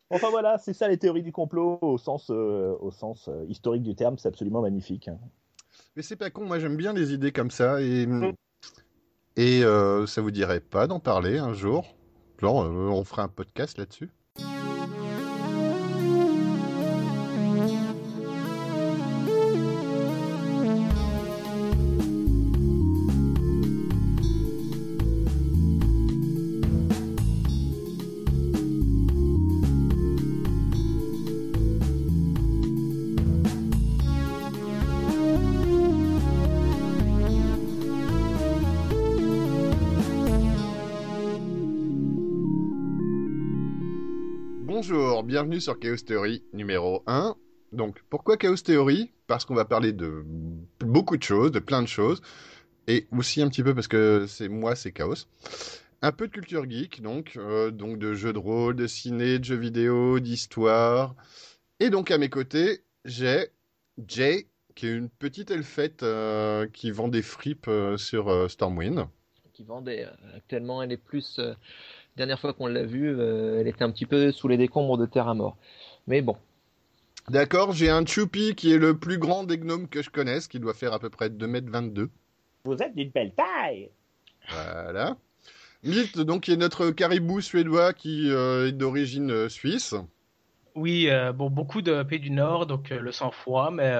Enfin voilà, c'est ça les théories du complot au sens historique du terme, c'est absolument magnifique. Mais c'est pas con, moi j'aime bien les idées comme ça et ça vous dirait pas d'en parler un jour? Genre, on fera un podcast là-dessus? Bonjour, bienvenue sur Chaos Theory numéro 1. Donc, pourquoi Chaos Theory? Parce qu'on va parler de beaucoup de choses, de plein de choses, et aussi un petit peu parce que c'est Chaos. Un peu de culture geek, donc de jeux de rôle, de ciné, de jeux vidéo, d'histoire. Et donc à mes côtés, j'ai Jay, qui est une petite elfette qui vend des fripes sur Stormwind. Qui vendait. Actuellement, elle est plus. Dernière fois qu'on l'a vue, elle était un petit peu sous les décombres de Terre à Mort. Mais bon. D'accord, j'ai un Choupi qui est le plus grand des gnomes que je connaisse, qui doit faire à peu près 2,22 m. Vous êtes d'une belle taille. Voilà. Milt, donc, qui est notre caribou suédois qui est d'origine suisse. Oui, bon, beaucoup de pays du Nord, donc le sang-froid, mais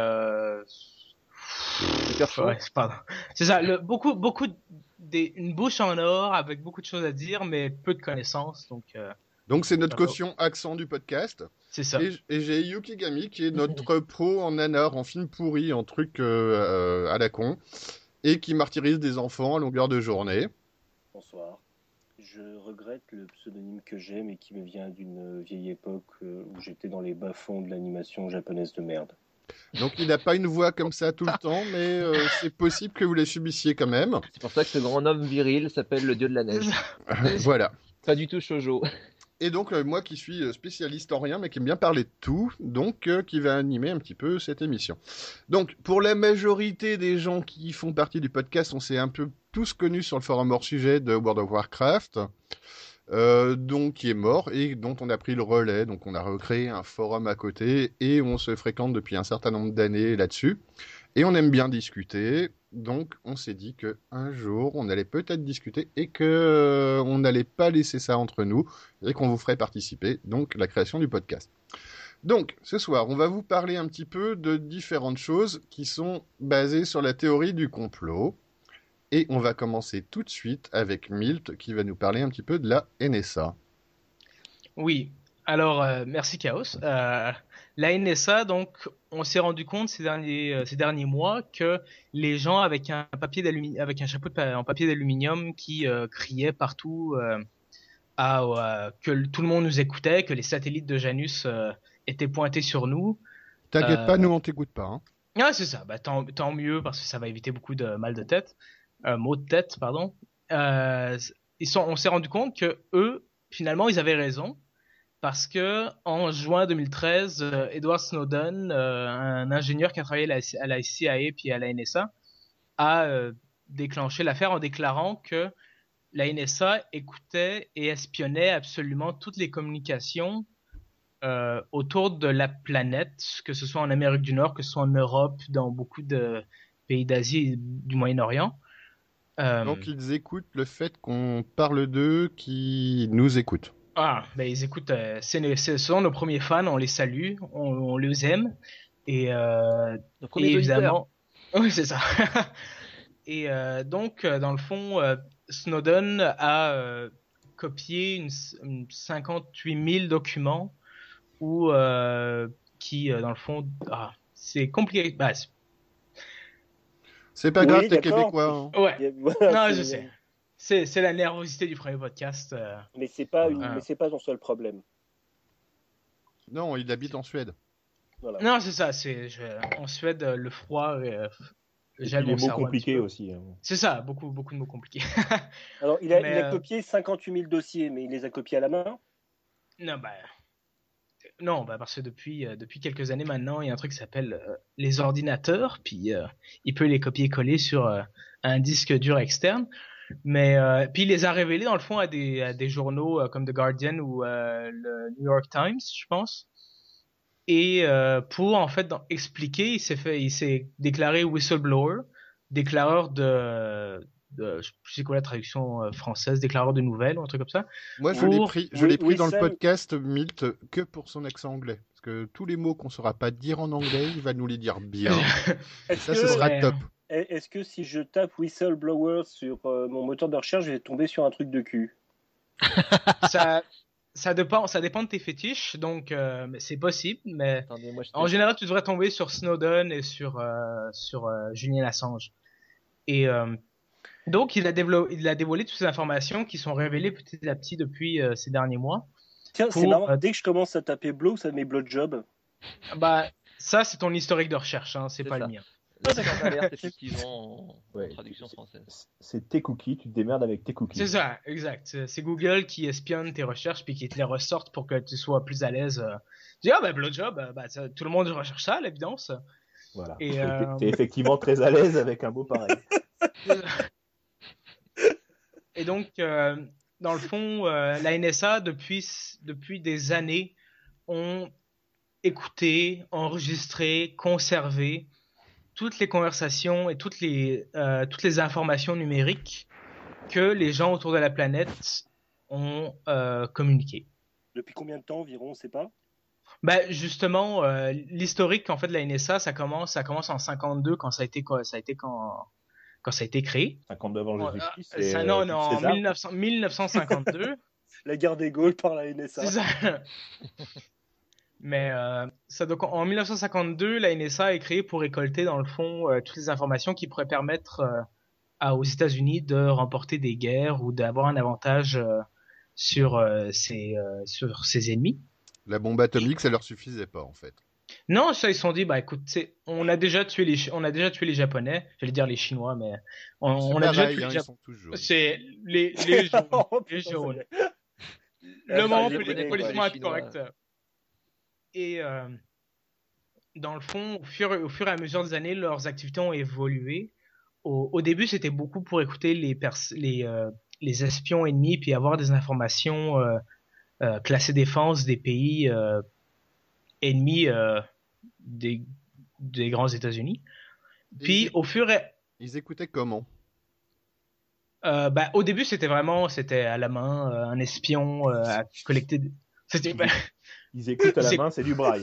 ouais, c'est ça. Beaucoup une bouche en or avec beaucoup de choses à dire, mais peu de connaissances, donc. Donc c'est notre caution accent du podcast. C'est ça. Et j'ai Yukigami qui est notre pro en nanar, en film pourri, en truc à la con, et qui martyrise des enfants à longueur de journée. Bonsoir. Je regrette le pseudonyme que j'ai, mais qui me vient d'une vieille époque où j'étais dans les bas-fonds de l'animation japonaise de merde. Donc il n'a pas une voix comme ça tout le temps, mais c'est possible que vous les subissiez quand même. C'est pour ça que ce grand homme viril s'appelle le dieu de la neige. Voilà. Pas du tout shoujo. Et donc moi qui suis spécialiste en rien, mais qui aime bien parler de tout, donc qui va animer un petit peu cette émission. Donc pour la majorité des gens qui font partie du podcast, on s'est un peu tous connus sur le forum hors sujet de World of Warcraft. Donc qui est mort et dont on a pris le relais. Donc on a recréé un forum à côté et on se fréquente depuis un certain nombre d'années là-dessus. Et on aime bien discuter, donc on s'est dit qu'un jour on allait peut-être discuter et que on n'allait pas laisser ça entre nous et qu'on vous ferait participer, donc la création du podcast. Donc ce soir on va vous parler un petit peu de différentes choses qui sont basées sur la théorie du complot. Et on va commencer tout de suite avec Milt qui va nous parler un petit peu de la NSA. Oui, alors merci Chaos. La NSA, donc, on s'est rendu compte ces derniers mois que les gens avec un chapeau en papier d'aluminium qui criaient partout que tout le monde nous écoutait, que les satellites de Janus étaient pointés sur nous. T'inquiète pas, nous on t'écoute pas. Hein. Ah c'est ça, bah, tant mieux parce que ça va éviter beaucoup de mal de tête. Maux de tête, pardon. On s'est rendu compte que eux, finalement, ils avaient raison parce que en juin 2013, Edward Snowden, un ingénieur qui a travaillé à la CIA puis à la NSA, a déclenché l'affaire en déclarant que la NSA écoutait et espionnait absolument toutes les communications autour de la planète, que ce soit en Amérique du Nord, que ce soit en Europe, dans beaucoup de pays d'Asie et du Moyen-Orient. Donc ils écoutent le fait qu'on parle d'eux, qui nous écoutent. Ah, ben ils écoutent, ce sont nos premiers fans, on les salue, on les aime, et évidemment, oui c'est ça. Et donc dans le fond, Snowden a copié une 58 000 documents où qui dans le fond, c'est compliqué. Bah, c'est pas grave, t'es québécois. Hein. Ouais. Voilà, non, je sais. C'est la nervosité du premier podcast. Mais c'est pas son seul problème. Non, il habite en Suède. Voilà. Non, c'est ça. En Suède, le froid. Les mots compliqués aussi. Hein. C'est ça, beaucoup de mots compliqués. Alors, il a copié 58 000 dossiers, mais il les a copiés à la main? Non, parce que depuis quelques années maintenant, il y a un truc qui s'appelle les ordinateurs, puis il peut les copier-coller sur un disque dur externe. Mais puis il les a révélés dans le fond à des journaux comme The Guardian ou le New York Times, je pense. Et pour en fait expliquer, il s'est déclaré whistleblower, déclareur je sais quoi la traduction française, déclareur de nouvelles ou un truc comme ça. Moi, je l'ai pris dans le podcast Milt que pour son accent anglais. Parce que tous les mots qu'on ne saura pas dire en anglais, il va nous les dire bien. Ce sera top. Est-ce que si je tape whistleblower sur mon moteur de recherche, je vais tomber sur un truc de cul? Ça dépend de tes fétiches, donc c'est possible, mais attendez, en général, tu devrais tomber sur Snowden et sur Julian Assange. Et donc, il a dévoilé toutes ces informations qui sont révélées petit à petit depuis ces derniers mois. Tiens, c'est marrant, dès que je commence à taper blow, ça met blowjob. Bah, ça, c'est ton historique de recherche, hein, c'est pas ça. Le mien. Là, ça alerte effectivement en traduction française. C'est tes cookies, tu te démerdes avec tes cookies. C'est ça, exact. C'est Google qui espionne tes recherches puis qui te les ressorte pour que tu sois plus à l'aise. Tu dis, ah bah blowjob, tout le monde recherche ça, à l'évidence. Voilà. Et t'es effectivement très à l'aise avec un mot pareil. Et donc, dans le fond, la NSA, depuis des années, ont écouté, enregistré, conservé toutes les conversations et toutes les informations numériques que les gens autour de la planète ont communiquées. Depuis combien de temps environ, on ne sait pas? Bah justement, l'historique en fait de la NSA, ça commence en 52 quand ça a été créé. 52 avant Jésus-Christ. Non, en 1952. La guerre des Gaules par la NSA. C'est ça. Mais donc en 1952, la NSA est créée pour récolter dans le fond toutes les informations qui pourraient permettre aux États-Unis de remporter des guerres ou d'avoir un avantage sur ses ennemis. La bombe atomique, ça leur suffisait pas en fait. Non, ça ils se sont dit bah écoute, on a déjà tué les Japonais, j'allais dire les Chinois, mais on a déjà tué les Japonais. C'est les jaunes. Le moment politiquement incorrect. Et dans le fond, au fur et à mesure des années, leurs activités ont évolué. Au début, c'était beaucoup pour écouter les espions ennemis puis avoir des informations classées défense des pays ennemis des grands États-Unis. Puis ils écoutaient comment? Au début, c'était à la main, un espion à collecter. Ils écoutent à la main, c'est du braille.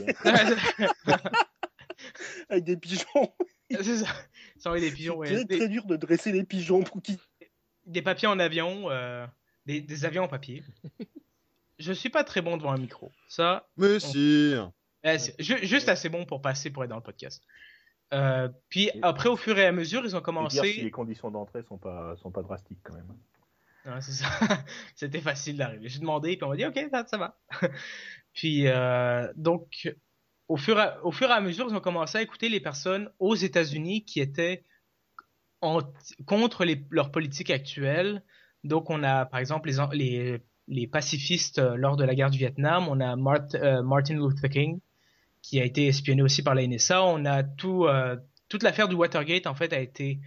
Avec des pigeons. C'est ça. Sans des pigeons. C'est très dur de dresser les pigeons pour qu'ils... Des papiers en avion, des avions en papier. Je suis pas très bon devant un micro. Ça. Mais si. Juste assez bon pour être dans le podcast. Puis après, au fur et à mesure, ils ont commencé. Dire si les conditions d'entrée sont pas drastiques quand même. Ouais, c'est ça. C'était facile d'arriver. J'ai demandé et puis on m'a dit ok, ça va. Puis donc au fur et à mesure, ils ont commencé à écouter les personnes aux États-Unis qui étaient contre leur politique actuelle. Donc on a par exemple les pacifistes lors de la guerre du Vietnam. On a Martin Luther King qui a été espionné aussi par la NSA. On a toute l'affaire du Watergate en fait a été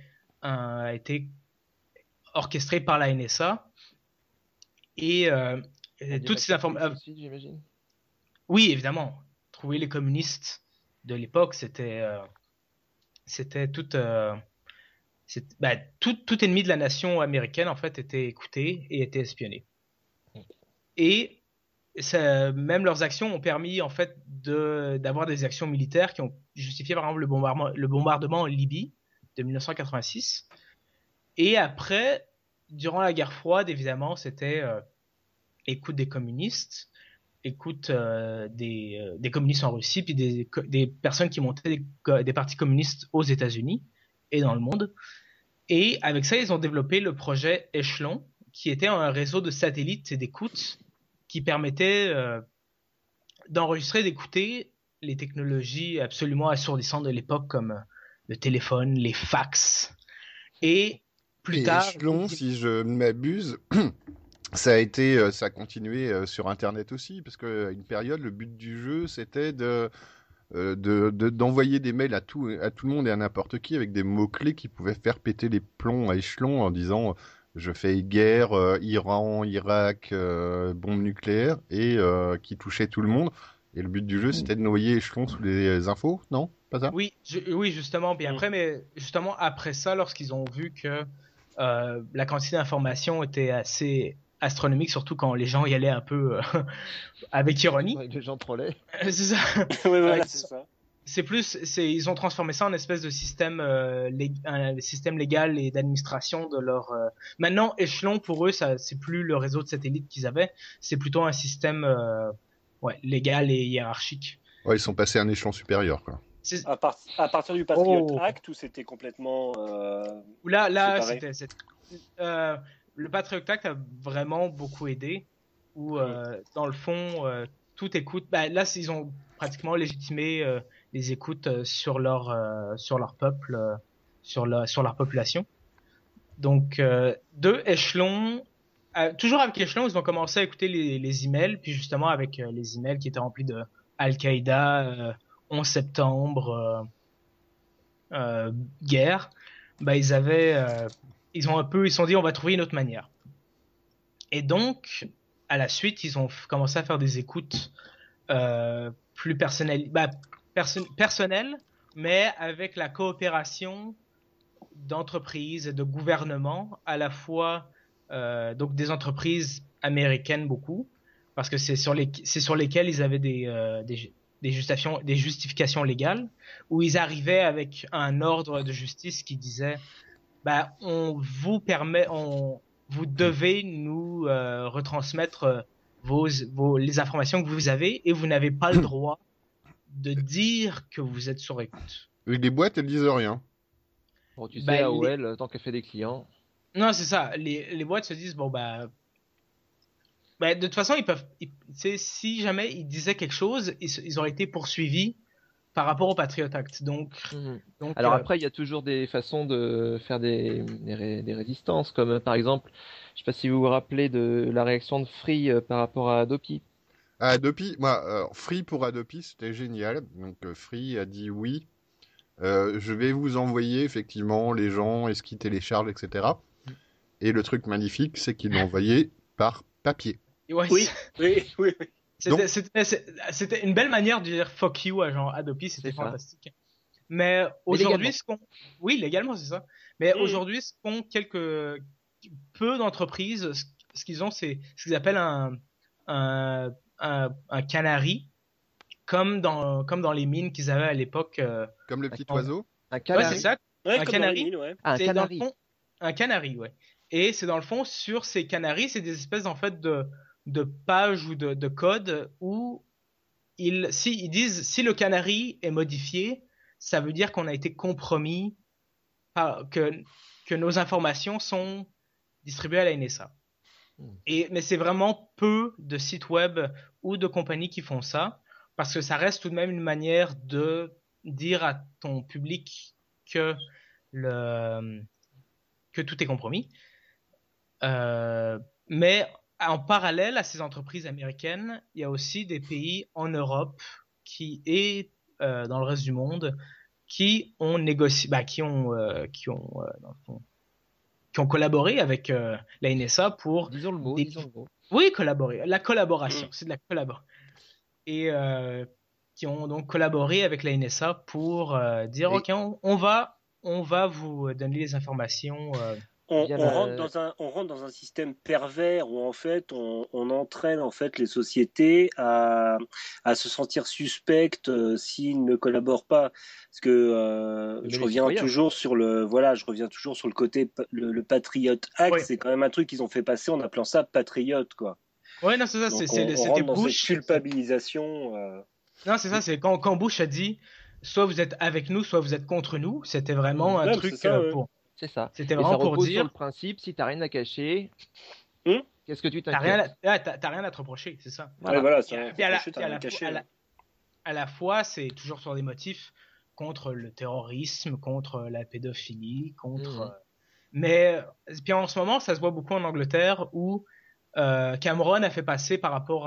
orchestrée par la NSA et toutes ces informations. J'imagine. Oui, évidemment. Trouver les communistes de l'époque, c'était tout ennemi de la nation américaine en fait était écouté et était espionné. Et même leurs actions ont permis en fait d'avoir des actions militaires qui ont justifié par exemple le bombardement en Libye de 1986. Et après, durant la guerre froide, évidemment, c'était écoute des communistes, écoute des communistes en Russie, puis des personnes qui montaient des partis communistes aux États-Unis et dans le monde. Et avec ça, ils ont développé le projet Echelon, qui était un réseau de satellites et d'écoute qui permettait d'enregistrer, d'écouter les technologies absolument assourdissantes de l'époque comme le téléphone, les fax. Et plus tard... Echelon, si je ne m'abuse, ça a continué sur Internet aussi, parce qu'à une période, le but du jeu, c'était d'envoyer des mails à tout le monde et à n'importe qui avec des mots-clés qui pouvaient faire péter les plombs à Echelon en disant je fais guerre, Iran, Irak, bombe nucléaire, et qui touchait tout le monde. Et le but du jeu, c'était de noyer Échelon sous les infos, non? Pas ça? Oui, oui, justement. Puis après, mais justement après ça, lorsqu'ils ont vu que la quantité d'informations était assez astronomique, surtout quand les gens y allaient un peu avec ironie. Les gens trollaient. C'est ça. Oui, voilà, c'est ça. Ils ont transformé ça en espèce de système, un système légal et d'administration de leur. Maintenant, Échelon pour eux, ça, c'est plus le réseau de satellites qu'ils avaient, c'est plutôt un système, légal et hiérarchique. Ouais, ils sont passés à un échelon supérieur, quoi. À partir du Patriot Act, où c'était complètement. Là, séparé. le Patriot Act a vraiment beaucoup aidé. Où dans le fond, tout écoute. Là, ils ont pratiquement légitimé les écoutes sur leur peuple, sur leur population. Donc, Échelon. Toujours avec Échelon, ils ont commencé à écouter les emails, puis justement avec les emails qui étaient remplis de Al-Qaïda, 11 septembre, guerre, ils se sont dit on va trouver une autre manière. Et donc, à la suite, ils ont commencé à faire des écoutes plus personnelles, mais avec la coopération d'entreprises et de gouvernements, à la fois donc des entreprises américaines beaucoup, parce que c'est sur lesquelles ils avaient des justifications légales, où ils arrivaient avec un ordre de justice qui disait vous devez nous retransmettre les informations que vous avez, et vous n'avez pas le droit de dire que vous êtes sur écoute. Les boîtes, elles disent rien. Bon, tu sais, AOL, tant qu'elle fait des clients. Non, c'est ça. Les boîtes se disent de toute façon, si jamais ils disaient quelque chose, ils auraient été poursuivis par rapport au Patriot Act. Donc, alors après, il y a toujours des façons de faire des résistances, comme par exemple, je sais pas si vous vous rappelez de la réaction de Free par rapport à Adopi. À Adopi, Free pour Adopi, c'était génial. Donc Free a dit oui. Je vais vous envoyer effectivement les gens et ce qu'ils téléchargent, etc. Et le truc magnifique, c'est qu'ils l'ont envoyé par papier. Ouais, oui. C'était une belle manière de dire fuck you à genre Adopi, c'était fantastique. Mais aujourd'hui, oui, légalement, c'est ça. Mais aujourd'hui, ce qu'ont peu d'entreprises, ce qu'ils ont, c'est ce qu'ils appellent un canary, comme dans les mines qu'ils avaient à l'époque. Comme le petit oiseau. Un canari. Ouais, c'est ça. Ouais, un canari. Mine, ouais. Un canari. Dans le fond, un canari, ouais. Et c'est dans le fond, sur ces canaris, c'est des espèces en fait de pages ou de code où ils disent si le canari est modifié, ça veut dire qu'on a été compromis, que nos informations sont distribuées à la NSA. Mais c'est vraiment peu de sites web ou de compagnies qui font ça, parce que ça reste tout de même une manière de dire à ton public que tout est compromis. Mais en parallèle à ces entreprises américaines, il y a aussi des pays en Europe et dans le reste du monde qui ont négocié, qui ont collaboré avec la NSA pour. Disons le mot. Oui, collaborer. La collaboration, c'est de la collaboration. Et qui ont donc collaboré avec la NSA pour dire ok, on va vous donner les informations. On rentre dans un système pervers où en fait on entraîne en fait les sociétés à se sentir suspectes s'ils ne collaborent pas, parce que je reviens toujours sur le côté le Patriot Act. Ouais. C'est quand même un truc qu'ils ont fait passer en appelant ça Patriot, quoi. Ouais, non, c'est ça. Donc c'était dans Bush. cette culpabilisation. Non, c'est ça. C'est quand Bush a dit soit vous êtes avec nous, soit vous êtes contre nous. C'était vraiment un truc pour. C'est ça. C'était vraiment ça repose pour dire sur le principe, si t'as rien à cacher, qu'est-ce que tu t'inquiètes? T'as rien à te reprocher, c'est ça. Voilà. À la fois, c'est toujours sur des motifs contre le terrorisme, contre la pédophilie, contre. Mais puis en ce moment, ça se voit beaucoup en Angleterre où Cameron a fait passer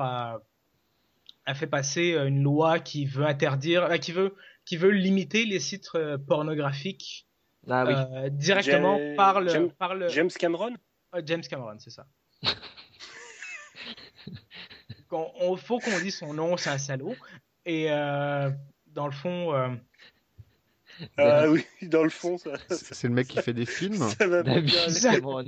une loi qui veut interdire, qui veut limiter les sites pornographiques. Ah oui. Directement par le James Cameron. James Cameron, c'est ça. On faut qu'on dise son nom, c'est un salaud. Et dans le fond, Ah oui, dans le fond, ça C'est le mec qui fait des films. ça va pas David bien. Cameron.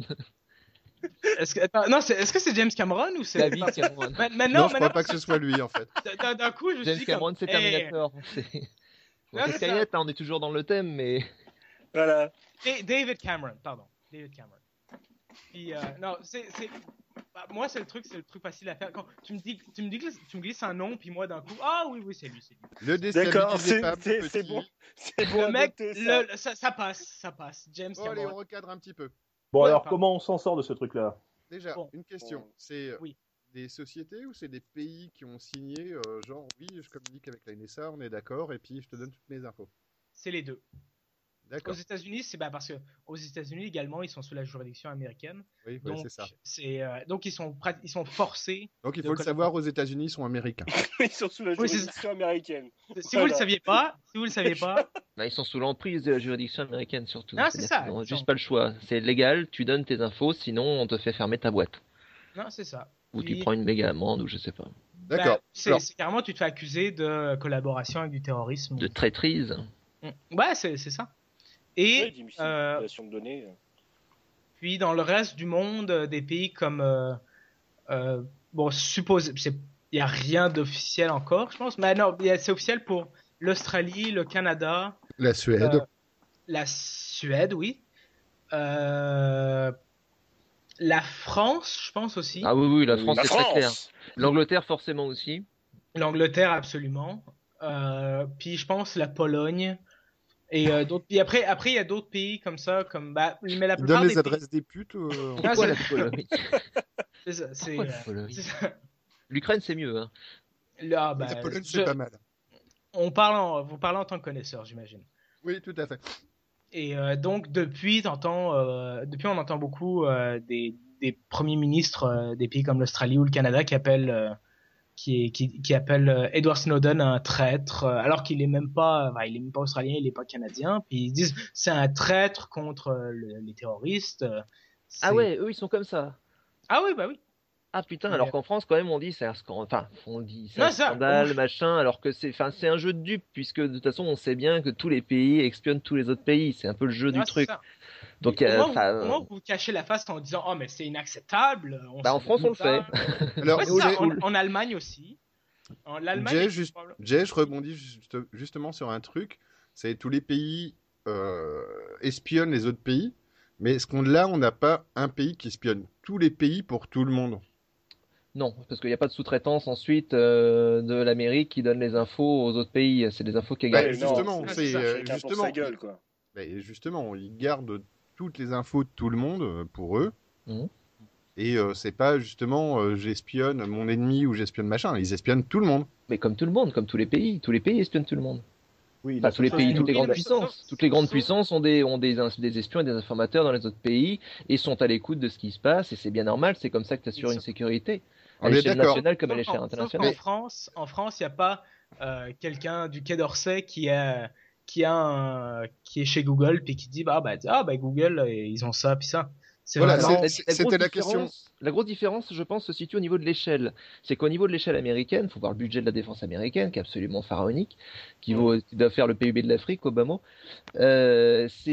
est-ce que c'est James Cameron ou c'est David Cameron. Non, je crois pas que ce soit lui en fait. D'un coup, je me James suis dit Cameron, comme, c'est Terminator. C'est Non, c'est c'est Skynet, là, on est toujours dans le thème, mais Voilà. David Cameron, pardon. David Cameron. Puis, non, bah, moi, c'est le truc facile à faire. Quand tu me glisses un nom, puis moi, d'un coup, ah oui, c'est lui. Le D'accord, déstabilisez pas, c'est petit. bon. C'est bon. Le mec, noter ça. ça passe. James Bon, allez, Cameron. on recadre un petit peu. Bon, Ouais, alors, pardon. comment on s'en sort de ce truc-là? Déjà, Bon. une question. C'est Oui. des sociétés ou c'est des pays qui ont signé, genre, oui, je communique avec la NSA, on est d'accord, et puis je te donne toutes mes infos. C'est les deux. Aux D'accord. États-Unis, c'est parce que aux États-Unis également, ils sont sous la juridiction américaine. Oui, Donc, c'est ça. Donc ils sont forcés. Donc il de faut le savoir, aux États-Unis, ils sont américains. Ils sont sous la Oui, c'est juridiction américaine. Si vous le saviez pas, bah, ils sont sous l'emprise de la juridiction américaine surtout. Non, c'est C'est-à-dire ça, qu'ils n'ont ils juste sont- pas le choix. C'est légal, tu donnes tes infos, sinon on te fait fermer ta boîte. non, c'est ça. Ou Puis, tu prends une méga amende, ou je sais pas. D'accord. Alors, c'est carrément, tu te fais accuser de collaboration avec du terrorisme. De traîtrise. Ouais, c'est ça. Ouais, Et dissimulation de données. puis dans le reste du monde, des pays comme bon, il y a rien d'officiel encore, je pense. Mais non, c'est officiel pour l'Australie, le Canada, la Suède. la Suède, oui. La France, je pense aussi. Ah oui, la France, La c'est très clair. France. L'Angleterre, forcément aussi. L'Angleterre, absolument. Puis je pense la Pologne. Et d'autres. Puis après, il y a d'autres pays comme ça, mais la Ils plupart donnent des les pays- adresses des putes Pourquoi la c'est- Pologne C'est ça, c'est Pourquoi la Pologne c'est ça. L'Ukraine, c'est mieux. Hein. Là, La Pologne, c'est pas mal. vous parlez en tant que connaisseur, j'imagine. Oui, tout à fait. Et donc depuis, on entend beaucoup des premiers ministres des pays comme l'Australie ou le Canada qui appellent Edward Snowden un traître, alors qu'il est même pas, il est même pas australien, il est pas canadien. Puis ils disent c'est un traître contre les terroristes. Ah ouais, eux, ils sont comme ça. Ah oui, bah oui. Ah putain, Mais, alors qu'en France, quand même, on dit c'est un scandale, enfin, on dit c'est Non, un ça, scandale, on- machin, alors que c'est un jeu de dupes, puisque de toute façon, on sait bien que tous les pays espionnent tous les autres pays. C'est un peu le jeu du Ouais, c'est truc. ça. Donc, comment vous cachez la face en disant oh mais c'est inacceptable. Bah, en France, on le fait. Alors, Ouais, c'est ça. Jay, En Allemagne aussi. Jay, je rebondis justement sur un truc. C'est tous les pays espionnent les autres pays, mais on n'a pas un pays qui espionne tous les pays pour tout le monde. Non, parce qu'il n'y a pas de sous-traitance ensuite de l'Amérique qui donne les infos aux autres pays. C'est des infos qui Bah, gardent. justement, non, c'est chacun pour justement, sa gueule, quoi. justement, ils gardent toutes les infos de tout le monde pour eux. Mhm. Et c'est pas justement j'espionne mon ennemi ou j'espionne machin, ils espionnent tout le monde. Mais comme tout le monde, comme tous les pays espionnent tout le monde. Oui, Enfin, tous les pays, toutes les grandes mais puissances. Toutes les grandes puissances ont des espions et des informateurs dans les autres pays et sont à l'écoute de ce qui se passe et c'est bien normal, c'est comme ça que tu assures une sécréité. À On est l'échelle d'accord. nationale comme à l'échelle Sauf internationale. en France, il n'y a pas quelqu'un du Quai d'Orsay qui est chez Google puis qui dit Google ils ont ça puis ça. C'est Voilà, vraiment- c'était la question. La grosse différence, je pense, se situe au niveau de l'échelle. C'est qu'au niveau de l'échelle américaine, faut voir le budget de la défense américaine, qui est absolument pharaonique, qui doit faire le PIB de l'Afrique, Obama. C'est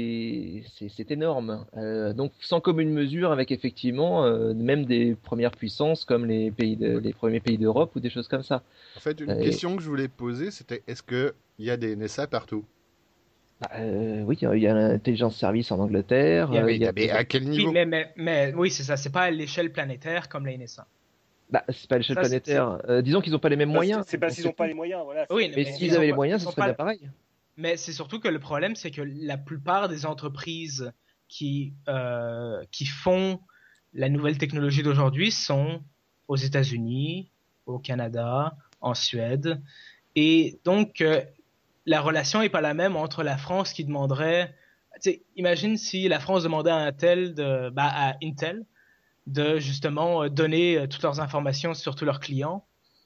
énorme. Donc, sans commune mesure avec effectivement même des premières puissances comme les premiers pays d'Europe ou des choses comme ça. En fait, une question que je voulais poser, c'était est-ce qu'il y a des NSA partout? Oui, il y a l'intelligence service en Angleterre. Oui, mais à quel niveau? Oui, mais oui, c'est ça. C'est pas à l'échelle planétaire comme la NSA. Bah, c'est pas à l'échelle Ça, planétaire. Disons qu'ils n'ont pas les mêmes moyens. C'est parce qu'ils n'ont pas les moyens, voilà. Oui, Mais mais s'ils ils avaient ont les pas- moyens, ils ce ont serait pas- bien pareil. Mais c'est surtout que le problème, c'est que la plupart des entreprises qui font la nouvelle technologie d'aujourd'hui sont aux États-Unis, au Canada, en Suède. Et donc, la relation n'est pas la même entre la France qui demanderait... Imagine si la France demandait à Intel de justement donner toutes leurs informations sur tous leurs clients.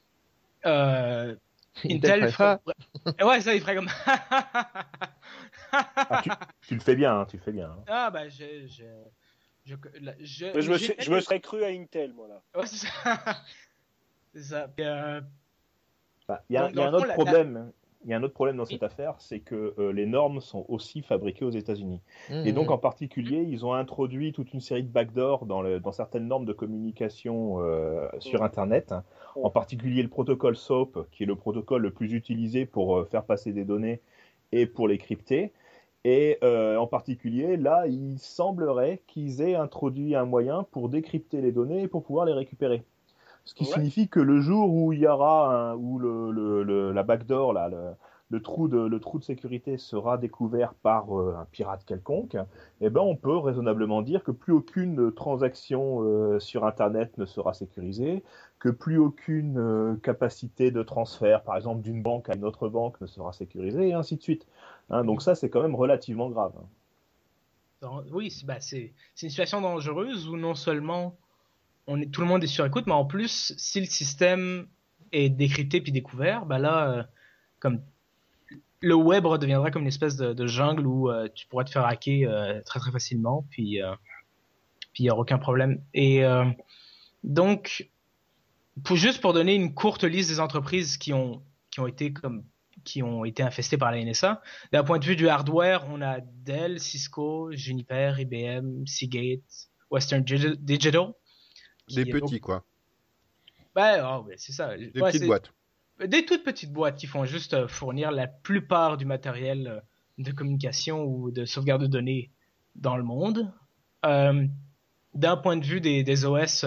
Intel ferait ça. Ouais, ça, il ferait comme... Ah, tu le fais bien, hein, tu le fais bien. Hein. Ah, bah, Je me serais cru à Intel, moi là. Ouais, c'est ça. C'est ça. Il y a un autre problème. Il y a un autre problème dans cette affaire, c'est que les normes sont aussi fabriquées aux États-Unis. Et donc, en particulier, ils ont introduit toute une série de backdoors dans certaines normes de communication sur Internet. En particulier, le protocole SOAP, qui est le protocole le plus utilisé pour faire passer des données et pour les crypter. Et en particulier, là, il semblerait qu'ils aient introduit un moyen pour décrypter les données et pour pouvoir les récupérer. Ce qui signifie que le jour où il y aura la backdoor, là, le trou de sécurité sera découvert par un pirate quelconque, eh ben on peut raisonnablement dire que plus aucune transaction sur Internet ne sera sécurisée, que plus aucune capacité de transfert, par exemple d'une banque à une autre banque, ne sera sécurisée, et ainsi de suite. Donc ça, c'est quand même relativement grave. Oui, c'est une situation dangereuse où non seulement tout le monde est sur écoute, mais en plus, si le système est décrypté puis découvert, là, comme le web redeviendra comme une espèce de jungle où tu pourras te faire hacker très très facilement, puis il n'y aura aucun problème. Et donc, juste pour donner une courte liste des entreprises qui ont été infestées par la NSA, d'un point de vue du hardware, on a Dell, Cisco, Juniper, IBM, Seagate, Western Digital. Des petits, quoi. C'est ça. Des petites boîtes. Des toutes petites boîtes qui font juste fournir la plupart du matériel de communication ou de sauvegarde de données dans le monde. D'un point de vue des OS,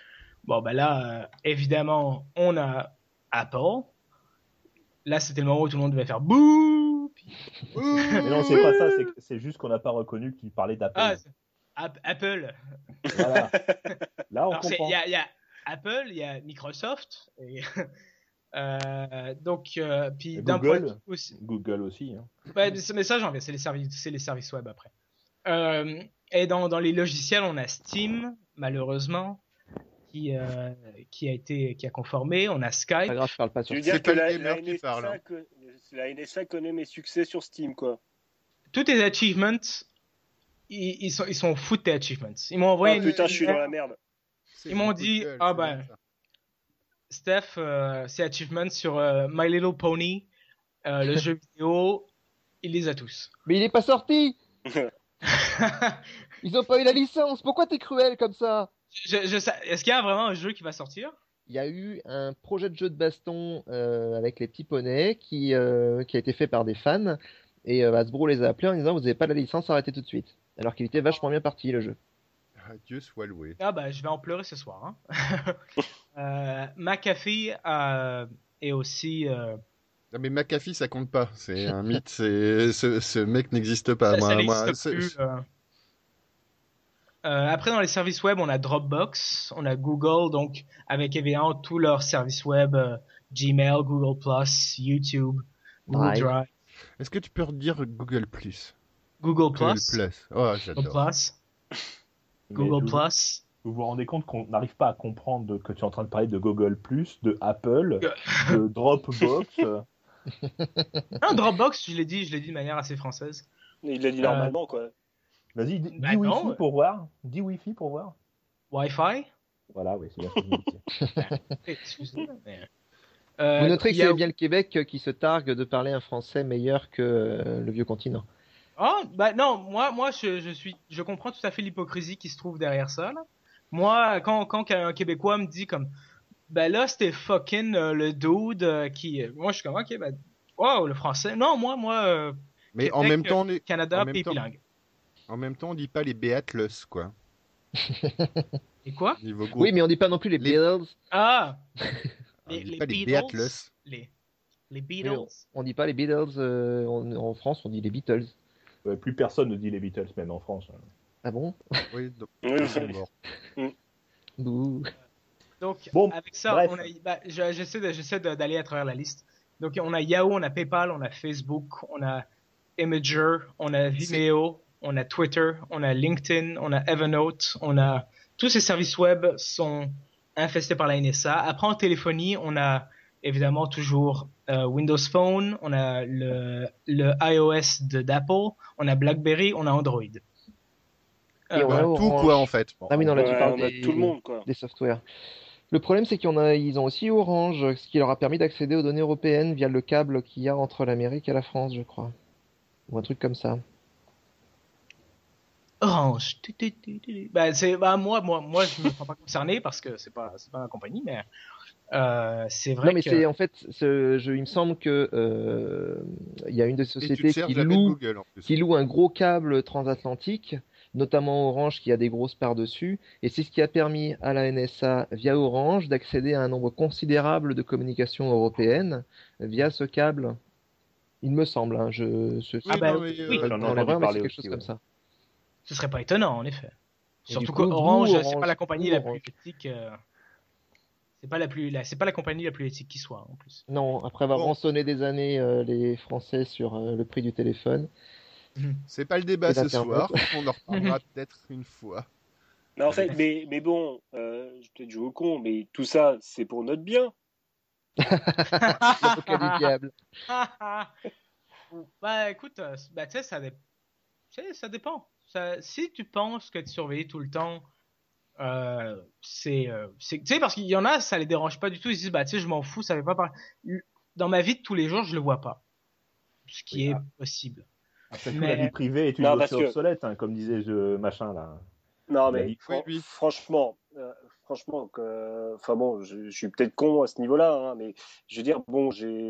évidemment, on a Apple. Là, c'était le moment où tout le monde devait faire bouh. Mais non, c'est pas ça, c'est juste qu'on n'a pas reconnu qu'il parlait d'Apple. Apple. Voilà. Là, on comprend. Il y a Apple, il y a Microsoft. Donc, puis d'un point de vue aussi. Google aussi. Mais ça, j'en viens. C'est les services web après. Et dans les logiciels, on a Steam, malheureusement, qui a conformé. On a Skype. Pas grave, je parle pas sur Steam. Tu veux dire que la NSA connaît mes succès sur Steam, quoi. Tous tes achievements, ils sont fous de tes achievements. Ils m'ont envoyé je suis dans la merde. Ils m'ont dit, Steph, c'est achievements sur My Little Pony, le jeu vidéo, il les a tous. Mais il est pas sorti. Ils ont pas eu la licence. Pourquoi t'es cruel comme ça? Est-ce qu'il y a vraiment un jeu qui va sortir? Il y a eu un projet de jeu de baston avec les petits poneys qui a été fait par des fans. Et Hasbro les a appelés en disant vous n'avez pas la licence, arrêtez tout de suite. Alors qu'il était vachement bien parti le jeu. Dieu soit loué. Je vais en pleurer ce soir. McAfee est aussi. Non, mais McAfee ça compte pas. C'est un mythe. Ce mec n'existe pas. Ça n'existe plus. Après, dans les services web, on a Dropbox, on a Google, donc avec évidemment tous leurs services web, Gmail, Google+, YouTube, Google Drive. Est-ce que tu peux redire Google+? Google+. Oh, j'adore. Google+. Vous vous rendez compte qu'on n'arrive pas à comprendre que tu es en train de parler de Google+, de Apple, de Dropbox. Non, Dropbox, je l'ai dit de manière assez française. Il l'a dit normalement, quoi. Vas-y, dis Wi-Fi pour voir. Dis Wi-Fi pour voir. Wi-Fi? Voilà, oui, c'est bien ce que je me disais. Excusez-moi. Vous noterez que c'est bien le Québec qui se targue de parler un français meilleur que le vieux continent. Non, moi je comprends tout à fait l'hypocrisie qui se trouve derrière ça, là. Moi, quand un Québécois me dit comme, là, c'était fucking le dude qui... Moi, je suis comme, ok, wow, le français. Non, moi... mais Québec, en même temps, Canada, pays bilingue. En même temps, on dit pas les Beatles, quoi. Et quoi? Oui, mais on dit pas non plus les Beatles. Ah! Les Beatles. Les Beatles. On dit pas les Beatles en France, on dit les Beatles. Plus personne ne dit les Beatles, même en France. Ah bon? Oui, c'est mort. Bouh. Donc, bon, avec ça, j'essaie d'aller à travers la liste. Donc, on a Yahoo, on a PayPal, on a Facebook, on a Imager, on a Vimeo, on a Twitter, on a LinkedIn, on a Evernote, on a... Tous ces services web sont infestés par la NSA. Après, en téléphonie, on a évidemment toujours Windows Phone, on a le iOS d'Apple, on a BlackBerry, on a Android. Et on a tout Orange. quoi en fait. Ah oui, non, là tu parles on a tout le monde, quoi. des softwares. Le problème, c'est ils ont aussi Orange, ce qui leur a permis d'accéder aux données européennes via le câble qu'il y a entre l'Amérique et la France, je crois. Ou un truc comme ça. Orange. Bah, moi, je me sens pas concerné parce que c'est pas ma compagnie, mais c'est vrai Non, mais que. c'est en fait, il me semble que il y a une des Et tu te sociétés sers jamais de Google en plus. qui loue un gros câble transatlantique, notamment Orange qui a des grosses parts dessus, et c'est ce qui a permis à la NSA via Orange d'accéder à un nombre considérable de communications européennes via ce câble. Il me semble, hein, Ah bah, non, mais, oui. pas J'en ai dans entendu l'erreur, mais c'est parler quelque chose aussi, comme ouais. ça. Ce serait pas étonnant, en effet. Et Surtout du coup, qu'Orange, d'où c'est pas la compagnie d'où la plus Orange. éthique. C'est pas la compagnie la plus éthique qui soit, en plus. Non, après avoir Bon. rançonné des années les Français sur le prix du téléphone. C'est pas le débat Et ce d'Internet. soir. On en reparlera peut-être une fois. Mais en fait, mais bon, peut-être jouer au con, mais tout ça, c'est pour notre bien. L'avocat du diable. Bah écoute, bah, tu sais, ça dépend. Si tu penses que tu surveilles tout le temps, tu sais, parce qu'il y en a, ça les dérange pas du tout. Ils se disent, bah tu sais, je m'en fous, ça fait pas dans ma vie de tous les jours, je le vois pas. Ce qui est possible. Après tout, Mais- la vie privée est une Non, notion parce que- obsolète, hein, comme disait machin là. Non, Il a mais dit- Oui. franchement, enfin bon, je suis peut-être con à ce niveau-là, hein, mais je veux dire, bon,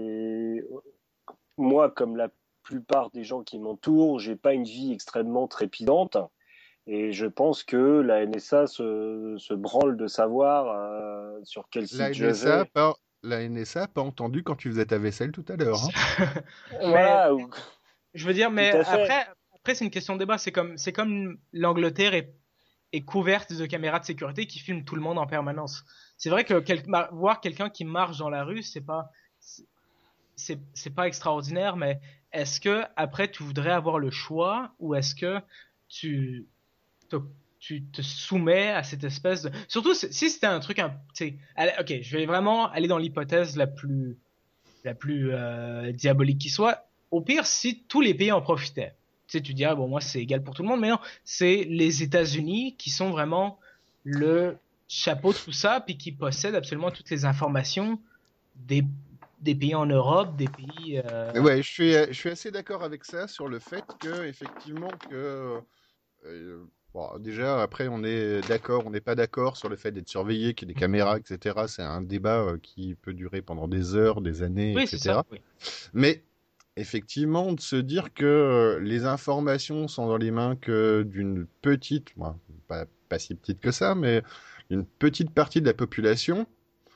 moi, comme la plupart des gens qui m'entourent, j'ai pas une vie extrêmement trépidante, et je pense que la NSA se branle de savoir sur quel site je vais. La NSA a pas entendu quand tu faisais ta vaisselle tout à l'heure. Hein. Voilà, Je veux dire, mais Tout à fait. après c'est une question de débat. C'est comme l'Angleterre est couverte de caméras de sécurité qui filment tout le monde en permanence. C'est vrai que voir quelqu'un qui marche dans la rue, c'est pas extraordinaire, mais est-ce que après tu voudrais avoir le choix ou est-ce que tu tu te soumets à cette espèce de... Surtout si c'était un truc, ok, je vais vraiment aller dans l'hypothèse la plus diabolique qui soit. Au pire, si tous les pays en profitaient, tu sais, tu dirais, bon, moi, c'est égal pour tout le monde, mais non, c'est les États-Unis qui sont vraiment le chapeau de tout ça, puis qui possèdent absolument toutes les informations des pays en Europe, des pays... Ouais, je suis assez d'accord avec ça sur le fait que, effectivement, bon, déjà, après, on est d'accord, on n'est pas d'accord sur le fait d'être surveillé, qu'il y ait des caméras, etc. C'est un débat qui peut durer pendant des heures, des années, Oui, etc. c'est ça. Oui. Mais effectivement, de se dire que les informations sont dans les mains que d'une petite, pas si petite que ça, mais une petite partie de la population,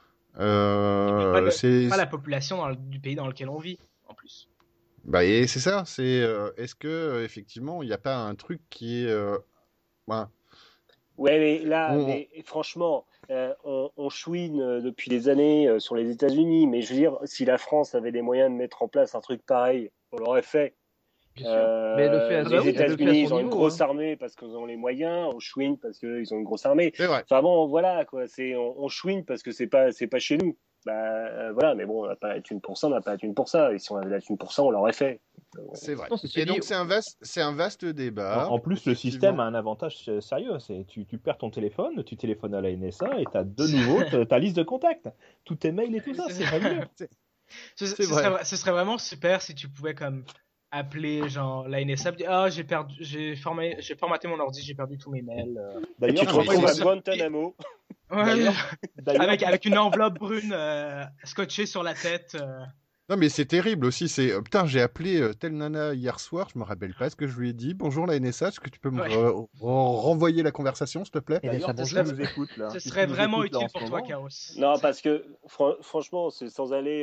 c'est pas la population du pays dans lequel on vit, en plus. bah, et c'est ça. C'est est-ce que effectivement, il n'y a pas un truc qui est Ouais, mais là, franchement, on chouine depuis des années sur les États-Unis, mais je veux dire, si la France avait les moyens de mettre en place un truc pareil, on l'aurait fait. Bien sûr. Mais elle le fait Les États-Unis, ils ont une niveau, grosse armée parce qu'ils ont les moyens, on chouine parce qu'ils ont une grosse armée. C'est vrai. Enfin bon, voilà, quoi, on chouine parce que c'est pas chez nous. Voilà, mais bon, on n'a pas la thune pour ça, on n'a pas la thune pour ça. Et si on avait la thune pour ça, on l'aurait fait. C'est vrai. Non, ceci Et donc dit- c'est un vaste débat. En plus, le effectivement. système a un avantage sérieux. C'est tu perds ton téléphone, tu téléphones à la NSA et tu as de nouveau ta liste de contacts. Tous tes mails et tout ça, c'est fabuleux. Ce serait vraiment super si tu pouvais comme appeler genre la NSA et dire ah j'ai formaté mon ordi, j'ai perdu tous mes mails. Et tu te retrouves à Guantanamo. Ouais, D'ailleurs, avec une enveloppe brune scotchée sur la tête. Non mais c'est terrible aussi. C'est putain, j'ai appelé telle nana hier soir. Je me rappelle pas ce que je lui ai dit. Bonjour la NSA, est-ce que tu peux me renvoyer la conversation, s'il te plaît? d'ailleurs, ça si bouge. tu nous écoutes, là, Ce si tu serait nous vraiment écoutes, là, en utile ce pour toi, moment, Chaos. Non, parce que franchement, c'est sans aller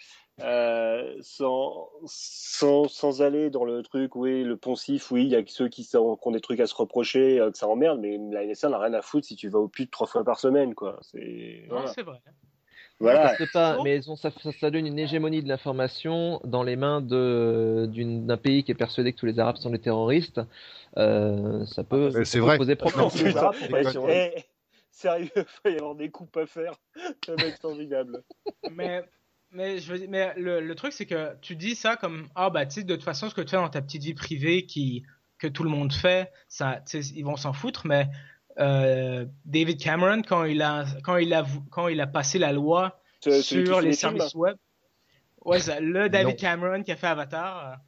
sans aller dans le truc, oui, le poncif, oui, il y a que ceux qui ont des trucs à se reprocher, que ça emmerde, mais la NSA n'a rien à foutre si tu vas au put 3 fois par semaine, quoi. Non, c'est vrai. Voilà. Ça se fait pas, mais ça donne une hégémonie de l'information dans les mains d'un pays qui est persuadé que tous les Arabes sont des terroristes. Ça peut c'est vrai. poser problème. Non, les Arabes sont pas des terroristes. Sérieux, il va y avoir des coupes à faire. Ça va être formidable. Mais le truc c'est que tu dis ça comme ah bah tu sais de toute façon ce que tu fais dans ta petite vie privée qui que tout le monde fait, ça, ils vont s'en foutre, mais David Cameron, quand il a passé la loi sur les services web, ouais, le David Cameron qui a fait Avatar,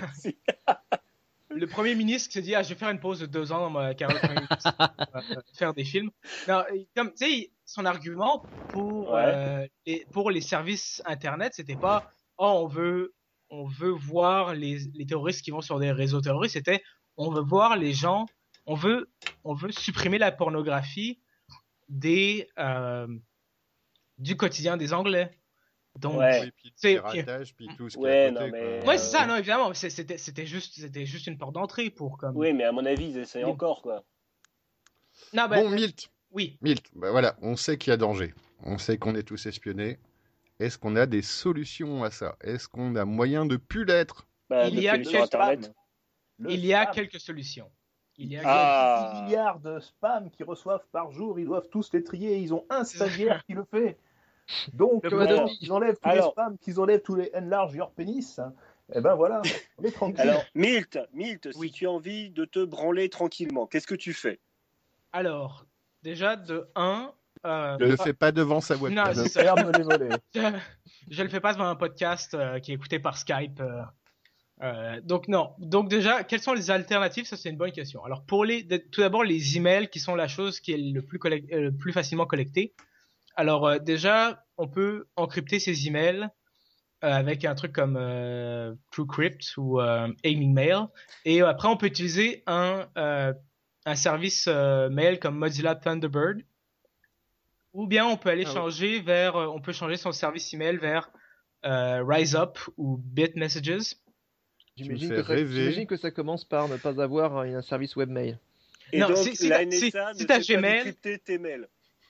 le premier ministre qui s'est dit, je vais faire une pause de 2 ans dans ma carrière de premier ministre, faire des films. Non, comme, tu sais, son argument pour les services internet, c'était pas, on veut voir les terroristes qui vont sur des réseaux terroristes, c'était, on veut voir les gens, on veut supprimer la pornographie du quotidien des Anglais. Donc, puis piratage, puis tout ce qui est à côté. Ouais, c'est ça, non, évidemment, c'était juste une porte d'entrée pour comme. Oui, mais à mon avis, ils essayent encore, quoi. Non, bon, Milt. Oui. Milt, voilà, on sait qu'il y a danger. On sait qu'on est tous espionnés. Est-ce qu'on a des solutions à ça? Est-ce qu'on a moyen de plus l'être? Il y a quelques solutions. Il y a 10 milliards de spam qu'ils reçoivent par jour. Ils doivent tous les trier. Ils ont un stagiaire qui le fait. Donc, ils enlèvent tous les spams, qu'ils enlèvent tous les enlarge your penis. Et ben voilà, on est tranquille. Alors, Milt, si tu as envie de te branler tranquillement, qu'est-ce que tu fais? Alors, déjà, de 1... ne le fais pas devant sa webcam. Non, c'est ça. Je le fais pas devant un podcast qui est écouté par Skype. Donc non. Donc déjà, quelles sont les alternatives? Ça, c'est une bonne question. Alors tout d'abord, les emails qui sont la chose qui est le plus facilement collectée. Alors déjà, on peut encrypter ces emails avec un truc comme TrueCrypt ou Aiming Mail. Et après, on peut utiliser un service mail comme Mozilla Thunderbird. Ou bien on peut aller changer on peut changer son service email vers RiseUp ou BitMessages. J'imagine que ça commence par ne pas avoir un service webmail. Et non, donc, la NSA ne fait pas décrypter tes mails.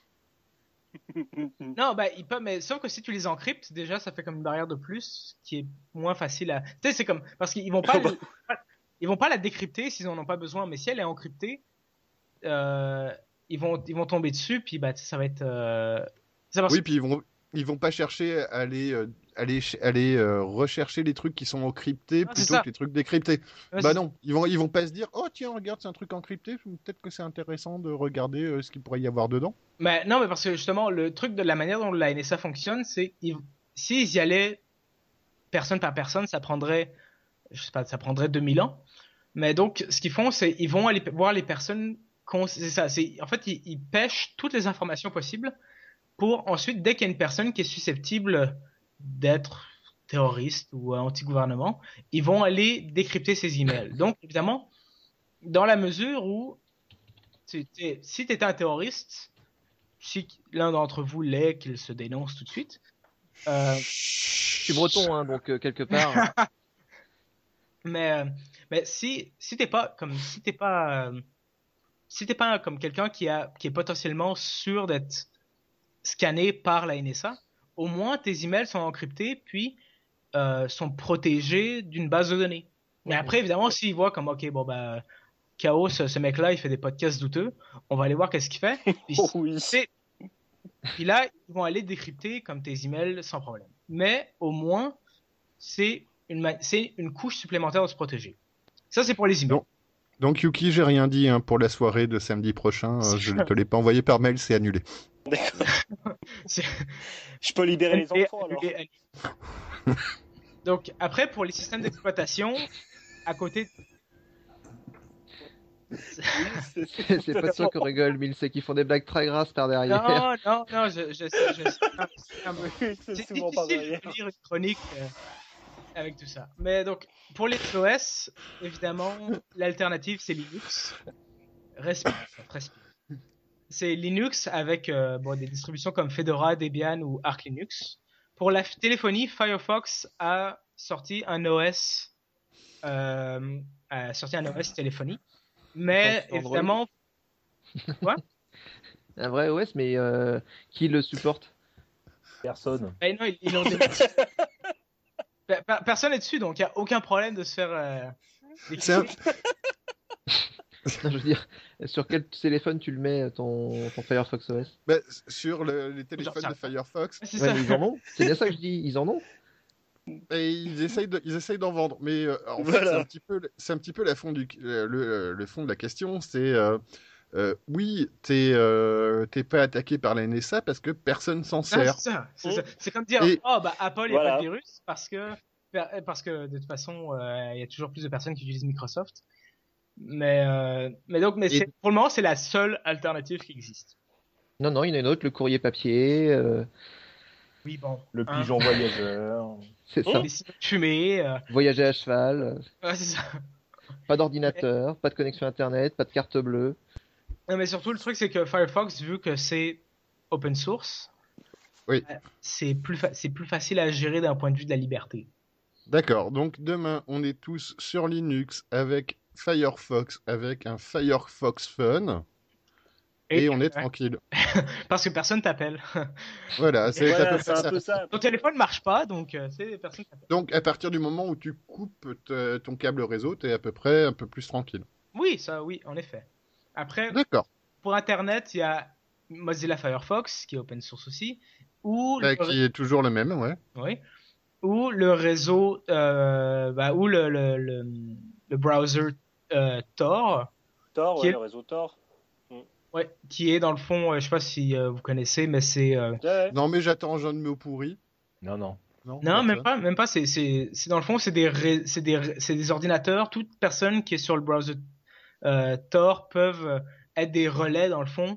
Non, il peut, mais sauf que si tu les encryptes, déjà, ça fait comme une barrière de plus qui est moins facile à. Tu sais, c'est comme parce qu'ils vont pas, ils vont pas la décrypter s'ils en ont pas besoin, mais si elle est encryptée, ils vont tomber dessus, puis ça va être. Oui, puis ils vont pas chercher à aller rechercher les trucs qui sont encryptés plutôt que les trucs décryptés. Non, ils vont pas se dire tiens, regarde, c'est un truc encrypté, peut-être que c'est intéressant de regarder ce qu'il pourrait y avoir dedans. Mais non, mais parce que justement le truc de la manière dont la NSA fonctionne, c'est s'ils y allaient personne par personne, ça prendrait 2000 ans. Mais donc ce qu'ils font, c'est ils vont aller voir les personnes. C'est ça, en fait ils pêchent toutes les informations possibles pour ensuite, dès qu'il y a une personne qui est susceptible d'être terroriste ou anti-gouvernement, ils vont aller décrypter ses emails. Donc, évidemment, dans la mesure où si tu étais un terroriste, si l'un d'entre vous l'est, qu'il se dénonce tout de suite. Je suis breton, hein, donc quelque part. mais si t'es pas comme quelqu'un qui est potentiellement sûr d'être scanné par la NSA, au moins tes emails sont encryptés puis sont protégés d'une base de données. Mais après, évidemment, s'ils voient comme Chaos, ce mec-là, il fait des podcasts douteux, on va aller voir qu'est-ce qu'il fait. Puis là, ils vont aller décrypter comme tes emails sans problème. Mais au moins, c'est une couche supplémentaire de se protéger. Ça, c'est pour les emails. Donc Yuki, j'ai rien dit pour la soirée de samedi prochain. Je ne te l'ai pas envoyé par mail, c'est annulé. D'accord. Je peux libérer les enfants alors. Donc après, pour les systèmes d'exploitation, à côté. C'est pas sûr qu'on rigole, mais c'est qu'ils font des blagues très grasses par derrière. Non, je sais. C'est difficile de lire une chronique avec tout ça. Mais donc, pour les OS, évidemment, l'alternative c'est Linux. Respire. C'est Linux avec des distributions comme Fedora, Debian ou Arch Linux. Pour la téléphonie, Firefox a sorti un OS téléphonie. Mais évidemment... Quoi? Un vrai OS, mais qui le supporte? Personne. Non, ils l'ont personne n'est dessus, donc il n'y a aucun problème de se faire... Non, je veux dire, sur quel téléphone tu le mets, ton Firefox OS? Sur les téléphones de Firefox. Mais ils en ont. C'est bien ça que je dis, ils en ont. Et ils essayent d'en vendre. Mais en fait, c'est un petit peu le fond de la question. C'est oui, t'es pas attaqué par la NSA parce que personne s'en sert. C'est ça. C'est comme dire, Apple, il n'y a pas de virus parce que de toute façon, il y a toujours plus de personnes qui utilisent Microsoft. Mais pour le moment, c'est la seule alternative qui existe. Non, il y en a une autre, le courrier papier. Oui, bon. Le pigeon voyageur. C'est ça. Les fumées. Voyager à cheval. Ouais, c'est ça. Pas d'ordinateur, pas de connexion internet, pas de carte bleue. Non, mais surtout, le truc, c'est que Firefox, vu que c'est open source, oui. C'est plus facile à gérer d'un point de vue de la liberté. D'accord. Donc, demain, on est tous sur Linux avec Firefox, avec un Firefox Fun. Et on est tranquille. Parce que personne t'appelle. Voilà, c'est un peu ça. Ton téléphone marche pas, donc personne t'appelle. Donc, à partir du moment où tu coupes ton câble réseau, t'es à peu près un peu plus tranquille. Oui, ça, oui, en effet. Après, d'accord. Pour Internet, il y a Mozilla Firefox, qui est open source aussi, qui est toujours le même, ouais. Oui. Ou le réseau, ou le browser Tor. Tor, ouais, le réseau Tor. Ouais, qui est dans le fond, je sais pas si vous connaissez, mais c'est. Non, mais j'attends un jeu de mots pourri. Non, même pas. C'est dans le fond, c'est des ordinateurs. Toute personne qui est sur le browser Tor peuvent être des relais dans le fond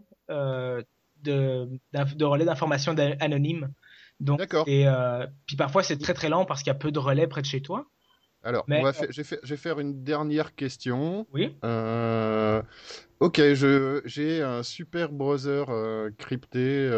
de relais d'informations anonymes. Donc, d'accord. Puis parfois c'est très très lent parce qu'il y a peu de relais près de chez toi. Alors, je vais faire une dernière question. Oui. Ok, j'ai un super browser crypté.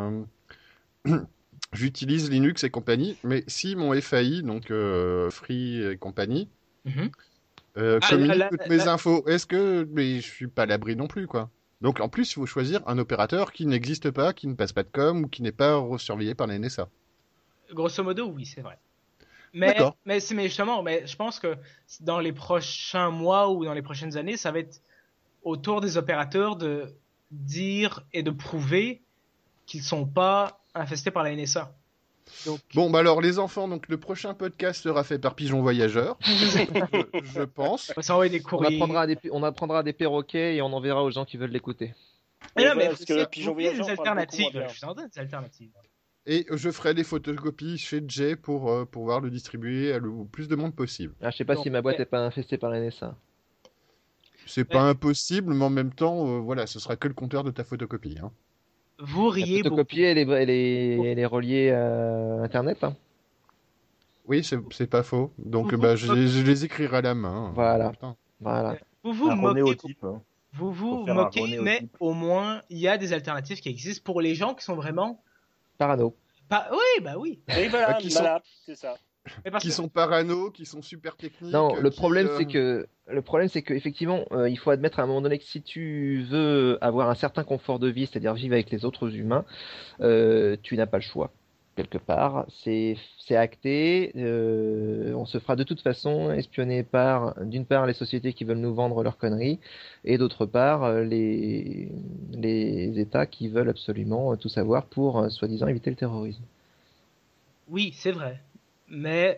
J'utilise Linux et compagnie, mais si mon FAI, donc Free et compagnie, communique toutes mes infos, mais je suis pas à l'abri non plus, quoi. Donc en plus, il faut choisir un opérateur qui n'existe pas, qui ne passe pas de com ou qui n'est pas surveillé par la NSA. Grosso modo, oui, c'est vrai. Mais justement, je pense que dans les prochains mois ou dans les prochaines années, ça va être autour des opérateurs de dire et de prouver qu'ils ne sont pas infestés par la NSA. Donc... Bon, alors les enfants, donc le prochain podcast sera fait par Pigeon Voyageur, je pense. On va s'envoyer des courriers. On apprendra des perroquets et on enverra aux gens qui veulent l'écouter. Mais non, mais parce que le Pigeon Voyageur, des alternatives. Je suis en train des alternatives. Et je ferai des photocopies chez Jay pour pouvoir le distribuer au plus de monde possible. Je sais pas si ma boîte n'est pas infestée par la NSA. C'est pas impossible, mais en même temps, voilà, ce sera que le compteur de ta photocopie. Hein. Vous riez la photocopie, elle est reliée à Internet. Hein. Oui, c'est pas faux. Donc, je les écrirai à la main. Voilà. Vous vous moquez. Vous vous moquez, mais au moins, il y a des alternatives qui existent pour les gens qui sont vraiment... Parano. Oui. Et voilà, c'est ça. Qui sont parano, qui sont super techniques. Non, le problème c'est que effectivement, il faut admettre à un moment donné que si tu veux avoir un certain confort de vie, c'est-à-dire vivre avec les autres humains, tu n'as pas le choix. Quelque part, c'est acté. On se fera de toute façon espionner par, d'une part, les sociétés qui veulent nous vendre leurs conneries, et d'autre part, les États qui veulent absolument tout savoir pour, soi-disant, éviter le terrorisme. Oui, c'est vrai. Mais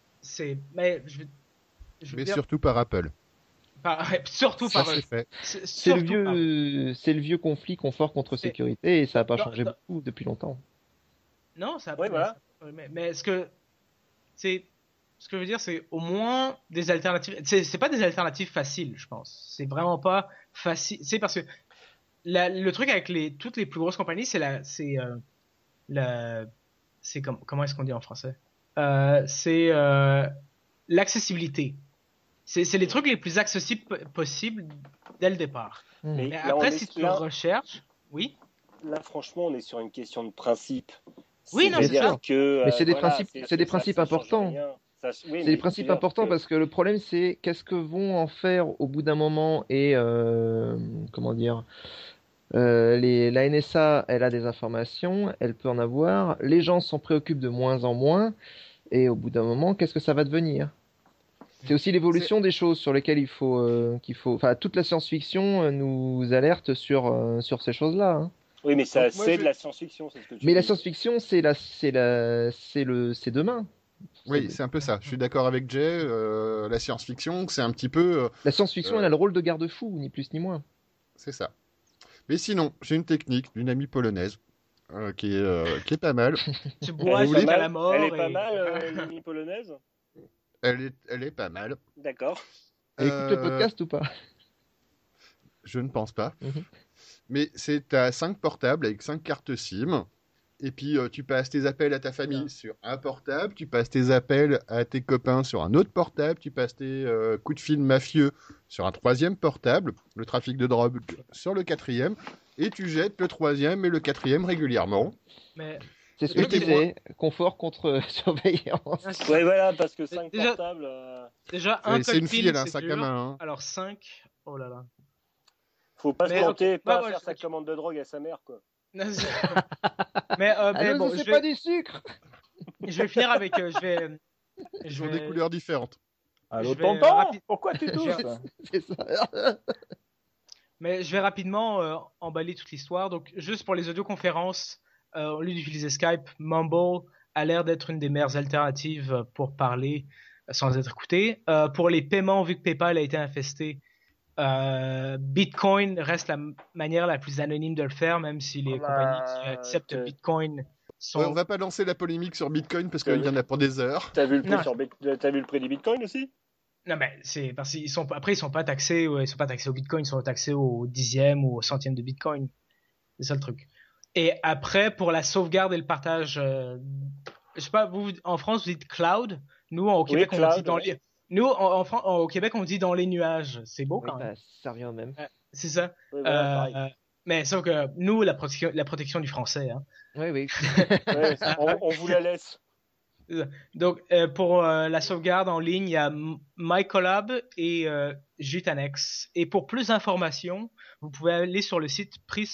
surtout par Apple. Surtout par eux. C'est le vieux conflit confort contre sécurité et ça n'a pas changé beaucoup depuis longtemps. Non, ça. Oui, voilà. Mais ce que je veux dire, c'est au moins des alternatives. C'est pas des alternatives faciles, je pense. C'est vraiment pas facile. C'est parce que le truc avec toutes les plus grosses compagnies, comment est-ce qu'on dit en français? C'est l'accessibilité. C'est les trucs les plus accessibles possibles dès le départ. Mais après, si tu recherches, oui. Là, franchement, on est sur une question de principe. Oui, non, c'est sûr. Mais c'est des principes importants. C'est des principes importants parce que le problème, c'est qu'est-ce que vont en faire au bout d'un moment et comment dire. La NSA, elle a des informations, elle peut en avoir. Les gens s'en préoccupent de moins en moins. Et au bout d'un moment, qu'est-ce que ça va devenir? C'est aussi l'évolution des choses sur lesquelles il faut, Enfin, toute la science-fiction nous alerte sur ces choses-là. Hein. Oui, mais c'est de la science-fiction, c'est ce que tu dis. Mais la science-fiction, c'est demain. Oui, c'est un peu ça. Je suis d'accord avec Jay. La science-fiction, c'est un petit peu. La science-fiction, elle a le rôle de garde-fou, ni plus ni moins. C'est ça. Mais sinon, j'ai une technique d'une amie polonaise qui est pas mal. Tu bois jusqu'à la mort. Elle est pas mal, l'amie polonaise. Elle est pas mal. D'accord. Elle écoute le podcast ou pas? Je ne pense pas. Mais t'as 5 portables avec 5 cartes SIM. Et puis, tu passes tes appels à ta famille sur un portable, tu passes tes appels à tes copains sur un autre portable, tu passes tes coups de fil mafieux sur un 3e portable, le trafic de drogue sur le 4e, et tu jettes le 3e et le 4e régulièrement. Mais... C'est ce que je disais, confort contre surveillance. Ouais, voilà, parce que 5 portables... Déjà, un c'est une fil, fille, elle a un c'est sac dur. à main. Hein. Alors 5, oh là là. Faut pas se planter, pas ouais, faire sa commande de drogue à sa mère, quoi. mais bon, c'est pas du sucre. Je vais finir avec... Ils ont des couleurs différentes. Allô, tonton, pourquoi tu tousses? C'est ça. Mais je vais rapidement emballer toute l'histoire. Donc, juste pour les audioconférences, au lieu d'utiliser Skype, Mumble a l'air d'être une des meilleures alternatives pour parler sans être écouté. Pour les paiements, vu que PayPal a été infesté, Bitcoin reste la manière la plus anonyme de le faire, même si les compagnies qui acceptent Bitcoin sont... Ouais, on va pas lancer la polémique sur Bitcoin parce qu'il y en a pour des heures. T'as vu le prix du Bitcoin aussi? Non, mais c'est parce qu'ils sont pas taxés, ils sont pas taxés au Bitcoin, ils sont taxés au 10e ou au 100e de Bitcoin. C'est ça le truc. Et après, pour la sauvegarde et le partage, je sais pas, vous en France vous dites cloud, nous au Québec on dit dans les... Nous, au Québec, on dit dans les nuages. C'est beau quand même. Ça revient même. C'est ça. Oui, voilà, mais sauf que nous, la protection du français. Hein. Oui. Ouais, on vous la laisse. Donc, pour la sauvegarde en ligne, il y a MyCollab et Gitanex. Et pour plus d'informations, vous pouvez aller sur le site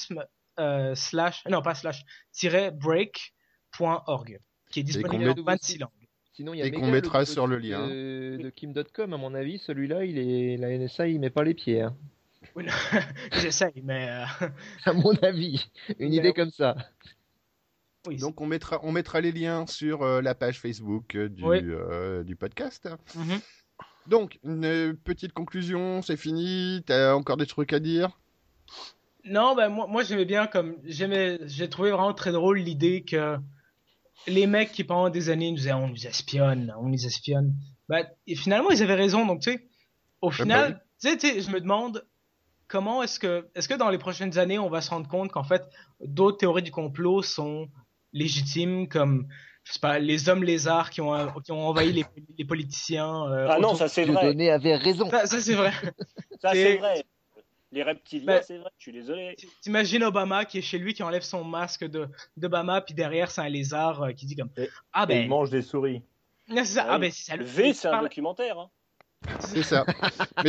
break.org, qui est disponible en 26 langues. Sinon, il y a qu'on mettra sur le lien de Kim.com, à mon avis, celui-là, la NSA, il met pas les pieds. Hein. Oui, j'essaye, mais à mon avis, une idée comme ça. Oui, donc on mettra les liens sur la page Facebook du podcast. Mm-hmm. Donc une petite conclusion, c'est fini. T'as encore des trucs à dire? Non, ben moi j'aimais bien j'ai trouvé vraiment très drôle l'idée que les mecs qui pendant des années nous disaient on nous espionne. Ben, et finalement ils avaient raison. Donc tu sais, au final, tu sais, je me demande comment est-ce que dans les prochaines années on va se rendre compte qu'en fait d'autres théories du complot sont légitimes, comme je sais pas, les hommes lézards qui ont envahi les politiciens. Non, ça c'est vrai. Dieudonné avait raison. Ça c'est vrai. Ça c'est vrai. Les reptiliens, c'est vrai. Je suis désolé. T'imagines Obama qui est chez lui, qui enlève son masque d'Obama, puis derrière c'est un lézard qui dit comme et il mange des souris. C'est ça. Ah, c'est ça. V, c'est un documentaire. Hein. C'est ça. Mais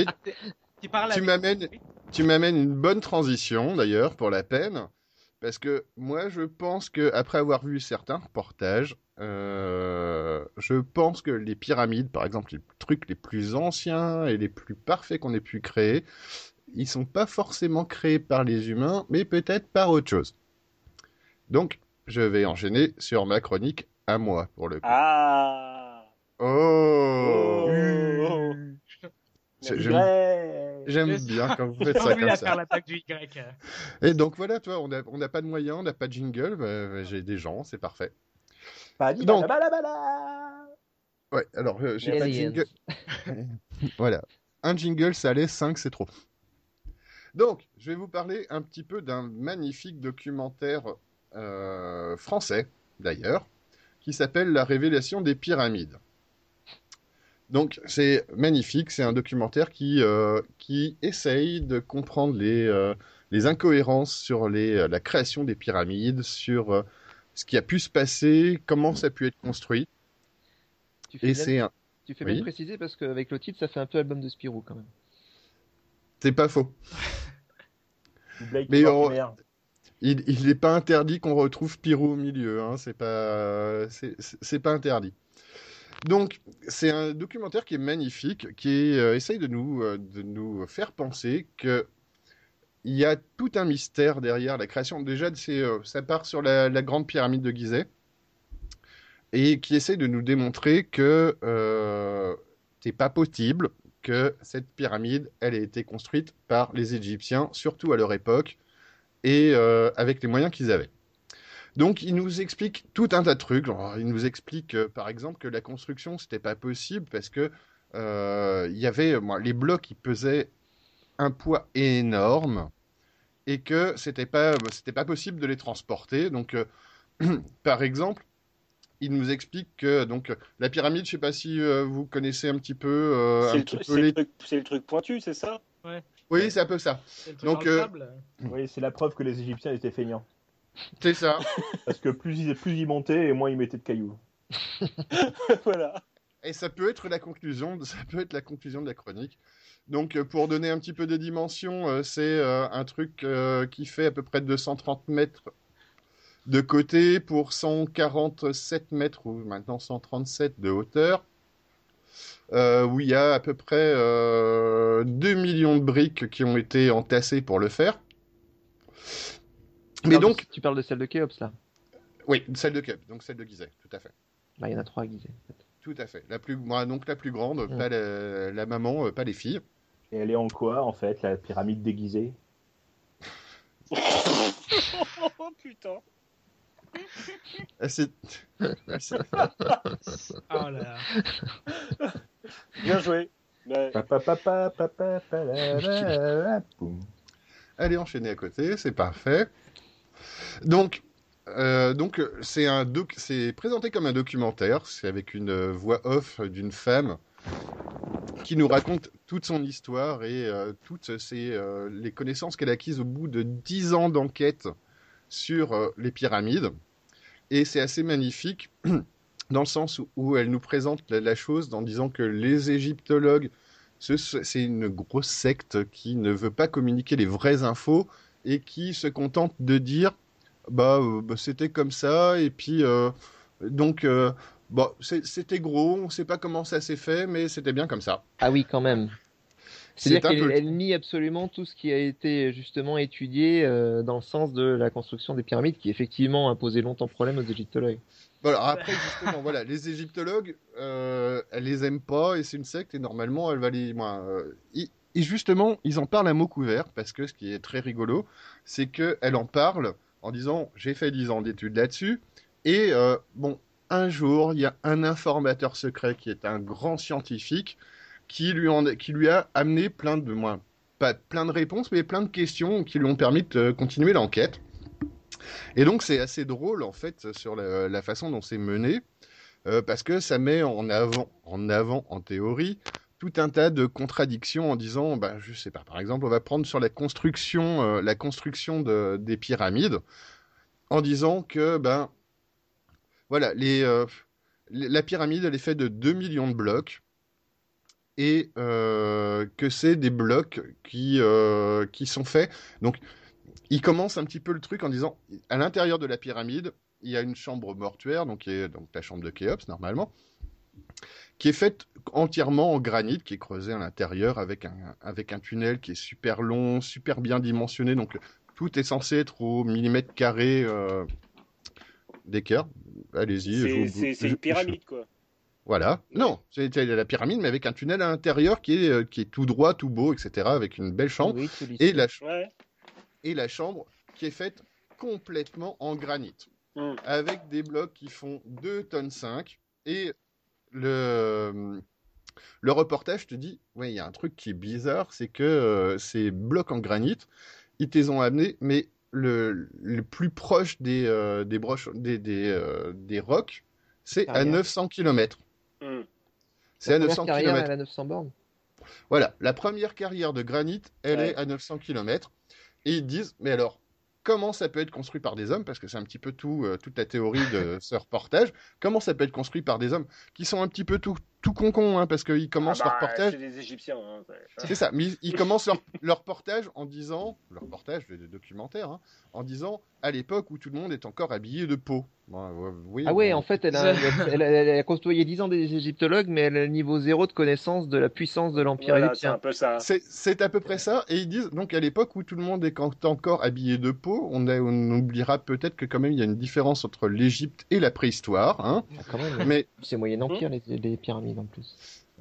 tu m'amènes une bonne transition d'ailleurs pour la peine. Parce que moi, je pense que après avoir vu certains reportages, je pense que les pyramides, par exemple, les trucs les plus anciens et les plus parfaits qu'on ait pu créer, ils sont pas forcément créés par les humains, mais peut-être par autre chose. Donc, je vais enchaîner sur ma chronique à moi, pour le coup. Ah. J'aime bien quand vous faites ça comme ça. Faire l'attaque du Y. Et donc voilà, toi, on n'a pas de moyens, on n'a pas de jingle, j'ai des gens, c'est parfait. Donc, ouais, alors j'ai pas de jingle. Voilà, un jingle, ça allait, 5, c'est trop. Donc, je vais vous parler un petit peu d'un magnifique documentaire français, d'ailleurs, qui s'appelle La révélation des pyramides. Donc, c'est magnifique, c'est un documentaire qui essaye de comprendre les incohérences sur la création des pyramides, sur ce qui a pu se passer, comment ça a pu être construit. Tu fais bien préciser parce qu'avec le titre, ça fait un peu album de Spirou quand même. C'est pas faux. Mais il n'est pas interdit qu'on retrouve Spirou au milieu, hein, c'est pas interdit. Donc, c'est un documentaire qui est magnifique, qui essaye de nous faire penser qu'il y a tout un mystère derrière la création. Déjà, ça part sur la grande pyramide de Gizeh. et qui essaie de nous démontrer que c'est pas possible que cette pyramide, elle ait été construite par les Égyptiens, surtout à leur époque, et avec les moyens qu'ils avaient. Donc, il nous explique tout un tas de trucs. Genre, il nous explique, par exemple, que la construction, c'était pas possible parce que il y avait les blocs, ils pesaient un poids énorme et que c'était pas possible de les transporter. Donc, par exemple, il nous explique que donc la pyramide, je sais pas si vous connaissez un petit peu, c'est le truc pointu, c'est ça? Ouais. Oui, c'est un peu ça. C'est le truc Donc, dans le sable. Oui, c'est la preuve que les Égyptiens étaient feignants. c'est ça. Parce que plus ils montaient, et moins ils mettaient de cailloux. Voilà. Et ça peut être la conclusion, de la chronique. Donc, pour donner un petit peu de dimension, c'est un truc qui fait à peu près 230 mètres de côté pour 147 mètres, ou maintenant 137 de hauteur, où il y a à peu près 2 millions de briques qui ont été entassées pour le faire. Mais donc... Tu parles de celle de Khéops, là? Oui, celle de Khéops, donc celle de Gizeh, tout à fait. Là, il y en a 3 à Gizeh. En fait. Tout à fait. Donc la plus grande, pas la maman, pas les filles. Et elle est en quoi, en fait, la pyramide déguisée? Oh putain. C'est... Oh là là. Bien joué. Mais... Elle est enchaînée à côté, c'est parfait. Donc c'est présenté comme un documentaire, c'est avec une voix off d'une femme qui nous raconte toute son histoire et toutes les connaissances qu'elle a acquises au bout de 10 ans d'enquête sur les pyramides. Et c'est assez magnifique dans le sens où elle nous présente la chose en disant que les égyptologues, c'est une grosse secte qui ne veut pas communiquer les vraies infos et qui se contente de dire c'était comme ça et puis c'était gros, on ne sait pas comment ça s'est fait, mais c'était bien comme ça. Ah oui, quand même. C'est-à-dire qu'elle nie absolument tout ce qui a été justement étudié dans le sens de la construction des pyramides, qui effectivement a posé longtemps problème aux égyptologues. Voilà, après, justement, voilà, les égyptologues, elle les aime pas et c'est une secte et normalement, elle va les... et justement, ils en parlent à mots couverts parce que ce qui est très rigolo, c'est qu'elle en parle en disant « j'ai fait 10 ans d'études là-dessus » et un jour, il y a un informateur secret qui est un grand scientifique qui lui a amené pas plein de réponses, mais plein de questions qui lui ont permis de continuer l'enquête. Et donc c'est assez drôle en fait sur la façon dont c'est mené, parce que ça met en avant en théorie tout un tas de contradictions en disant, je sais pas, par exemple on va prendre sur la construction des pyramides, en disant que voilà la pyramide elle est faite de 2 millions de blocs et que c'est des blocs qui sont faits donc. Il commence un petit peu le truc en disant, à l'intérieur de la pyramide, il y a une chambre mortuaire, donc la chambre de Khéops normalement, qui est faite entièrement en granit, qui est creusé à l'intérieur avec un tunnel qui est super long, super bien dimensionné, donc tout est censé être au millimètre carré d'écart. Allez-y. C'est une pyramide, quoi. Voilà. Non, c'est la pyramide, mais avec un tunnel à l'intérieur qui est tout droit, tout beau, etc., avec une belle chambre. Oui, Et la chambre qui est faite complètement en granit, avec des blocs qui font 2,5 tonnes. Et le reportage te dit, ouais, il y a un truc qui est bizarre, c'est que ces blocs en granit, ils te les ont amenés, mais le plus proche des rocs, c'est à 900 km. C'est à 900 km. Elle a 900 bornes. Voilà, la première carrière de granit, elle est à 900 km. Et ils disent, mais alors, comment ça peut être construit par des hommes? Parce que c'est un petit peu toute la théorie de ce reportage. Comment ça peut être construit par des hommes qui sont un petit peu tout con-con, hein, parce qu'ils commencent leur reportage... C'est des Égyptiens. Hein, c'est ça, mais ils commencent leur reportage en disant... Le reportage, le documentaire, hein, en disant, à l'époque où tout le monde est encore habillé de peau. Oui, Ah ouais, en fait, elle a côtoyé 10 ans des égyptologues, mais elle a le niveau 0 de connaissance de la puissance de l'Empire Voilà, c'est égyptien. un peu ça. C'est à peu près ça. Et ils disent, donc à l'époque où tout le monde est encore habillé de peau, on oubliera peut-être que quand même il y a une différence entre l'Égypte et la préhistoire. Hein. Ah, quand même, oui. Mais, C'est Moyen Empire, les pyramides en plus.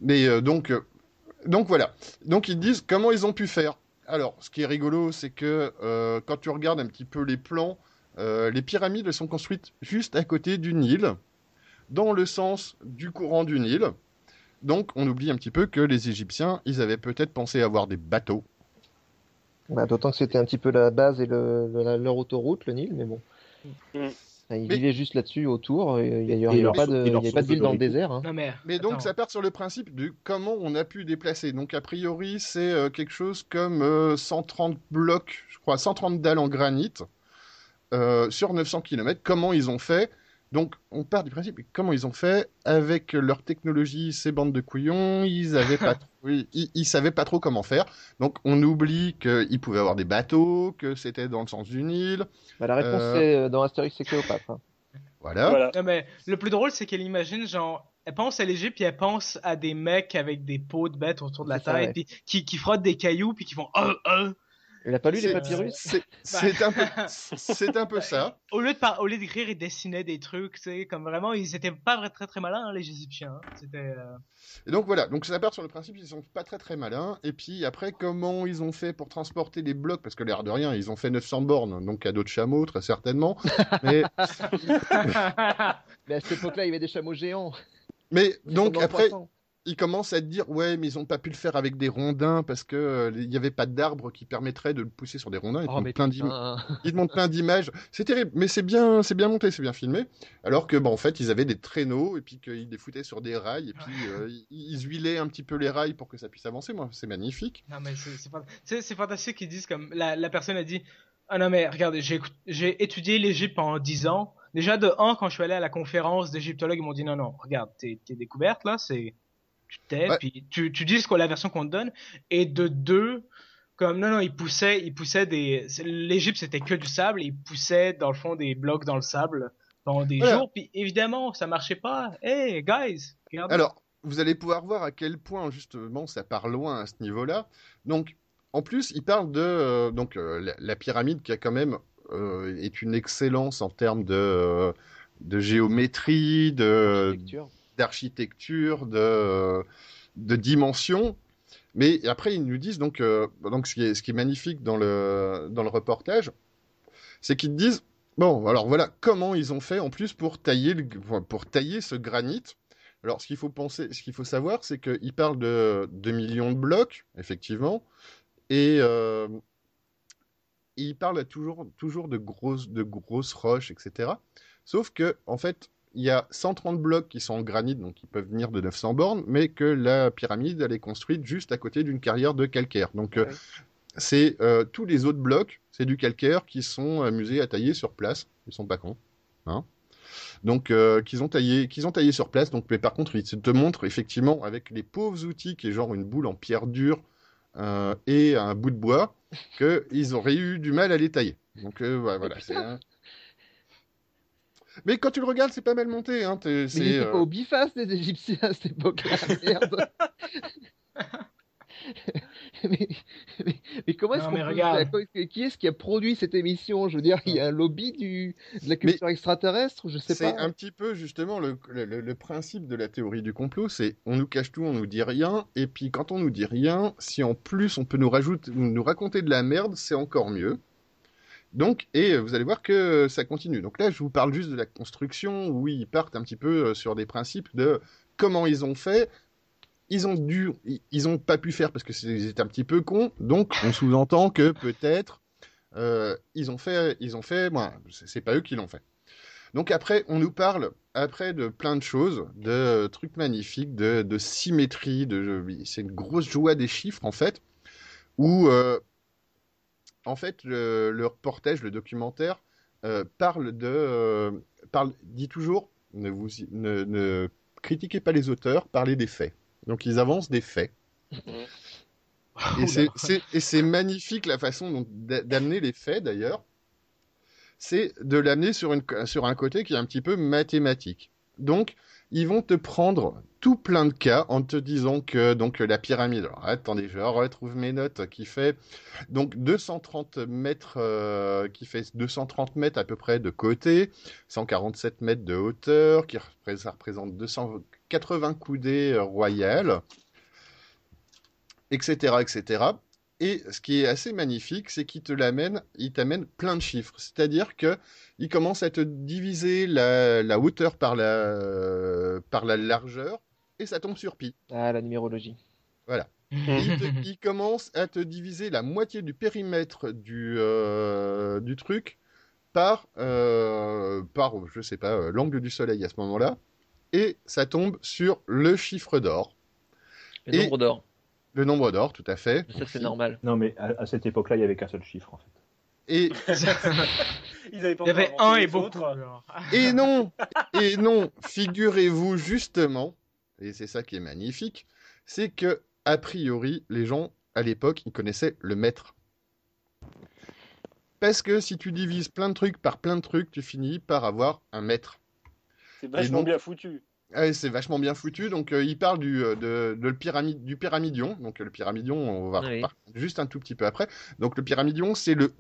donc voilà. Donc ils disent comment ils ont pu faire. Alors, ce qui est rigolo, c'est que quand tu regardes un petit peu les plans, les pyramides elles sont construites juste à côté du Nil, dans le sens du courant du Nil. Donc, on oublie un petit peu que les Égyptiens, ils avaient peut-être pensé avoir des bateaux. Bah, d'autant que c'était un petit peu la base et leur autoroute, le Nil, mais bon. Mm. Enfin, ils Mais- vivaient juste là-dessus, autour, et il n'y Et avait leur pas sou- de, et il leur y avait pas de source ville dans le d'orifice. désert. Hein. Non mais, Mais donc, attends. ça part sur le principe de comment on a pu déplacer. Donc, a priori, c'est quelque chose comme 130 blocs, je crois, 130 dalles en granit sur 900 km. Comment ils ont fait? Donc, on part du principe, comment ils ont fait avec leur technologie, ces bandes de couillons, ils savaient pas trop comment faire. Donc, on oublie qu'ils pouvaient avoir des bateaux, que c'était dans le sens du Nil. Bah, la réponse, c'est dans Astérix et Cléopâtre. Hein. Voilà. Voilà. Non, mais le plus drôle, c'est qu'elle imagine, genre, elle pense à l'Égypte, puis elle pense à des mecs avec des peaux de bêtes autour de la C'est ça, tête, ouais. puis qui frottent des cailloux, puis qui font Il a pas lu les C'est- papyrus? C'est un peu ça. Au lieu d'écrire, ils dessinaient des trucs, tu sais, comme vraiment, ils étaient pas très très malins, hein, les Égyptiens. Hein. C'était. Et donc voilà, donc ça part sur le principe ils sont pas très très malins. Et puis après, comment ils ont fait pour transporter les blocs? Parce que l'air de rien, ils ont fait 900 bornes, donc cadeau de chameau très certainement. Mais, Mais à cette époque-là, il y avait des chameaux géants. mais qui donc sont dans après, 300. ils commencent à te dire ouais, mais ils ont pas pu le faire avec des rondins parce que il y avait pas d'arbres qui permettraient de le pousser sur des rondins. Ils te Oh, montrent mais plein putain. ils te montrent plein d'images. C'est terrible, mais c'est bien monté, c'est bien filmé. Alors que, en fait, ils avaient des traîneaux et puis qu'ils les foutaient sur des rails et puis ils huilaient un petit peu les rails pour que ça puisse avancer. Moi, c'est magnifique. Non, mais c'est fantastique qu'ils disent comme. La personne a dit ah non, mais regarde, j'ai étudié l'Égypte pendant 10 ans. Déjà, de 1, quand je suis allé à la conférence d'égyptologues, ils m'ont dit non, non, regarde, tes découvertes là, c'est. Tu t'aides, Ouais. puis tu dis la version qu'on te donne. Et de 2, comme non, non, ils poussaient l'Égypte c'était que du sable, et ils poussaient dans le fond des blocs dans le sable pendant des Voilà. jours, puis évidemment, ça marchait pas. Hey, guys, regardez. Alors, vous allez pouvoir voir à quel point, justement, ça part loin à ce niveau-là. Donc, en plus, il parle de la pyramide qui a quand même est une excellence en termes de géométrie, Architecture. d'architecture, de dimension. Mais après, ils nous disent donc ce qui est magnifique dans le reportage, c'est qu'ils te disent bon, alors voilà comment ils ont fait en plus pour tailler ce granit. Alors, ce qu'il faut savoir, c'est qu'ils parlent de 2 millions de blocs, effectivement, et ils parlent toujours de grosses roches, etc. Sauf que, en fait, il y a 130 blocs qui sont en granit, donc qui peuvent venir de 900 bornes, mais que la pyramide, elle est construite juste à côté d'une carrière de calcaire. Donc, Ouais. c'est tous les autres blocs, c'est du calcaire qui sont amusés à tailler sur place. Ils sont pas cons, hein. Donc, qu'ils ont taillé sur place. Donc, mais par contre, ils te montrent effectivement avec les pauvres outils qui est genre une boule en pierre dure et un bout de bois, qu'ils auraient eu du mal à les tailler. Donc, voilà. Mais quand tu le regardes, c'est pas mal monté. Hein. Mais ils étaient pas au biface, les Égyptiens, à cette époque-là. Merde. mais, mais comment est-ce Non, qu'on mais peut... regarde. Qui est-ce qui a produit cette émission? Je veux dire, il y a un lobby de la culture extraterrestre, je sais C'est pas. un petit peu justement le principe de la théorie du complot, c'est on nous cache tout, on nous dit rien, et puis quand on nous dit rien, si en plus on peut nous raconter de la merde, c'est encore mieux. Donc, et vous allez voir que ça continue. Donc là, je vous parle juste de la construction, où ils partent un petit peu sur des principes de comment ils ont fait. Ils ont pas pu faire parce que c'était un petit peu con. Donc, on sous-entend que peut-être ils ont fait. Bon, c'est pas eux qui l'ont fait. Donc après, on nous parle de plein de choses, de trucs magnifiques, de symétrie. C'est une grosse joie des chiffres en fait, où en fait, le reportage, le documentaire, dit toujours ne critiquez pas les auteurs, parlez des faits. Donc ils avancent des faits. Et c'est magnifique la façon d'amener les faits d'ailleurs. c'est de l'amener sur un côté qui est un petit peu mathématique. Donc, ils vont te prendre tout plein de cas en te disant que donc la pyramide. Alors, attendez, je retrouve mes notes qui fait donc 230 mètres, qui fait 230 mètres à peu près de côté, 147 mètres de hauteur, ça représente 280 coudées royales, etc., etc. Et ce qui est assez magnifique, c'est qu'il t'amène plein de chiffres. C'est-à-dire que il commence à te diviser la hauteur par la largeur, et ça tombe sur pi. Ah, la numérologie. Voilà. Il commence à te diviser la moitié du périmètre du truc par je sais pas, l'angle du soleil à ce moment-là, et ça tombe sur le chiffre d'or. Le nombre d'or. Le nombre d'or, tout à fait. Ça, c'est normal. Non, mais à cette époque-là, il n'y avait qu'un seul chiffre, en fait. Et il y avait un et beaucoup. Et non, figurez-vous justement, et c'est ça qui est magnifique, c'est que, a priori, les gens, à l'époque, ils connaissaient le mètre. Parce que si tu divises plein de trucs par plein de trucs, tu finis par avoir un mètre. C'est vachement bien foutu. C'est vachement bien foutu. Donc, il parle du pyramidion. Donc, le pyramidion, on va juste un tout petit peu après. Donc, le pyramidion, c'est le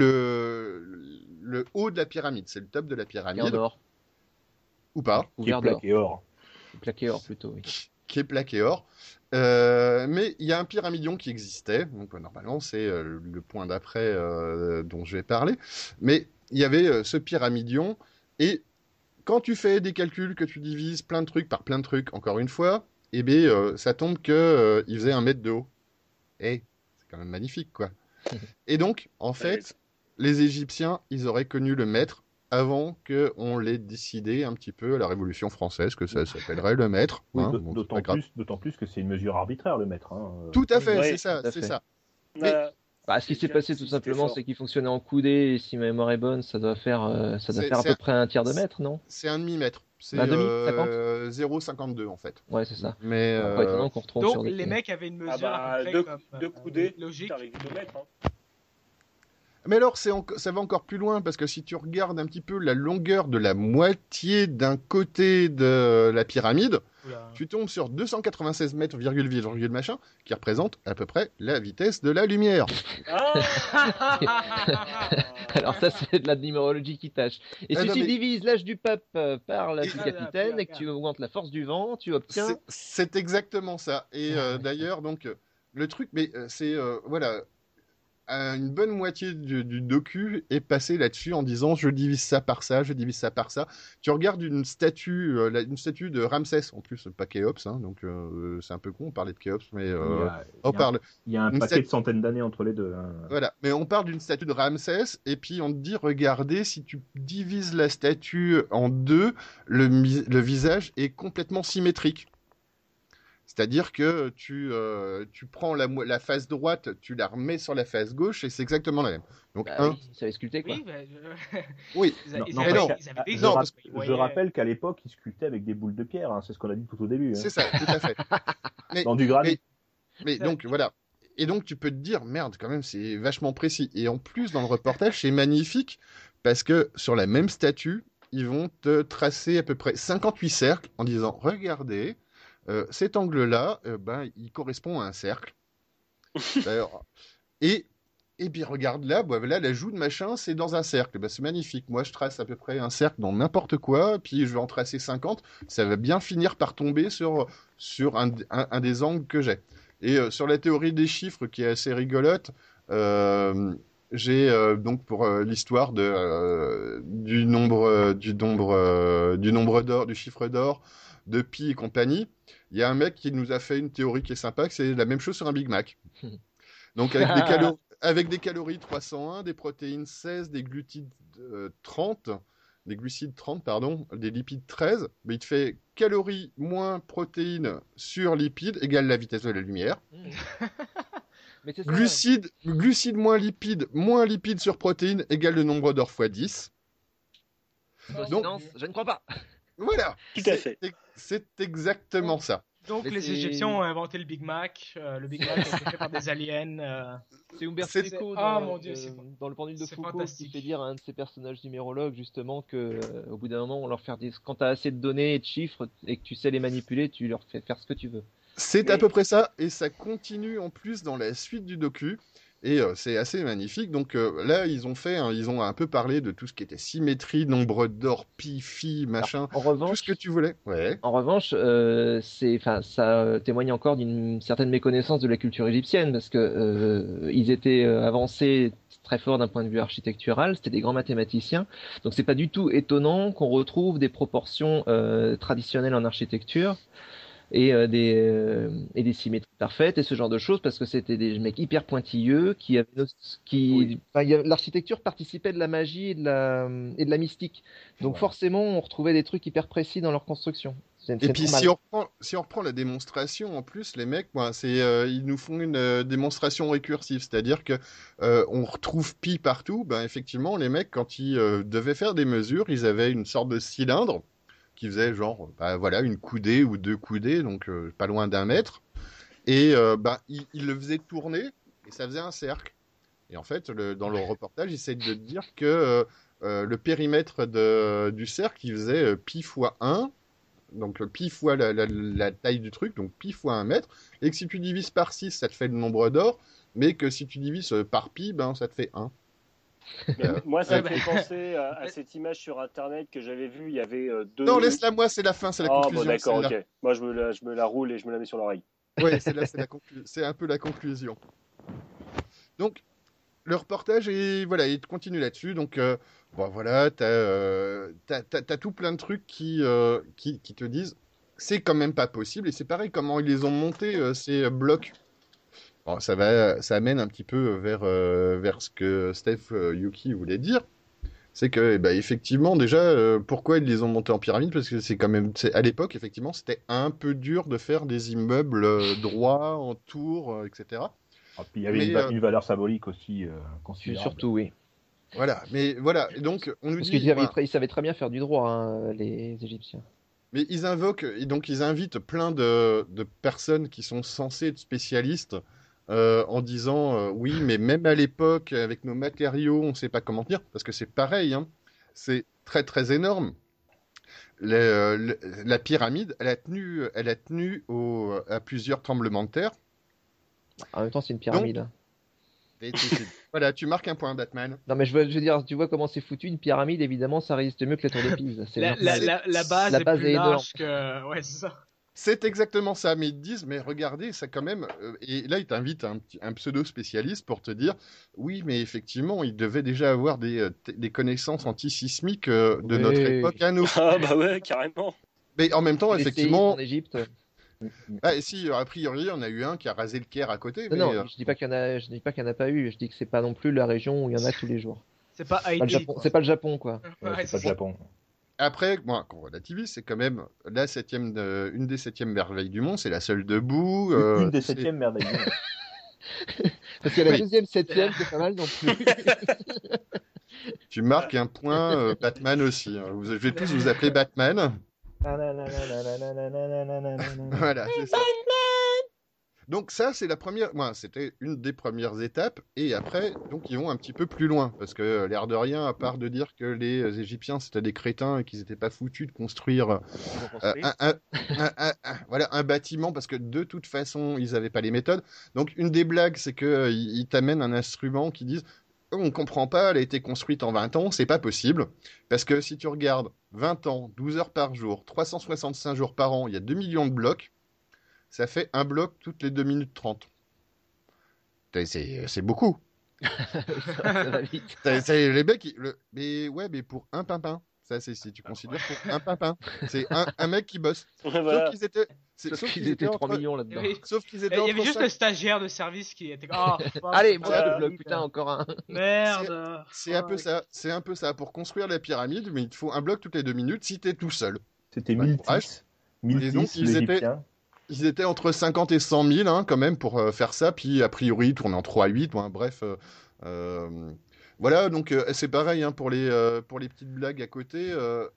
haut de la pyramide. C'est le top de la pyramide. Et en or. Ou pas. Qui est plaqué or. Plaqué or, plutôt, oui. Qui est plaqué or. Mais il y a un pyramidion qui existait. Donc, normalement, c'est le point d'après dont je vais parler. Mais il y avait ce pyramidion. Et quand tu fais des calculs, que tu divises plein de trucs par plein de trucs, encore une fois, eh bien, ça tombe que il faisait 1 mètre de haut. C'est quand même magnifique, quoi. Et donc, en fait, les Égyptiens, ils auraient connu le mètre avant qu'on l'ait décidé un petit peu à la Révolution française, que ça s'appellerait le mètre. Oui, d'autant plus que c'est une mesure arbitraire, le mètre. Tout à fait, c'est ça. Ce qui s'est passé tout simplement, c'est qu'il fonctionnait en coudée, et si ma mémoire est bonne, ça doit faire à peu près un tiers de mètre, non ? C'est un demi-mètre. C'est 0,52 en fait. Ouais, c'est ça. Mais étonnant qu'on retrouve donc sur les mecs avaient une mesure de coudées, logique. Mais alors, ça va encore plus loin, parce que si tu regardes un petit peu la longueur de la moitié d'un côté de la pyramide, tu tombes sur 296 mètres, virgule machin, qui représente à peu près la vitesse de la lumière. Alors ça, c'est de la numérologie qui tâche. Et si tu divises l'âge du pape par l'âge du capitaine, et que tu augmentes la force du vent, tu obtiens... C'est exactement ça. Et d'ailleurs, donc, le truc, mais c'est... voilà... Une bonne moitié du docu est passé là-dessus en disant je divise ça par ça, je divise ça par ça. Tu regardes une statue de Ramsès, en plus pas Khéops, hein, donc c'est un peu con, on parlait de Khéops, mais il y a un paquet de centaines d'années entre les deux. Hein. Voilà, mais on parle d'une statue de Ramsès, et puis on te dit regardez, si tu divises la statue en deux, le visage est complètement symétrique. C'est-à-dire que tu prends la face droite, tu la remets sur la face gauche, et c'est exactement la même. Donc, oui, ça avait sculpté, quoi. Oui, je rappelle qu'à l'époque, ils sculptaient avec des boules de pierre, hein, c'est ce qu'on a dit tout au début. Hein. C'est ça, tout à fait. Dans du granit. Mais donc, voilà. Et donc, tu peux te dire, merde, quand même, c'est vachement précis. Et en plus, dans le reportage, c'est magnifique, parce que sur la même statue, ils vont te tracer à peu près 58 cercles en disant, regardez, cet angle-là, il correspond à un cercle. Et puis regarde là, là, la joue de machin, c'est dans un cercle. C'est magnifique. Moi, je trace à peu près un cercle dans n'importe quoi, puis je vais en tracer 50. Ça va bien finir par tomber sur un des angles que j'ai. Et sur la théorie des chiffres, qui est assez rigolote, j'ai donc pour l'histoire du nombre d'or, du chiffre d'or, de pi et compagnie. Il y a un mec qui nous a fait une théorie qui est sympa, que c'est la même chose sur un Big Mac. Donc avec des calories 301, des protéines 16, des glucides 30, des lipides 13, mais il te fait calories moins protéines sur lipides égale la vitesse de la lumière. Mais c'est ça, glucides moins lipides sur protéines égale le nombre d'or fois 10. Donc, je ne crois pas. Voilà, tout à fait. C'est exactement ça. Donc les Égyptiens ont inventé le Big Mac. Le Big Mac a été fait par des aliens. C'est Umberto Eco dans le pendule de Foucault qui fait dire à un de ses personnages numérologues justement que au bout d'un moment on leur fait dire quand t'as assez de données et de chiffres et que tu sais les manipuler, tu leur fais faire ce que tu veux. C'est à peu près ça, et ça continue en plus dans la suite du docu. Et c'est assez magnifique. Donc là, ils ont un peu parlé de tout ce qui était symétrie, nombre d'or, pi, phi, machin, en revanche, tout ce que tu voulais. Ouais. En revanche, ça témoigne encore d'une certaine méconnaissance de la culture égyptienne, parce que ils étaient avancés très fort d'un point de vue architectural, c'était des grands mathématiciens. Donc c'est pas du tout étonnant qu'on retrouve des proportions traditionnelles en architecture. Et des symétries parfaites et ce genre de choses parce que c'était des mecs hyper pointilleux l'architecture participait de la magie et de la mystique. Donc forcément, on retrouvait des trucs hyper précis dans leur construction. Et puis si on reprend la démonstration en plus, les mecs, ils nous font une démonstration récursive, c'est-à-dire que on retrouve pi partout. Effectivement, les mecs quand ils devaient faire des mesures, ils avaient une sorte de cylindre qui faisait genre, une coudée ou 2 coudées, donc pas loin d'1 mètre. Et il le faisait tourner et ça faisait un cercle. Et en fait, dans le reportage, il essaie de dire que le périmètre du cercle, il faisait pi fois 1, donc pi fois la taille du truc, donc pi fois 1 mètre. Et que si tu divises par 6, ça te fait le nombre d'or, mais que si tu divises par pi, ça te fait 1. Moi, ça me fait penser à cette image sur Internet que j'avais vue. Il y avait deux. Non, laisse-la moi, c'est la fin, c'est la conclusion. Bon, d'accord, ok. Moi, je me la roule et je me la mets sur l'oreille. Ouais, c'est un peu la conclusion. Donc, le reportage il continue là-dessus. Donc, t'as tout plein de trucs qui te disent c'est quand même pas possible. Et c'est pareil comment ils les ont montés ces blocs. Bon, ça amène un petit peu vers ce que Steph Yuki voulait dire. C'est que, effectivement, déjà, pourquoi ils les ont montés en pyramide? Parce que à l'époque, effectivement, c'était un peu dur de faire des immeubles droits, en tours, etc. Puis il y avait une valeur symbolique aussi considérable. Surtout, oui. Voilà, mais voilà, et donc on nous dit... Ils savaient très bien faire du droit, hein, les Égyptiens. Mais ils invitent plein de personnes qui sont censées être spécialistes en disant oui, mais même à l'époque, avec nos matériaux, on ne sait pas comment tenir, parce que c'est pareil, hein, c'est très très énorme. La pyramide, elle a tenu à plusieurs tremblements de terre. En même temps, c'est une pyramide. Donc, voilà, tu marques un point, Batman. Non, mais je veux dire, tu vois comment c'est foutu, une pyramide, évidemment, ça résiste mieux que la tour de Pise. La base est plus large que... Ouais, c'est ça. C'est exactement ça, mais ils te disent, mais regardez, ça quand même... et là, ils t'invitent un pseudo-spécialiste pour te dire, oui, mais effectivement, ils devaient déjà avoir des connaissances antisismiques de notre époque à nous. Ah bah ouais, carrément. Mais en même temps, effectivement... En Égypte. Et si, a priori, on a eu un qui a rasé le Caire à côté. Non, je dis pas qu'il y en a pas eu, je dis que c'est pas non plus la région où il y en a tous les jours. C'est pas Haïti. C'est pas le Japon, quoi. C'est pas le Japon. Après, qu'on relativise, c'est quand même une des 7e merveilles du monde, c'est la seule debout. Une des 7e merveilles du monde. Parce qu'il y a la deuxième, 7e, c'est pas mal non plus. Tu marques un point Batman aussi. Hein. Je vais tous vous appeler Batman. Voilà, c'est ça. Donc ça, c'est la première. C'était une des premières étapes. Et après, donc ils vont un petit peu plus loin, parce que l'air de rien, à part de dire que les Égyptiens c'était des crétins et qu'ils n'étaient pas foutus de construire un bâtiment, parce que de toute façon, ils n'avaient pas les méthodes. Donc une des blagues, c'est que ils t'amènent un instrument qui disent on ne comprend pas, elle a été construite en 20 ans, c'est pas possible. Parce que si tu regardes 20 ans, 12 heures par jour, 365 jours par an, il y a 2 millions de blocs. Ça fait un bloc toutes les 2 minutes 30. C'est beaucoup. Ça va vite. Les mecs, mais pour un pimpin. Ça, c'est si tu considères pour un pimpin. C'est un mec qui bosse. Voilà. Sauf qu'ils étaient 3 millions là-dedans. Sauf qu'ils étaient Il y avait juste le stagiaire de service qui était... Allez, voilà le bloc, putain, encore un. Merde. C'est un peu ça. Pour construire la pyramide, mais il te faut un bloc toutes les 2 minutes si t'es tout seul. C'était 1010. Et donc, ils étaient entre 50 et 100 000 hein, quand même pour faire ça. Puis, a priori, ils tournent en 3 à 8. Bref. Voilà, donc c'est pareil hein, pour les petites blagues à côté.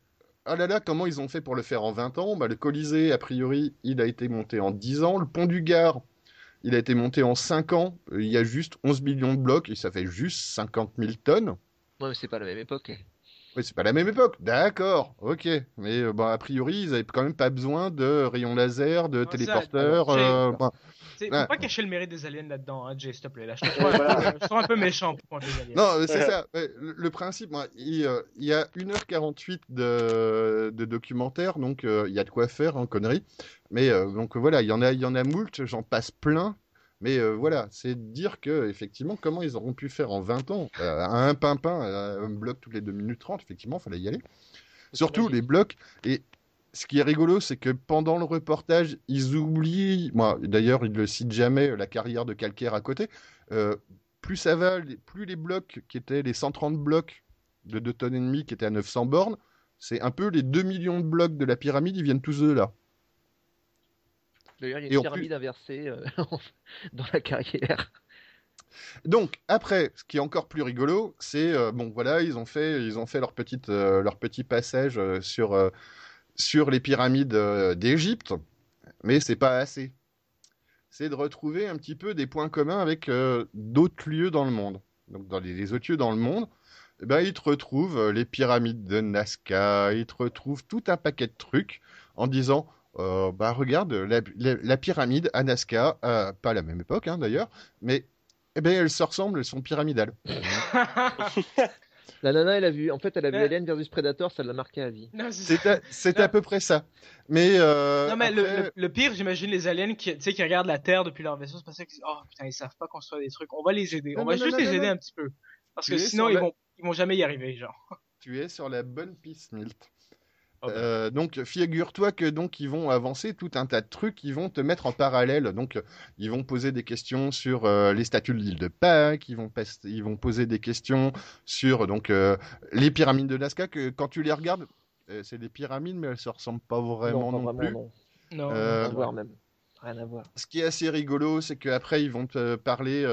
ah là là, comment ils ont fait pour le faire en 20 ans? Le Colisée, a priori, il a été monté en 10 ans. Le Pont du Gard, il a été monté en 5 ans. Il y a juste 11 millions de blocs et ça fait juste 50 000 tonnes. Ouais, mais c'est pas la même époque. Oui, c'est pas la même époque. D'accord, ok. Mais a priori, ils avaient quand même pas besoin de rayons laser, de téléporteurs. Faut pas cacher le mérite des aliens là-dedans, hein, Jay, s'il te plaît. Là, je trouve un peu méchant pour les aliens. Non, c'est ça. Le principe, il y a 1h48 de documentaire, donc il y a de quoi faire, en connerie. Mais donc voilà, il y en a moult, j'en passe plein. Mais voilà, c'est de dire que effectivement, comment ils auront pu faire en 20 ans un pimpin, un bloc toutes les 2 minutes 30, effectivement, il fallait y aller. Surtout les blocs. Et ce qui est rigolo, c'est que pendant le reportage, ils oublient, d'ailleurs, ils ne le citent jamais, la carrière de calcaire à côté. Plus ça va, plus les blocs qui étaient les 130 blocs de 2 tonnes et demie qui étaient à 900 bornes, c'est un peu les 2 millions de blocs de la pyramide, ils viennent tous de là. D'ailleurs, il y a une pyramide inversée dans la carrière. Donc, après, ce qui est encore plus rigolo, c'est, ils ont fait leur petit passage sur les pyramides d'Égypte, mais c'est pas assez. C'est de retrouver un petit peu des points communs avec d'autres lieux dans le monde. Donc, dans les autres lieux dans le monde, ils te retrouvent les pyramides de Nazca, ils te retrouvent tout un paquet de trucs en disant... regarde, la pyramide à Nazca, pas à la même époque d'ailleurs, mais elles se ressemblent, elles sont pyramidales. La nana, elle a vu Alien vs Predator, ça l'a marqué à vie. C'est à peu près ça. Mais non, mais après... le pire, j'imagine les aliens qui regardent la Terre depuis leur vaisseau spatial, qui disent oh putain, ils savent pas construire des trucs, on va les aider, on va juste les aider un petit peu, parce que sinon ils vont jamais y arriver, genre. Tu es sur la bonne piste, Milt. Donc figure-toi que ils vont avancer tout un tas de trucs, ils vont te mettre en parallèle, donc ils vont poser des questions sur les statues de l'île de Pâques, ils vont poser des questions sur les pyramides de Nazca, que quand tu les regardes, c'est des pyramides mais elles se ressemblent pas vraiment non plus. Non, rien à voir même. Rien à voir. Ce qui est assez rigolo, c'est qu'après ils vont te parler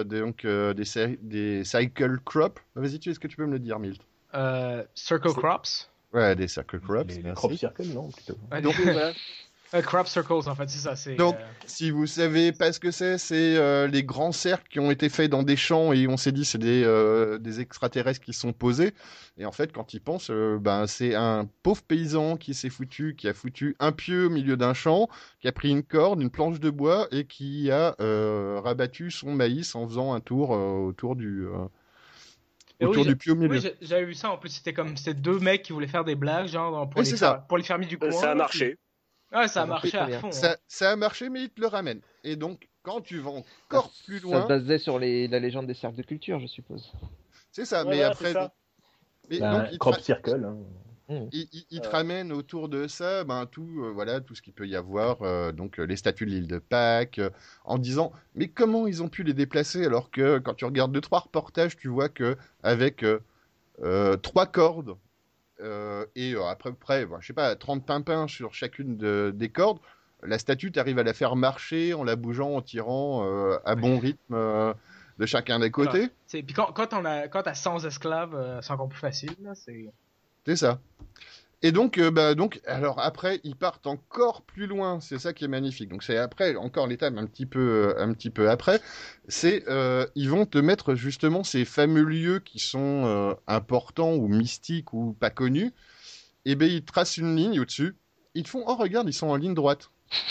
des cycle crops. Vas-y, est-ce que tu peux me le dire, Milt? Circle crops. Ouais, des circle crops. Les crop circles, non, plutôt. Donc, crop circles, en fait, c'est ça. Donc, si vous savez pas ce que c'est les grands cercles qui ont été faits dans des champs et on s'est dit c'est des extraterrestres qui sont posés. Et en fait, quand ils pensent, c'est un pauvre paysan qui a foutu un pieu au milieu d'un champ, qui a pris une corde, une planche de bois et qui a rabattu son maïs en faisant un tour autour du pied au milieu. Oui, j'avais vu ça. En plus, c'était 2 mecs qui voulaient faire des blagues, genre pour les fermiers du coin. Ça a marché. Ouais, ça a marché à fond. Ça a marché, mais ils te le ramènent. Et donc, quand tu vas encore plus loin... Ça se basait sur la légende des cercles de culture, je suppose. C'est ça, mais après... crop circle. Il te ramène autour de ça tout ce qu'il peut y avoir, les statues de l'île de Pâques, en disant mais comment ils ont pu les déplacer alors que quand tu regardes 2-3 reportages, tu vois que avec 3 cordes et à peu près, 30 pimpins sur chacune des cordes, la statue, tu arrives à la faire marcher en la bougeant, en tirant à bon rythme de chacun des côtés. Puis quand t'as 100 esclaves, c'est encore plus facile. Là, c'est ça. Et donc, alors après, ils partent encore plus loin. C'est ça qui est magnifique. Donc c'est après, encore l'étape un petit peu après, c'est ils vont te mettre justement ces fameux lieux qui sont importants ou mystiques ou pas connus. Et ils tracent une ligne au-dessus. Ils te font oh regarde, ils sont en ligne droite.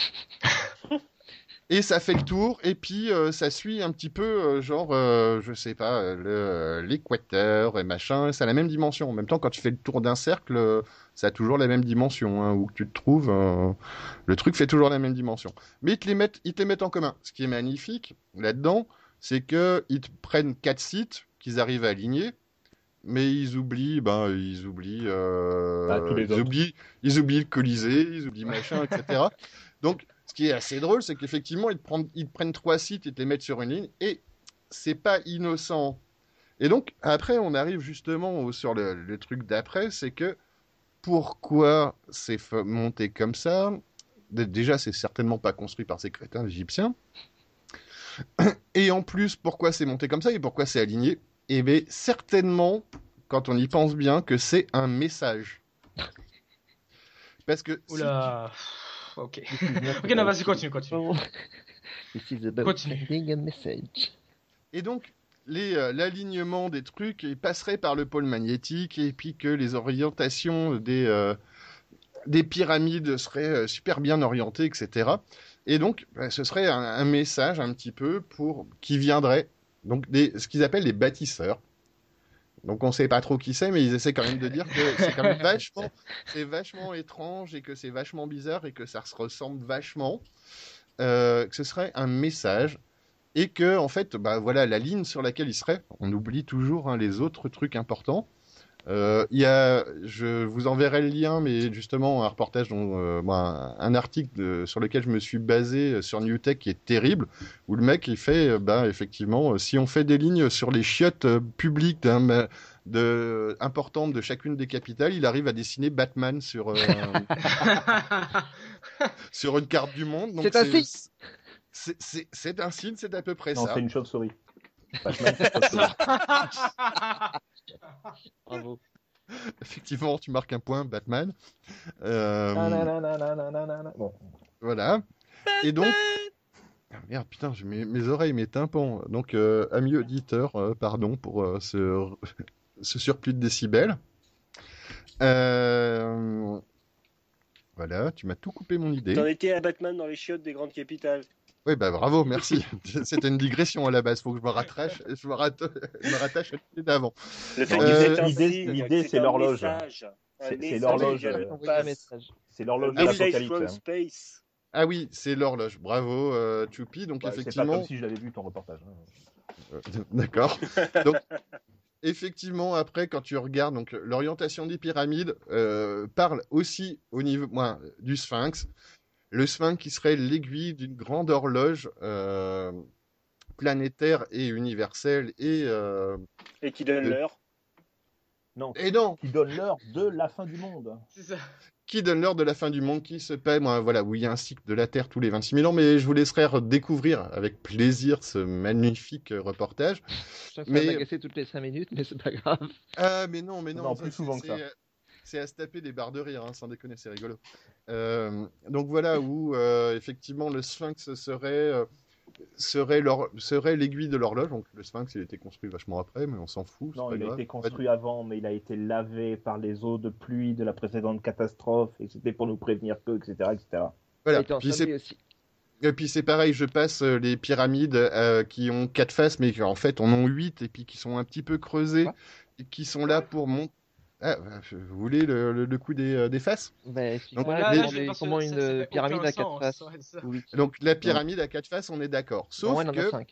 Et ça fait le tour, et puis ça suit un petit peu, je sais pas, l'équateur et machin, c'est la même dimension. En même temps, quand tu fais le tour d'un cercle, ça a toujours la même dimension, où que tu te trouves, le truc fait toujours la même dimension. Mais ils te les mettent en commun. Ce qui est magnifique là-dedans, c'est qu'ils te prennent 4 sites qu'ils arrivent à aligner, mais ils oublient le Colisée, ils oublient machin, etc. Donc, ce qui est assez drôle, c'est qu'effectivement, ils te prennent 3 sites et te les mettent sur une ligne, et c'est pas innocent. Et donc, après, on arrive justement sur le truc d'après, c'est que pourquoi c'est monté comme ça? Déjà, c'est certainement pas construit par ces crétins égyptiens. Et en plus, pourquoi c'est monté comme ça et pourquoi c'est aligné? Eh bien, certainement, quand on y pense bien, que c'est un message. Parce que Oula. Ok. Ok, non, vas-y, continue. This is about sending a message. Et donc, l'alignement des trucs il passerait par le pôle magnétique et puis que les orientations des pyramides seraient super bien orientées, etc. Et donc, ce serait un message un petit peu qui viendrait donc ce qu'ils appellent les bâtisseurs. Donc on sait pas trop qui c'est, mais ils essaient quand même de dire que c'est quand même vachement étrange et que c'est vachement bizarre et que ça se ressemble vachement. Que ce serait un message et que en fait, voilà la ligne sur laquelle il serait. On oublie toujours les autres trucs importants. Je vous enverrai le lien, mais justement un reportage, un article sur lequel je me suis basé sur NewTech qui est terrible, où le mec il fait, effectivement, si on fait des lignes sur les chiottes publiques importantes de chacune des capitales, il arrive à dessiner Batman sur sur une carte du monde. Donc c'est un signe. C'est un signe, c'est à peu près ça. Non, c'est une chauve-souris. Batman, c'est une chauve-souris. Bravo. Effectivement, tu marques un point, Batman. Bon. Voilà. Et donc... Ah, merde, putain, j'ai mes oreilles, mes tympans. Donc, amis auditeurs, pardon pour ce surplus de décibels. Voilà, tu m'as tout coupé mon idée. T'en étais à Batman dans les chiottes des grandes capitales. Oui, bravo, merci. C'était une digression à la base. Faut que je me rattache à l'idée d'avant. L'idée, c'est l'horloge. C'est l'horloge. C'est l'horloge de l'Apocalypse. Ah oui, c'est l'horloge. Bravo, Choupi. Donc effectivement. C'est pas comme si je l'avais vu ton reportage. D'accord. Donc. Effectivement, après, quand tu regardes donc l'orientation des pyramides, parle aussi au niveau du Sphinx. Le Sphinx qui serait l'aiguille d'une grande horloge planétaire et universelle et qui donne l'heure. Non. Qui donne l'heure de la fin du monde. C'est ça. Qui donne l'heure de la fin du monde, qui se paie, où il y a un cycle de la Terre tous les 26 000 ans, mais je vous laisserai redécouvrir avec plaisir ce magnifique reportage. Je vais m'agacer toutes les 5 minutes, mais c'est pas grave. Ah, mais non, plus souvent que ça. C'est à se taper des barres de rire, sans déconner, c'est rigolo. Donc voilà où, effectivement, le Sphinx serait l'aiguille de l'horloge. Donc le Sphinx, il a été construit vachement après, mais on s'en fout. Non, il a été construit avant, mais il a été lavé par les eaux de pluie de la précédente catastrophe, et c'était pour nous prévenir que, etc. Voilà. Et puis c'est pareil, je passe les pyramides qui ont 4 faces, mais qui en fait en ont 8, et puis qui sont un petit peu creusées, et qui sont là pour monter. Ah, vous voulez le coup des faces? Donc, comment une pyramide à 4 faces. Oui. Donc la pyramide à 4 faces, on est d'accord. Sauf que... 5.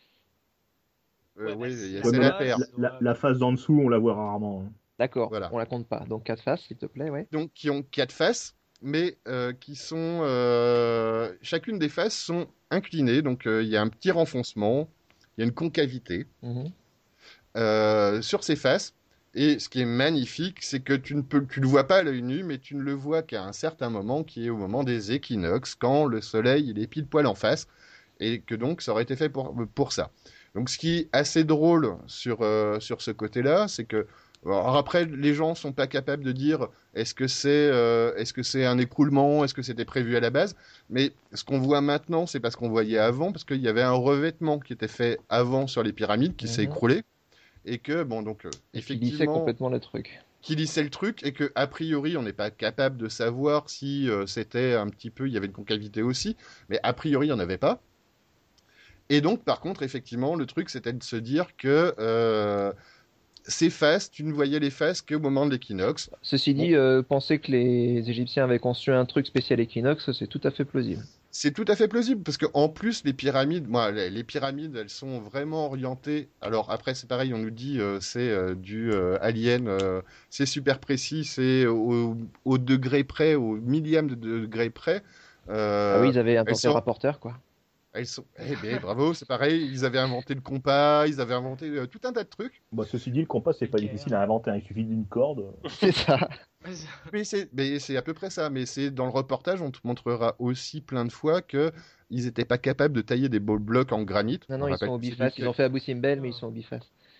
C'est la paire. La face d'en dessous, on la voit rarement. D'accord, voilà. On la compte pas. Donc 4 faces, s'il te plaît, ouais. Donc qui ont 4 faces, mais qui sont... chacune des faces sont inclinées, donc il y a un petit renfoncement, il y a une concavité sur ces faces. Et ce qui est magnifique, c'est que tu le vois pas à l'œil nu, mais tu ne le vois qu'à un certain moment, qui est au moment des équinoxes, quand le soleil il est pile poil en face, et que donc ça aurait été fait pour ça. Donc ce qui est assez drôle sur ce côté-là, c'est que alors après les gens sont pas capables de dire est-ce que c'est un écroulement, est-ce que c'était prévu à la base, mais ce qu'on voit maintenant, c'est parce qu'on voyait avant, parce qu'il y avait un revêtement qui était fait avant sur les pyramides qui s'est écroulé. Et que, effectivement... Qui lissait complètement le truc. Qui lissait le truc, et que a priori, on n'est pas capable de savoir si c'était un petit peu... Il y avait une concavité aussi, mais a priori, il n'y en avait pas. Et donc, par contre, effectivement, le truc, c'était de se dire que ces faces, tu ne voyais les faces qu'au moment de l'équinoxe. Ceci dit, penser que les Égyptiens avaient construit un truc spécial équinoxe, c'est tout à fait plausible. C'est tout à fait plausible, parce qu'en plus, les pyramides, les pyramides, elles sont vraiment orientées. Alors après, c'est pareil, on nous dit c'est du alien, c'est super précis, c'est au degré près, au millième de degré près. Ah oui, ils avaient inventé le rapporteur, quoi. Bravo, c'est pareil, ils avaient inventé le compas, ils avaient inventé tout un tas de trucs. Ceci dit, le compas, c'est pas difficile à inventer, il suffit d'une corde. C'est ça. Mais c'est à peu près ça. Mais c'est dans le reportage, on te montrera aussi plein de fois que ils n'étaient pas capables de tailler des blocs en granit. Non, ils sont au biface. Ils ont fait Abu Simbel, mais ils sont au biface.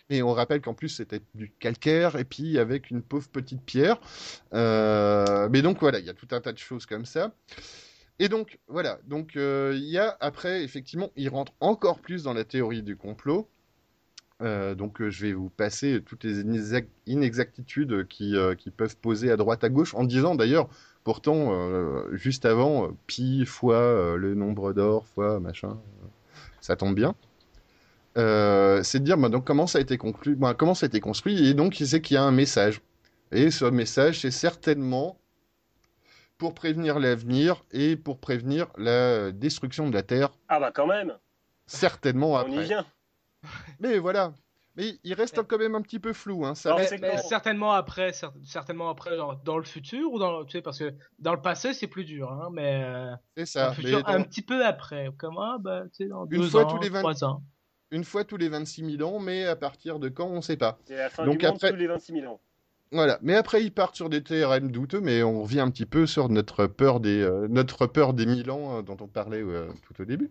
Et on rappelle qu'en plus c'était du calcaire et puis avec une pauvre petite pierre. Mais donc voilà, il y a tout un tas de choses comme ça. Et donc voilà, donc il y a après effectivement, il rentre encore plus dans la théorie du complot. Donc je vais vous passer toutes les inexactitudes qui peuvent poser à droite à gauche en disant d'ailleurs pourtant juste avant pi fois le nombre d'or fois machin, ça tombe bien. C'est de dire donc comment ça a été comment ça a été construit et donc c'est qu'il y a un message et ce message c'est certainement pour prévenir l'avenir et pour prévenir la destruction de la Terre. Ah bah quand même. Certainement après. On y vient. Mais voilà. Mais il reste quand même un petit peu flou, hein. Ça mais certainement après, genre dans le futur ou tu sais, parce que dans le passé c'est plus dur, hein, mais c'est ça. Dans le futur, un petit peu après, comment, bah, tu sais, dans une 2 fois ans, tous les 3 ans. Une fois tous les 26 000 ans, mais à partir de quand, on ne sait pas. C'est la fin du monde tous les 26 000 ans. Voilà. Mais après, ils partent sur des TRM douteux, mais on revient un petit peu sur notre peur des 1000 ans dont on parlait tout au début.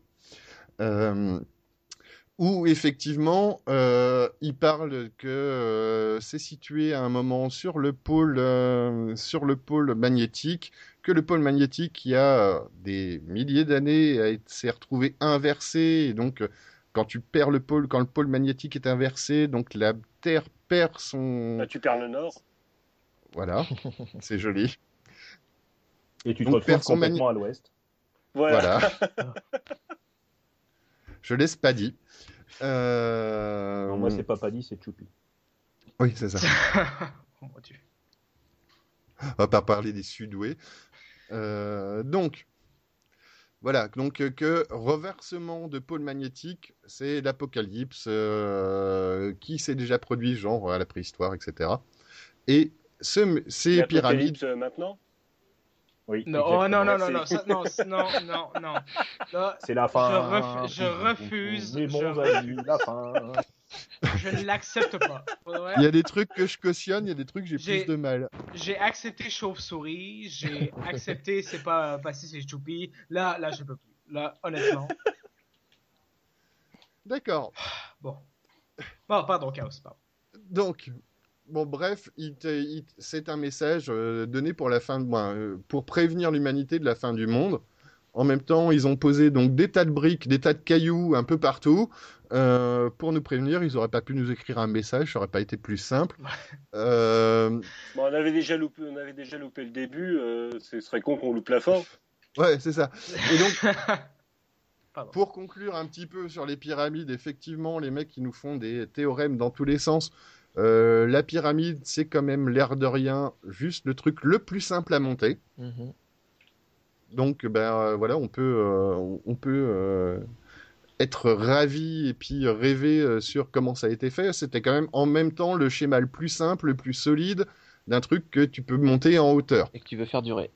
Où effectivement, il parle que c'est situé à un moment sur le pôle magnétique, que le pôle magnétique qui a des milliers d'années s'est retrouvé inversé, et donc quand le pôle magnétique est inversé, donc la Terre perd son... Bah, tu perds le nord. Voilà, c'est joli. Et tu te retrouves complètement à l'ouest. Voilà. Je laisse pas dit. Non, moi, c'est pas dit, c'est Choupi. Oui, c'est ça. Oh mon Dieu. On va pas parler des Sudoués. Donc, voilà. Donc, que reversement de pôle magnétique, c'est l'apocalypse qui s'est déjà produit, genre à la préhistoire, etc. Et ces pyramides. Maintenant ? Oui. Non, non. C'est la fin. Je refuse. Mais bon, la fin. Je ne l'accepte pas. Il y a des trucs que je cautionne, il y a des trucs que j'ai plus de mal. J'ai accepté chauve-souris, j'ai accepté c'est pas si c'est Choupi. Là, je peux plus. Là, honnêtement. D'accord. Bon, pardon, Chaos. Pardon. Donc, bon, bref, c'est un message donné pour la fin pour prévenir l'humanité de la fin du monde. En même temps, ils ont posé donc des tas de briques, des tas de cailloux un peu partout pour nous prévenir. Ils n'auraient pas pu nous écrire un message, ça n'aurait pas été plus simple. Bon, on avait déjà loupé le début. Ce serait con qu'on loupe la fin. Ouais, c'est ça. Et donc, pour conclure un petit peu sur les pyramides, effectivement, les mecs qui nous font des théorèmes dans tous les sens. La pyramide, c'est quand même l'air de rien, juste le truc le plus simple à monter. Mhm. Donc, voilà, on peut être ravi et puis rêver sur comment ça a été fait. C'était quand même en même temps le schéma le plus simple, le plus solide d'un truc que tu peux monter en hauteur. Et que tu veux faire durer.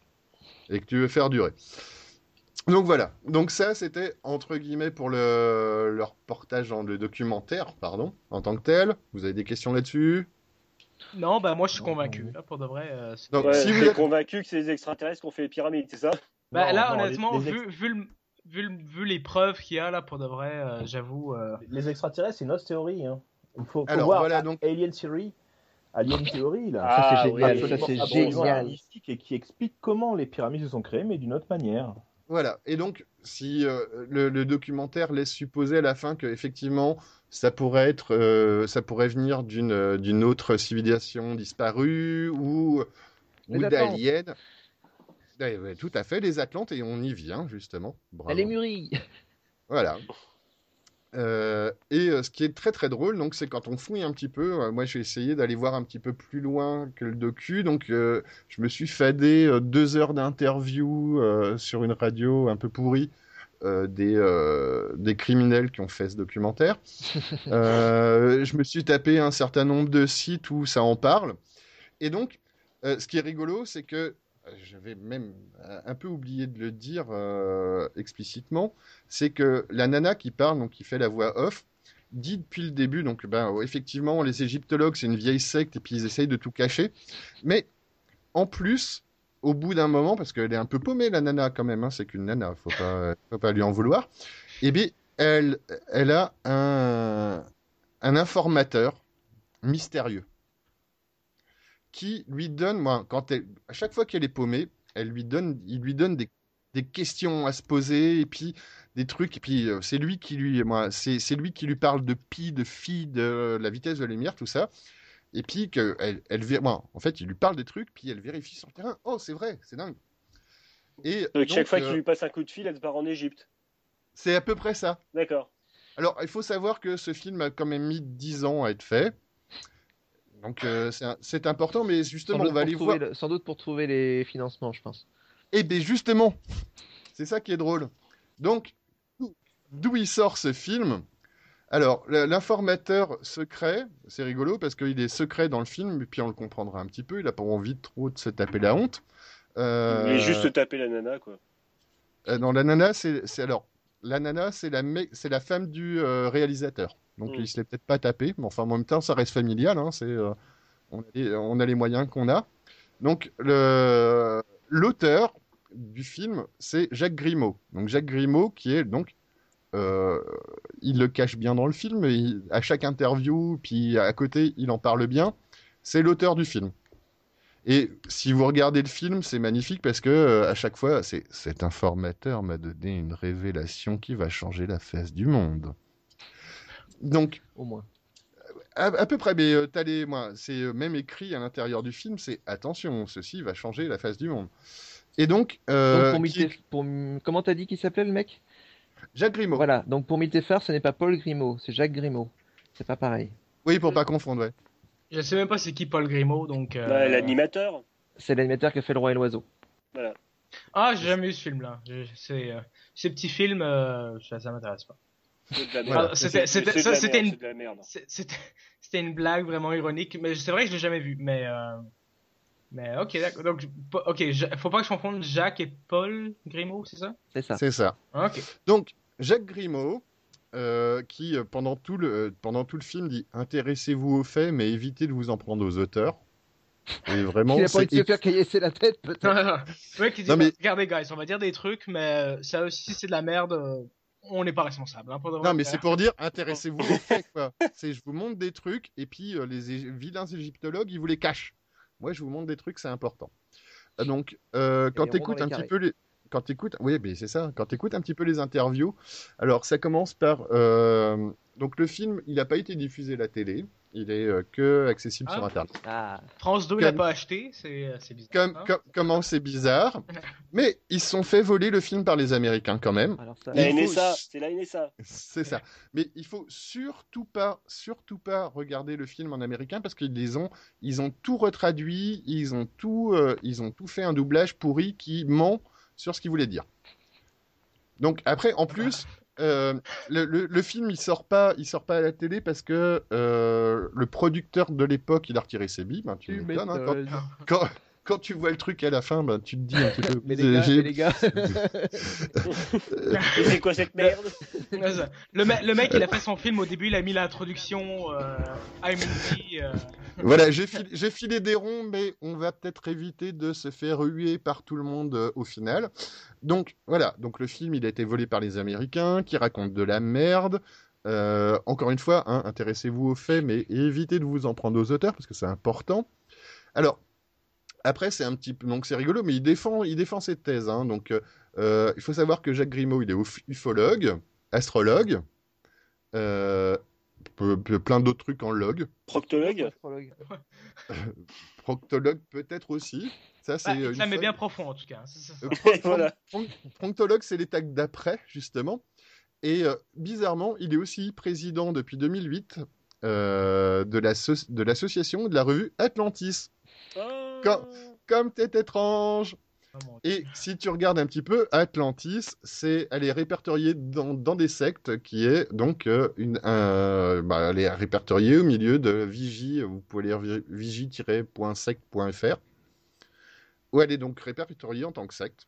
Donc voilà. Donc ça, c'était entre guillemets pour le reportage le documentaire, pardon, en tant que tel. Vous avez des questions là-dessus ? Non, moi je suis convaincu. Là, pour de vrai. Donc, ouais, si vous êtes convaincu que c'est les extraterrestres qui ont fait les pyramides, c'est ça ? Honnêtement, vu les preuves qu'il y a là, pour de vrai, j'avoue. Les extraterrestres, c'est notre théorie. Hein. Il faut Alors, voir voilà, donc... Alien Theory. Alien Theory, là. Ça, c'est génial. Ça, c'est génial. Et qui explique comment les pyramides se sont créées, mais d'une autre manière. Voilà. Et donc, si le documentaire laisse supposer à la fin que effectivement, ça pourrait venir d'une autre civilisation disparue ou d'aliens. Ouais, tout à fait, les Atlantes, et on y vient justement. Bravo. Elle est mûrie. Voilà. Et ce qui est très très drôle, donc, c'est quand on fouille un petit peu. Moi, j'ai essayé d'aller voir un petit peu plus loin que le docu, donc je me suis fadé 2 heures d'interview sur une radio un peu pourrie des criminels qui ont fait ce documentaire. Je me suis tapé un certain nombre de sites où ça en parle. Et donc, ce qui est rigolo, c'est que j'avais même un peu oublié de le dire explicitement, c'est que la nana qui parle, donc qui fait la voix off, dit depuis le début, donc effectivement, les égyptologues, c'est une vieille secte et puis ils essayent de tout cacher. Mais en plus, au bout d'un moment, parce qu'elle est un peu paumée, la nana quand même, hein, c'est qu'une nana, faut pas lui en vouloir, et bien elle a un informateur mystérieux qui lui donne, moi, à chaque fois qu'elle est paumée, il lui donne des questions à se poser et puis des trucs. Et puis c'est lui qui lui parle de pi, de phi, de la vitesse de la lumière, tout ça. Et puis en fait, il lui parle des trucs, puis elle vérifie sur le terrain. Oh, c'est vrai, c'est dingue. Et donc chaque fois qu'il lui passe un coup de fil, elle part en Égypte. C'est à peu près ça. D'accord. Alors, il faut savoir que ce film a quand même mis 10 ans à être fait. Donc, c'est important, mais justement, on va aller voir. Sans doute pour trouver les financements, je pense. Eh bien, justement, c'est ça qui est drôle. Donc, d'où il sort ce film? Alors, l'informateur secret, c'est rigolo parce qu'il est secret dans le film, et puis on le comprendra un petit peu. Il n'a pas envie trop de se taper la honte. Il voulait juste taper la nana, quoi. Non, la nana, la nana, c'est la femme du réalisateur. Donc, il ne se l'est peut-être pas tapé, mais enfin, en même temps, ça reste familial. Hein, on a les moyens qu'on a. Donc, l'auteur du film, c'est Jacques Grimaud. Donc, Jacques Grimaud, qui est donc, il le cache bien dans le film, à chaque interview, puis à côté, il en parle bien. C'est l'auteur du film. Et si vous regardez le film, c'est magnifique parce que à chaque fois, cet informateur m'a donné une révélation qui va changer la face du monde. Donc, au moins. À peu près, mais c'est même écrit à l'intérieur du film, c'est attention, ceci va changer la face du monde. Et donc, comment t'as dit qu'il s'appelait le mec? Jacques Grimaud. Voilà, donc pour Miltefer, ce n'est pas Paul Grimaud, c'est Jacques Grimaud. C'est pas pareil. Oui, pour pas confondre, ouais. Je sais même pas c'est qui Paul Grimaud, donc. L'animateur. C'est l'animateur qui a fait Le Roi et l'Oiseau. Voilà. Ah, j'ai jamais vu ce film-là. Ces petits films, ça m'intéresse pas. C'était une blague vraiment ironique, mais c'est vrai que je l'ai jamais vu. Mais ok, d'accord. Donc, faut pas que je confonde Jacques et Paul Grimaud, c'est ça? C'est ça. Ok. Donc, Jacques Grimaud, qui pendant tout le film dit intéressez-vous aux faits, mais évitez de vous en prendre aux auteurs. Et vraiment, il a pas envie de se faire caillasser la tête, peut-être. Ouais, qui dit regardez, guys, on va dire des trucs, mais ça aussi, c'est de la merde. On n'est pas responsable. Hein, non, mais c'est pour dire intéressez-vous aux faits, quoi. Je vous montre des trucs, et puis les vilains égyptologues, ils vous les cachent. Moi, je vous montre des trucs, c'est important. Donc, quand tu écoutes un petit peu les. Oui, mais c'est ça. Quand tu écoutes un petit peu les interviews, alors ça commence par. Donc le film, il n'a pas été diffusé à la télé, il est que accessible sur Internet. France 2 l'a pas acheté, c'est bizarre. Comment c'est bizarre, mais ils se sont fait voler le film par les Américains quand même. La NSA, c'est la NSA. C'est ça. Mais il faut surtout pas regarder le film en américain parce qu'ils ont tout retraduit, ils ont tout fait un doublage pourri qui ment sur ce qu'il voulait dire. Donc après, en plus, le film il sort pas à la télé parce que le producteur de l'époque il a retiré ses billes. Ben, tu m'étonnes. Hein, quand tu vois le truc à la fin, ben, tu te dis un petit peu. Mais les gars. C'est quoi cette merde? Le mec, il a fait son film au début, il a mis l'introduction iMovie. Voilà, j'ai filé des ronds, mais on va peut-être éviter de se faire huer par tout le monde au final. Donc voilà, donc le film il a été volé par les Américains, qui racontent de la merde. Encore une fois, hein, intéressez-vous aux faits, mais évitez de vous en prendre aux auteurs parce que c'est important. Alors. Après, c'est un petit peu, donc c'est rigolo, mais il défend cette thèse. Hein, donc, il faut savoir que Jacques Grimaud, il est ufologue, astrologue, plein d'autres trucs en log. Proctologue. Proctologue peut-être aussi. Ça, c'est. Ça met bien profond en tout cas. Voilà. Proctologue, c'est l'état d'après justement. Et bizarrement, il est aussi président depuis 2008 de l'association de la revue Atlantis. Comme t'es étrange. Et si tu regardes un petit peu, Atlantis, elle est répertoriée dans des sectes qui est donc elle est répertoriée au milieu de Vigie. Vous pouvez lire vigie-sect.fr où elle est donc répertoriée en tant que secte.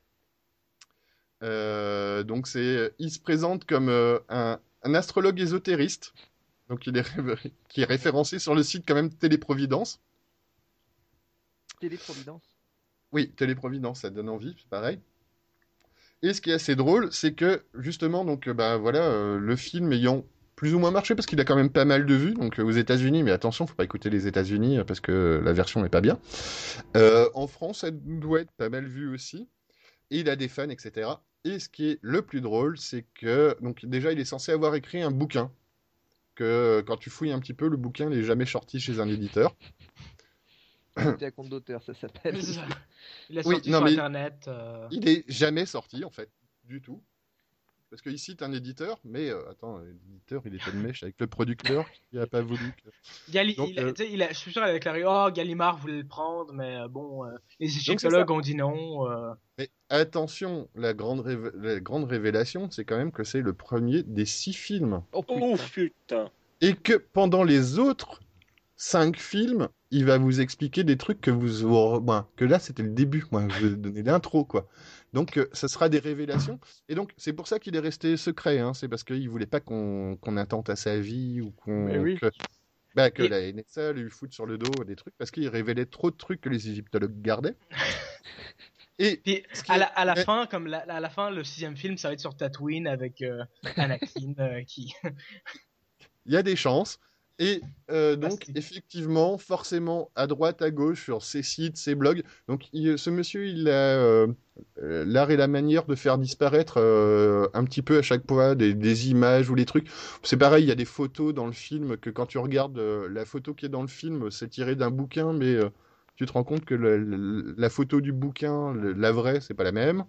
Donc il se présente comme un astrologue ésotériste. Donc qui est référencé sur le site quand même Téléprovidence. Téléprovidence. Oui, Téléprovidence, ça donne envie, c'est pareil. Et ce qui est assez drôle, c'est que justement, donc, le film ayant plus ou moins marché parce qu'il a quand même pas mal de vues. Donc aux États-Unis, mais attention, faut pas écouter les États-Unis parce que la version n'est pas bien. En France, ça doit être pas mal vu aussi. Et il a des fans, etc. Et ce qui est le plus drôle, c'est que donc déjà, il est censé avoir écrit un bouquin. Que quand tu fouilles un petit peu, le bouquin n'est jamais sorti chez un éditeur. C'était à compte d'auteur, ça s'appelle. Il est sorti sur Internet. Il est jamais sorti en fait, du tout. Parce qu'il cite un éditeur, mais attends, l'éditeur, il était de mèche avec le producteur qui n'a pas voulu. Je suis sûr, il a déclaré Gallimard voulait le prendre, mais les égyptologues ont dit non. Mais attention, la grande révélation, c'est quand même que c'est le premier des 6 films. Oh putain. Et que pendant les autres 5 films, il va vous expliquer des trucs que que là, c'était le début. Moi, je vais donner l'intro, quoi. Donc, ça sera des révélations. Et donc, c'est pour ça qu'il est resté secret. Hein. C'est parce qu'il voulait pas qu'on attente à sa vie ou que la NSA lui foute sur le dos des trucs parce qu'il révélait trop de trucs que les égyptologues gardaient. Et puis, à la fin, à la fin, le 6e film, ça va être sur Tatooine avec Anakin qui. Il y a des chances. Et donc, effectivement, forcément, à droite, à gauche, sur ses sites, ses blogs. Donc, ce monsieur, il a l'art et la manière de faire disparaître un petit peu à chaque fois des images ou les trucs. C'est pareil, il y a des photos dans le film que quand tu regardes la photo qui est dans le film, c'est tiré d'un bouquin, mais tu te rends compte que la photo du bouquin, la vraie, c'est pas la même.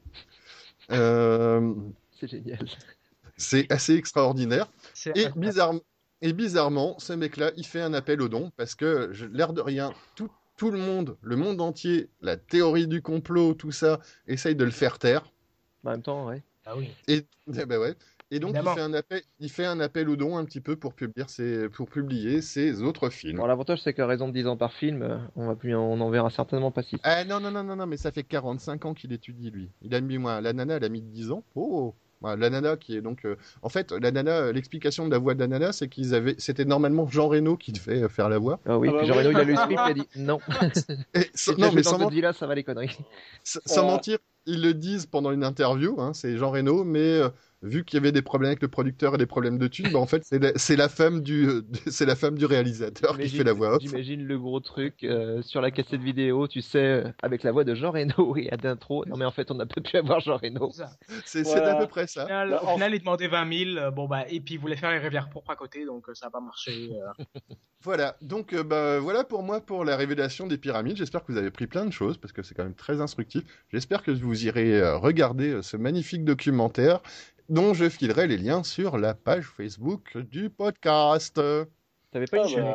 C'est génial. C'est assez extraordinaire. Et bizarrement, ce mec-là, il fait un appel aux dons parce que, l'air de rien, tout le monde entier, la théorie du complot, tout ça, essaye de le faire taire. En même temps, ouais. Ah oui. Et donc, il fait un appel aux dons un petit peu pour publier ses autres films. Bon, l'avantage, c'est qu'à raison de 10 ans par film, on en verra certainement pas 6. Ah non, mais ça fait 45 ans qu'il étudie, lui. La nana, elle a mis 10 ans. Oh! La nana qui est donc en fait la nana, l'explication de la voix de la nana, c'est c'était normalement Jean Reno qui devait faire la voix. Ah oui, puis Jean Reno il a lu le script, il a dit non. Mais sans vie là, ça va les conneries. Sans mentir, ils le disent pendant une interview, hein, c'est Jean Reno, mais vu qu'il y avait des problèmes avec le producteur et des problèmes de thunes, en fait c'est la femme du réalisateur qui fait la voix off. J'imagine le gros truc sur la cassette vidéo, tu sais, avec la voix de Jean Reno et à d'intro. Non mais en fait on n'a pas pu avoir Jean Reno. C'est à peu près ça. Au final il demandait 20 000, et puis il voulait faire les rivières pourpres à côté, donc ça n'a pas marché. Voilà, donc voilà pour moi pour la révélation des pyramides. J'espère que vous avez pris plein de choses parce que c'est quand même très instructif. J'espère que vous irez regarder ce magnifique documentaire dont je filerai les liens sur la page Facebook du podcast. T'avais pas une chute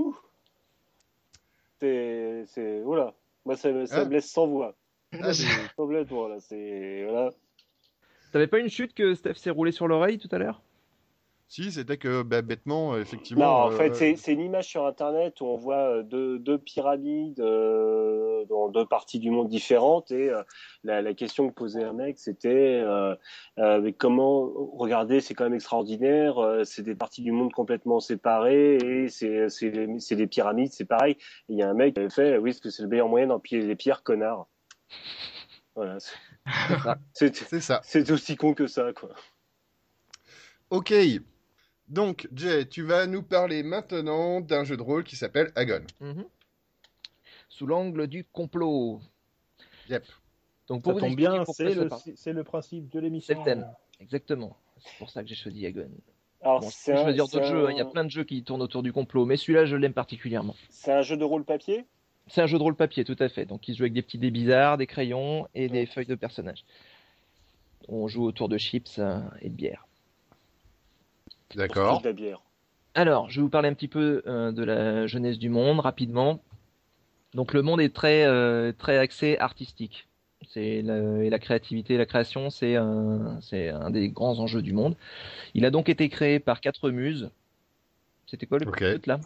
C'est oula. Moi ça me laisse sans voix. Complètement là, voilà. T'avais pas une chute que Steph s'est roulé sur l'oreille tout à l'heure? Si, c'était que bêtement, effectivement. Non, en fait, c'est une image sur Internet où on voit deux pyramides dans 2 parties du monde différentes. Et la question que posait un mec, c'était mais comment, regardez, c'est quand même extraordinaire. C'est des parties du monde complètement séparées et c'est des pyramides, c'est pareil. Il y a un mec qui avait fait, oui, parce que c'est le meilleur moyen d'empiler les pierres, connard. Voilà. C'est ça. C'est aussi con que ça, quoi. Ok. Donc, Jay, tu vas nous parler maintenant d'un jeu de rôle qui s'appelle Agon. Sous l'angle du complot. Yep. Donc, pour ça tombe bien, c'est le principe de l'émission. C'est le thème, exactement. C'est pour ça que j'ai choisi Agon. Alors, je veux dire d'autres jeux, il y a plein de jeux qui tournent autour du complot, mais celui-là, je l'aime particulièrement. C'est un jeu de rôle papier ? C'est un jeu de rôle papier, tout à fait. Donc, il se joue avec des petits dés bizarres, des crayons et des feuilles de personnages. On joue autour de chips et de bière. D'accord. Alors, je vais vous parler un petit peu de la jeunesse du monde, rapidement. Donc, le monde est très axé artistique. Et la créativité, la création, c'est un des grands enjeux du monde. Il a donc été créé par 4 muses. C'était quoi le truc là ?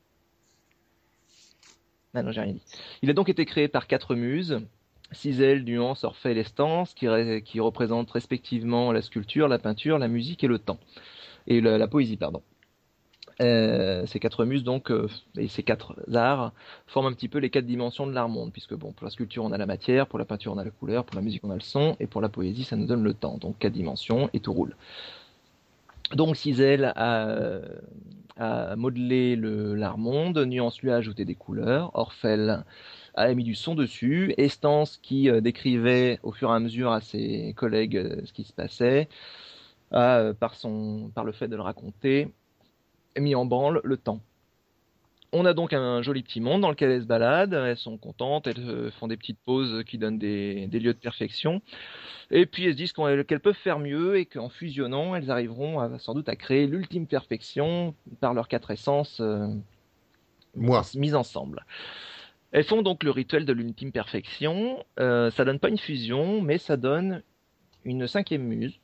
Ah non, j'ai rien dit. Il a donc été créé par 4 muses. Cisèle, Nuance, Orphée et Lestance, qui représentent respectivement la sculpture, la peinture, la musique et le temps. Et la poésie, pardon. Ces 4 muses, donc, et ces 4 arts, forment un petit peu les 4 dimensions de l'art-monde, puisque bon, pour la sculpture, on a la matière, pour la peinture, on a la couleur, pour la musique, on a le son, et pour la poésie, ça nous donne le temps. Donc 4 dimensions, et tout roule. Donc Cizel a modelé l'Armonde, Nuance lui a ajouté des couleurs, Orfel a mis du son dessus, Estance qui décrivait au fur et à mesure à ses collègues ce qui se passait, par le fait de le raconter, mis en branle le temps. On a donc un joli petit monde dans lequel elles se baladent, elles sont contentes, elles font des petites pauses qui donnent des lieux de perfection. Et puis elles se disent qu'elles peuvent faire mieux et qu'en fusionnant, elles arriveront sans doute à créer l'ultime perfection par leurs 4 essences mises ensemble. Elles font donc le rituel de l'ultime perfection. Ça donne pas une fusion, mais ça donne une 5e muse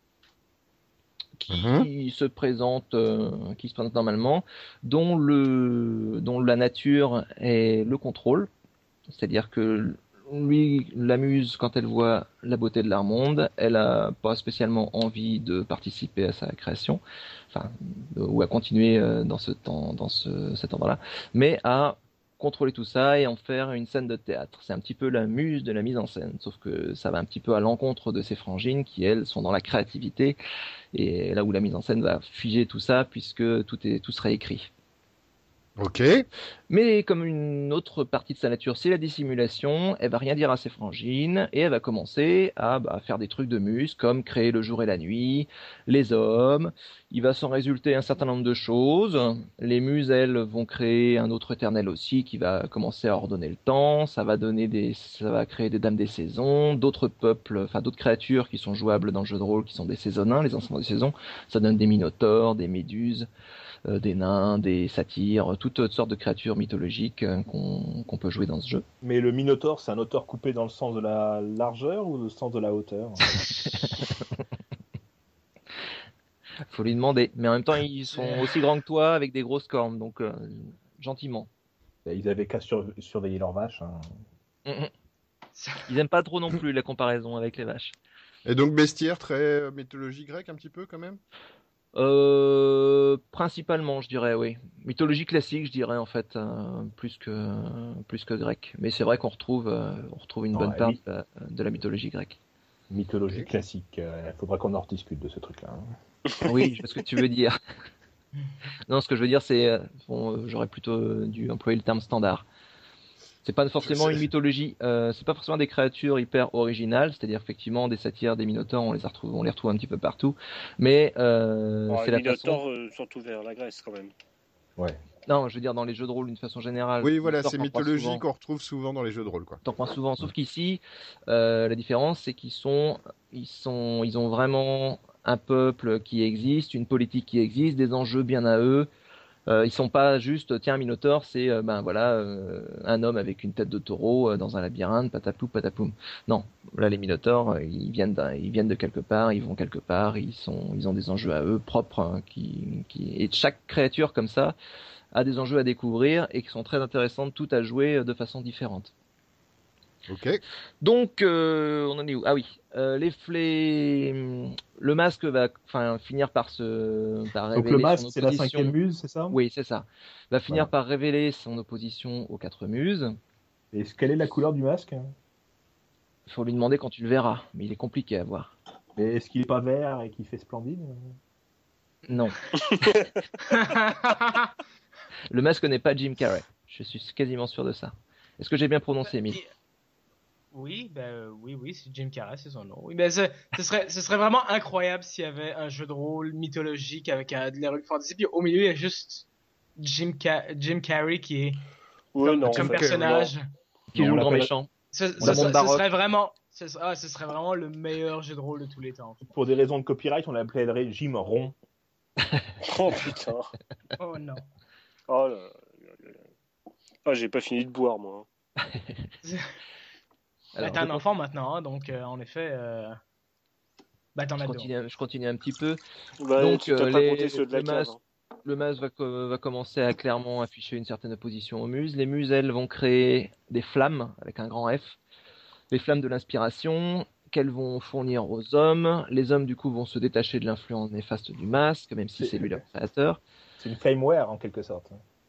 qui se présente normalement, dont la nature est le contrôle. C'est-à-dire que la muse, quand elle voit la beauté de l'Armonde, elle a pas spécialement envie de participer à sa création, ou à continuer dans cet endroit-là, mais à contrôler tout ça et en faire une scène de théâtre. C'est un petit peu la muse de la mise en scène, sauf que ça va un petit peu à l'encontre de ses frangines qui, elles, sont dans la créativité, et là où la mise en scène va figer tout ça, puisque tout sera écrit. Ok. Mais comme une autre partie de sa nature, c'est la dissimulation, elle va rien dire à ses frangines et elle va commencer à faire des trucs de muse comme créer le jour et la nuit, les hommes. Il va s'en résulter un certain nombre de choses. Les muses, elles, vont créer un autre éternel aussi qui va commencer à ordonner le temps. Ça va créer des dames des saisons, d'autres peuples, d'autres créatures qui sont jouables dans le jeu de rôle qui sont des saisonnins, les enfants des saisons. Ça donne des minotaures, des méduses. Des nains, des satyres, toutes sortes de créatures mythologiques qu'on peut jouer dans ce jeu. Mais le Minotaure, c'est un auteur coupé dans le sens de la largeur ou le sens de la hauteur? Faut lui demander. Mais en même temps, ils sont aussi grands que toi avec des grosses cornes, donc gentiment. Ils avaient qu'à surveiller leurs vaches. Hein. Ils aiment pas trop non plus la comparaison avec les vaches. Et donc bestiaire, très mythologie grecque un petit peu quand même? Principalement, je dirais, oui. Mythologie classique, je dirais, en fait, plus que grec. Mais c'est vrai qu'on retrouve une bonne part de la mythologie grecque. Mythologie classique. Il faudra qu'on en rediscute de ce truc-là. Hein. Oui, je sais ce que tu veux dire. Non, ce que je veux dire, c'est... j'aurais plutôt dû employer le terme standard. C'est pas forcément une mythologie, c'est pas forcément des créatures hyper originales, c'est-à-dire effectivement des satyres, des minotaures, on les retrouve un petit peu partout, mais c'est la façon. Les minotaures sont ouverts la Grèce quand même. Ouais. Non, je veux dire dans les jeux de rôle d'une façon générale. Oui, voilà, c'est mythologie qu'on retrouve souvent dans les jeux de rôle, quoi. T'en prends souvent, sauf qu'ici, la différence, c'est ils ont vraiment un peuple qui existe, une politique qui existe, des enjeux bien à eux. Ils sont pas juste tiens Minotaure c'est un homme avec une tête de taureau dans un labyrinthe patapou patapoum. Non, là les Minotaures ils viennent de quelque part, ils vont quelque part, ils ont des enjeux à eux propres et chaque créature comme ça a des enjeux à découvrir et qui sont très intéressantes toutes à jouer de façon différente. Ok. Donc, on en est où? Ah oui, le masque va finir par révéler. Donc le masque, son opposition. C'est la 5e muse, c'est ça? Oui, c'est ça. Va finir par révéler son opposition aux 4 muses. Et quelle est la couleur du masque? Il faut lui demander quand tu le verras, mais il est compliqué à voir. Et est-ce qu'il est pas vert et qu'il fait splendide? Non. Le masque n'est pas Jim Carrey. Je suis quasiment sûr de ça. Est-ce que j'ai bien prononcé, Emile? Oui, oui, c'est Jim Carrey, c'est son nom. Oui, ce serait vraiment incroyable s'il y avait un jeu de rôle mythologique avec de l'heroic fantasy, puis au milieu il y a juste Jim Carrey qui est comme personnage qui joue le grand méchant. Ce serait vraiment le meilleur jeu de rôle de tous les temps. Pour des raisons de copyright, on l'appellerait Jim Rond. Oh putain. Oh non. Oh là. Oh, j'ai pas fini de boire moi. Alors, t'es un enfant maintenant, hein, donc en effet, t'en as deux. Je continue un petit peu. Donc tu t'as pas compté ceux de la cave. Le mas va commencer à clairement afficher une certaine opposition aux muses. Les muses, elles, vont créer des flammes avec un grand F, les flammes de l'inspiration qu'elles vont fournir aux hommes. Les hommes, du coup, vont se détacher de l'influence néfaste du masque, même si c'est lui le créateur. C'est une flameware en quelque sorte.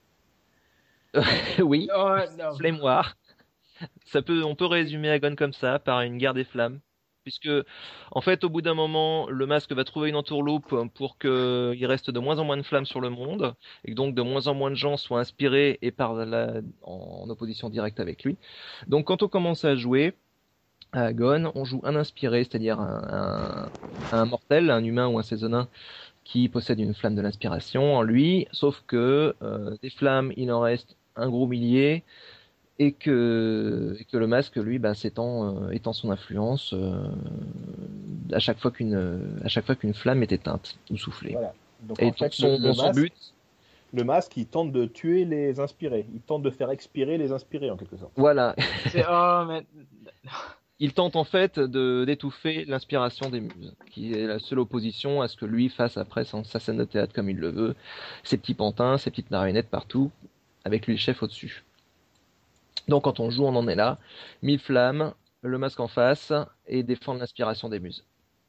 Oui, flameware. On peut résumer Agon comme ça, par une guerre des flammes. puisque en fait au bout d'un moment le masque va trouver une entourloupe pour qu'il reste de moins en moins de flammes sur le monde et que donc de moins en moins de gens soient inspirés et en opposition directe avec lui. Donc quand on commence à jouer à Agon, on joue un inspiré, c'est-à-dire un mortel, un humain ou un saisonnin qui possède une flamme de l'inspiration en lui, sauf que des flammes il en reste un gros millier. Et que le masque, lui, étend son influence à chaque fois qu'une flamme est éteinte ou soufflée. Voilà. Donc, et en fait, son but, le masque, il tente de tuer les inspirés. Il tente de faire expirer les inspirés, en quelque sorte. Voilà. Mais... Il tente en fait d'étouffer l'inspiration des muses, qui est la seule opposition à ce que lui fasse après sa scène de théâtre comme il le veut, ses petits pantins, ses petites marionnettes partout, avec lui le chef au-dessus. Donc quand on joue, on en est là. 1000 flammes, le masque en face, et défendre l'inspiration des muses.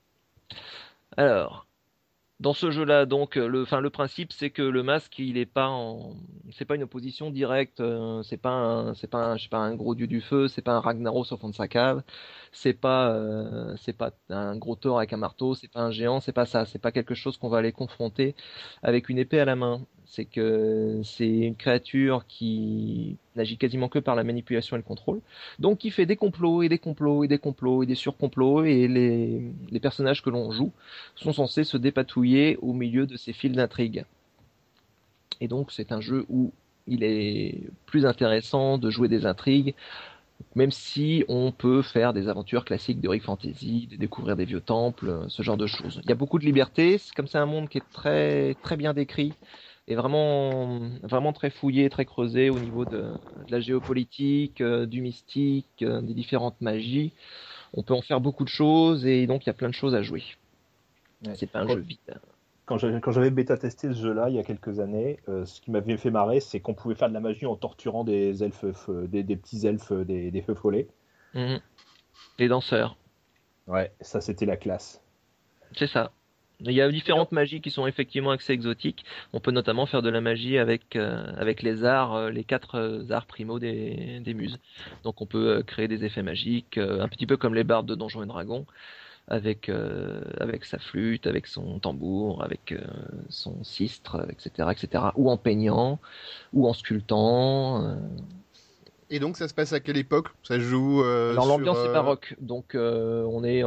Alors, dans ce jeu-là, donc, le principe, c'est que le masque, c'est pas une opposition directe, c'est pas un gros dieu du feu, c'est pas un Ragnaros au fond de sa cave, c'est pas un gros Thor avec un marteau, c'est pas un géant, c'est pas ça, c'est pas quelque chose qu'on va aller confronter avec une épée à la main. C'est que c'est une créature qui n'agit quasiment que par la manipulation et le contrôle, donc qui fait des complots et des complots et des complots et des surcomplots, et les personnages que l'on joue sont censés se dépatouiller au milieu de ces fils d'intrigue. Et donc c'est un jeu où il est plus intéressant de jouer des intrigues, même si on peut faire des aventures classiques de Rick Fantasy, de découvrir des vieux temples, ce genre de choses. Il y a beaucoup de liberté, c'est comme c'est un monde qui est très très bien décrit et vraiment vraiment très fouillé, très creusé au niveau de la géopolitique, du mystique, des différentes magies. On peut en faire beaucoup de choses et donc il y a plein de choses à jouer. Ouais. C'est pas un jeu vide. Quand j'avais bêta-testé ce jeu-là il y a quelques années, ce qui m'avait fait marrer, c'est qu'on pouvait faire de la magie en torturant des elfes, des petits elfes, des feux follets. Mmh. Les danseurs. Ouais, ça c'était la classe. C'est ça. Il y a différentes magies qui sont effectivement assez exotiques. On peut notamment faire de la magie avec les arts, les 4 arts primaux des muses. Donc on peut créer des effets magiques, un petit peu comme les bardes de Donjons et Dragons, avec sa flûte, avec son tambour, avec son sistre, etc., ou en peignant, ou en sculptant. Et donc ça se passe à quelle époque? Ça joue Alors l'ambiance est baroque, donc on est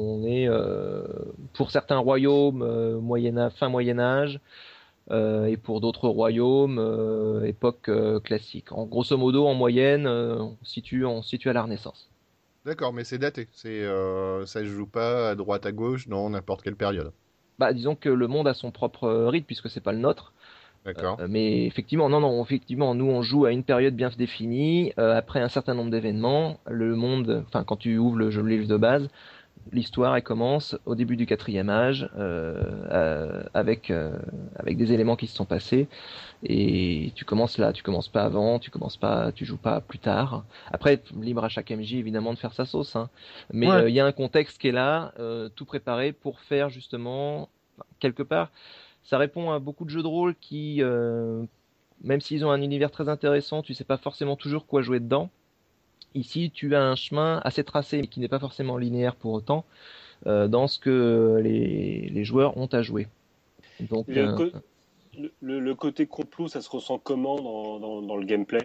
pour certains royaumes fin Moyen Âge, et pour d'autres royaumes époque classique. En grosso modo, en moyenne, on se situe à la Renaissance. D'accord, mais c'est daté. Ça se joue pas à droite à gauche dans n'importe quelle période. Bah disons que le monde a son propre rythme puisque c'est pas le nôtre. D'accord. Mais effectivement, effectivement, nous on joue à une période bien définie. Après un certain nombre d'événements, le monde, enfin quand tu ouvres le livre de base, l'histoire elle commence au début du 4e âge avec des éléments qui se sont passés. Et tu commences là, tu commences pas avant, tu joues pas plus tard. Après, libre à chaque MJ évidemment de faire sa sauce, hein. Mais il y a un contexte qui est là, tout préparé pour faire justement quelque part. Ça répond à beaucoup de jeux de rôle qui, même s'ils ont un univers très intéressant, tu sais pas forcément toujours quoi jouer dedans. Ici, tu as un chemin assez tracé, mais qui n'est pas forcément linéaire pour autant, dans ce que les joueurs ont à jouer. Donc, le côté complot, ça se ressent comment dans le gameplay?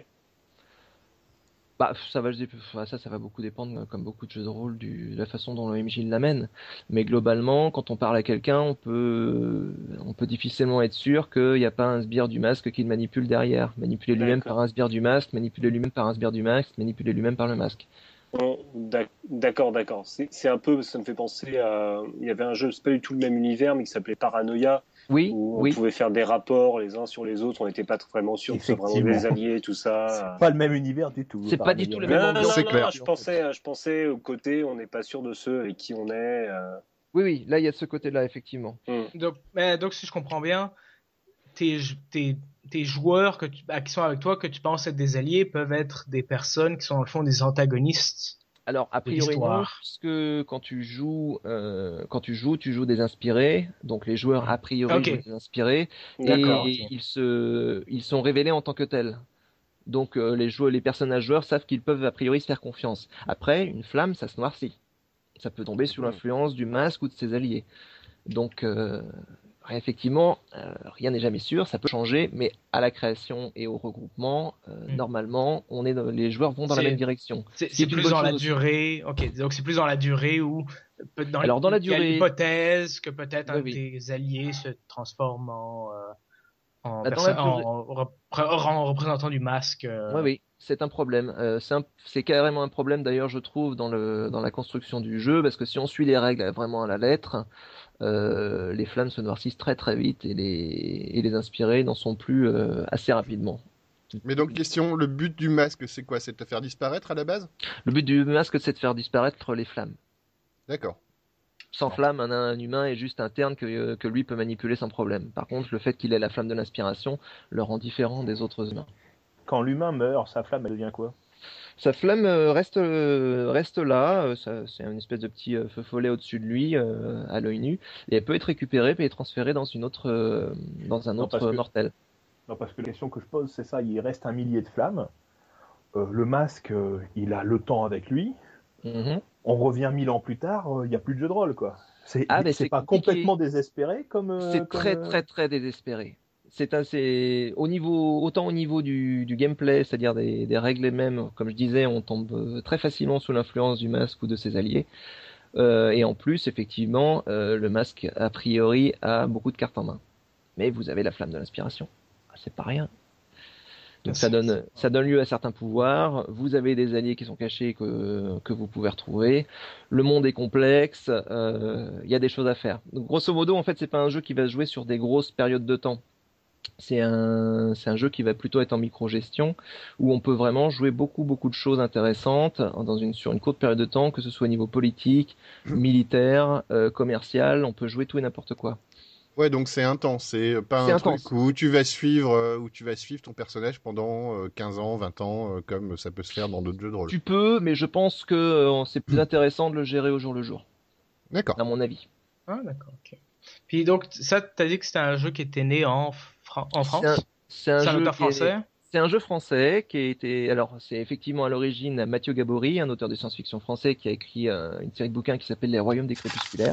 Bah, ça va beaucoup dépendre, comme beaucoup de jeux de rôle, de la façon dont le MJ l'amène. Mais globalement, quand on parle à quelqu'un, on peut difficilement être sûr qu'il n'y a pas un sbire du masque qui le manipule derrière. Manipulé lui-même par un sbire du masque, manipulé lui-même par un sbire du masque, manipulé lui-même par le masque. D'accord. C'est un peu, ça me fait penser à, il y avait un jeu, c'est pas du tout le même univers, mais qui s'appelait Paranoia. Oui, où on pouvait faire des rapports les uns sur les autres, on n'était pas vraiment sûr que ce soit vraiment des alliés, tout ça. C'est pas le même univers du tout. C'est pas du tout le même univers. C'est clair. Je pensais au côté, on n'est pas sûr de ceux avec qui on est. Oui, là il y a ce côté-là effectivement. Donc si je comprends bien, tes joueurs qui sont avec toi, que tu penses être des alliés, peuvent être des personnes qui sont dans le fond des antagonistes. Alors, a priori, non, puisque quand tu joues, tu joues des inspirés. Donc, les joueurs, a priori, jouent des inspirés. Et ils sont révélés en tant que tels. Donc, les personnages joueurs savent qu'ils peuvent, a priori, se faire confiance. Après, une flamme, ça se noircit. Ça peut tomber sous l'influence du masque ou de ses alliés. Donc, effectivement, rien n'est jamais sûr, ça peut changer, mais à la création et au regroupement, normalement, les joueurs vont dans la même direction. C'est plus dans la durée. Ok, donc c'est plus dans la durée où dans la durée, l'hypothèse que peut-être un des alliés se transforme en représentant du masque. Oui, c'est un problème. C'est carrément un problème d'ailleurs, je trouve, dans la construction du jeu, parce que si on suit les règles vraiment à la lettre, les flammes se noircissent très très vite et les inspirés n'en sont plus assez rapidement. Mais donc question, le but du masque c'est quoi? C'est de te faire disparaître à la base? Le but du masque c'est de faire disparaître les flammes. D'accord. Sans flamme, un humain est juste un terne que lui peut manipuler sans problème. Par contre, le fait qu'il ait la flamme de l'inspiration le rend différent des autres humains. Quand l'humain meurt, sa flamme elle devient quoi? Sa flamme reste là, c'est une espèce de petit feu follet au-dessus de lui, à l'œil nu, et elle peut être récupérée et transférée dans un autre mortel. Non, parce que la question que je pose, c'est ça, il reste 1 millier de flammes, le masque, il a le temps avec lui, on revient 1000 ans plus tard, il n'y a plus de jeu de rôle, quoi. C'est pas compliqué. Complètement désespéré comme... c'est très très très désespéré. Autant au niveau du gameplay, c'est-à-dire des règles mêmes, comme je disais, on tombe très facilement sous l'influence du masque ou de ses alliés. Et en plus, effectivement, le masque, a priori, a beaucoup de cartes en main. Mais vous avez la flamme de l'inspiration. C'est pas rien. Donc ça donne lieu à certains pouvoirs. Vous avez des alliés qui sont cachés que vous pouvez retrouver. Le monde est complexe. Il y a des choses à faire. Donc, grosso modo, en fait, c'est pas un jeu qui va se jouer sur des grosses périodes de temps. C'est un jeu qui va plutôt être en micro-gestion, où on peut vraiment jouer beaucoup de choses intéressantes sur une courte période de temps, que ce soit au niveau politique, militaire, commercial, on peut jouer tout et n'importe quoi. Ouais, donc c'est intense, c'est pas un truc où tu vas suivre ton personnage pendant 15 ans, 20 ans, comme ça peut se faire dans d'autres jeux de rôle. Tu peux, mais je pense que c'est plus intéressant de le gérer au jour le jour. D'accord. À mon avis. Ah, d'accord, ok. Puis donc, ça, t'as dit que c'était un jeu qui était né en France? C'est un jeu auteur français? C'est un jeu français qui a été... Alors, c'est effectivement à l'origine Mathieu Gabory, un auteur de science-fiction français qui a écrit une série de bouquins qui s'appelle Les Royaumes des Crépusculaires.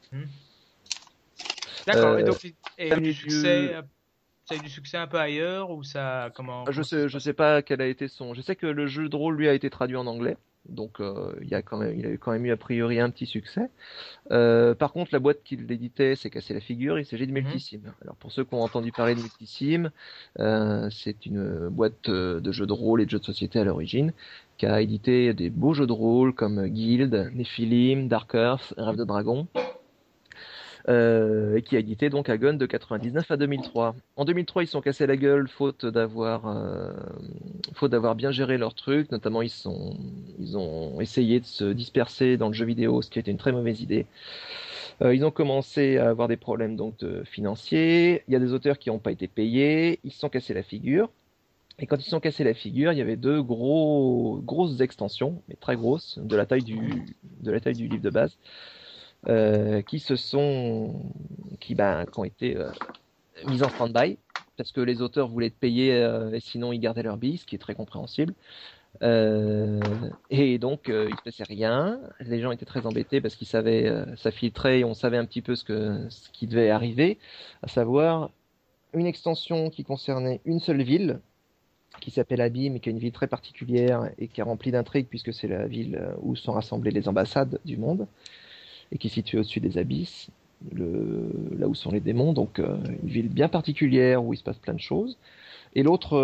D'accord, et donc, ça a eu du succès un peu ailleurs ou ça... Je sais pas quel a été son... Je sais que le jeu de rôle, lui, a été traduit en anglais. Donc il a quand même eu a priori un petit succès. Par contre, la boîte qui l'éditait s'est cassé la figure. Il s'agit de Multisim. Alors pour ceux qui ont entendu parler de Multisim, c'est une boîte de jeux de rôle et de jeux de société à l'origine, qui a édité des beaux jeux de rôle comme Guild, Nephilim, Dark Earth, Rêve de Dragon. Et qui a édité donc Agon de 99 à 2003. En 2003, ils se sont cassés la gueule faute d'avoir bien géré leur truc. Notamment, ils ont essayé de se disperser dans le jeu vidéo, ce qui a été une très mauvaise idée. Ils ont commencé à avoir des problèmes donc financiers. Il y a des auteurs qui n'ont pas été payés. Ils se sont cassés la figure. Et quand ils se sont cassés la figure, il y avait deux grosses extensions, mais très grosses, de la taille du livre de base. Qui ont été mises en stand-by parce que les auteurs voulaient être payés et sinon ils gardaient leur bille, ce qui est très compréhensible. Et donc il se passait rien. Les gens étaient très embêtés parce qu'ils savaient, ça filtrait et on savait un petit peu ce qui devait arriver, à savoir une extension qui concernait une seule ville qui s'appelle Abîme, qui est une ville très particulière et qui est remplie d'intrigues puisque c'est la ville où sont rassemblées les ambassades du monde et qui est située au-dessus des abysses, là où sont les démons, donc une ville bien particulière où il se passe plein de choses. Et l'autre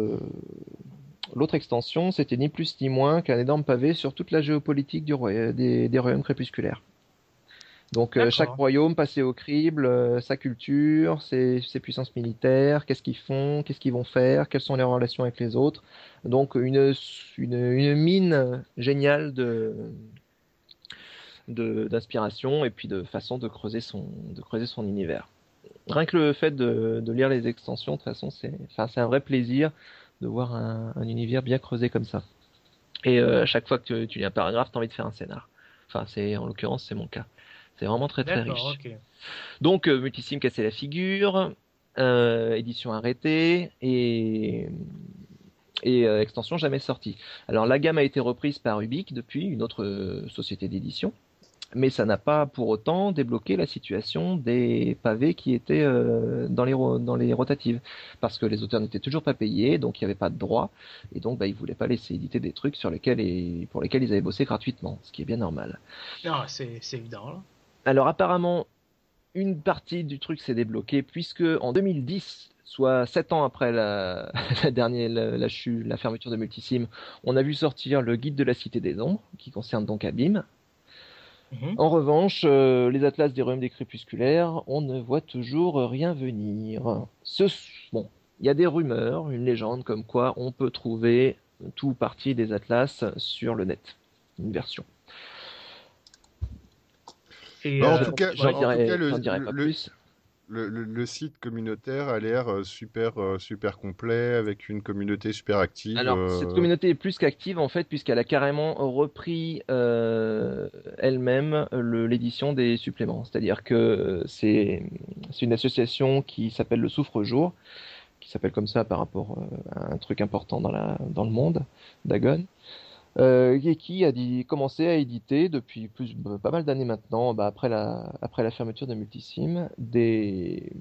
extension, c'était ni plus ni moins qu'un énorme pavé sur toute la géopolitique des royaumes crépusculaires. Donc chaque royaume passait au crible, sa culture, ses puissances militaires, qu'est-ce qu'ils font, qu'est-ce qu'ils vont faire, quelles sont les relations avec les autres. Donc une mine géniale d'inspiration et puis de façon de creuser son univers. Rien que le fait de lire les extensions, de toute façon, c'est un vrai plaisir de voir un univers bien creusé comme ça. Et à chaque fois que tu lis un paragraphe, t'as envie de faire un scénar. Enfin, en l'occurrence, c'est mon cas. C'est vraiment très très riche. Okay. Donc, Multisim cassé la figure, édition arrêtée et extension jamais sortie. Alors, la gamme a été reprise par Ubik depuis, une autre société d'édition. Mais ça n'a pas pour autant débloqué la situation des pavés qui étaient dans les rotatives. Parce que les auteurs n'étaient toujours pas payés, donc il n'y avait pas de droit. Et donc ils ne voulaient pas laisser éditer des trucs pour lesquels ils avaient bossé gratuitement, ce qui est bien normal. Non, c'est évident. Là. Alors apparemment, une partie du truc s'est débloquée, puisque en 2010, soit 7 ans après la fermeture de Multisim, on a vu sortir le guide de la Cité des Ombres, qui concerne donc Abîme. En revanche, les atlas des royaumes des crépusculaires, on ne voit toujours rien venir. Bon, il y a des rumeurs, une légende comme quoi on peut trouver tout partie des atlas sur le net, une version. Et en tout cas, le site communautaire a l'air super complet, avec une communauté super active. Alors, cette communauté est plus qu'active, en fait, puisqu'elle a carrément repris elle-même l'édition des suppléments. C'est-à-dire que c'est une association qui s'appelle le Souffre-Jour, qui s'appelle comme ça par rapport à un truc important dans le monde, Dagon. Et qui a commencé à éditer depuis pas mal d'années maintenant, après la fermeture de Multisim, des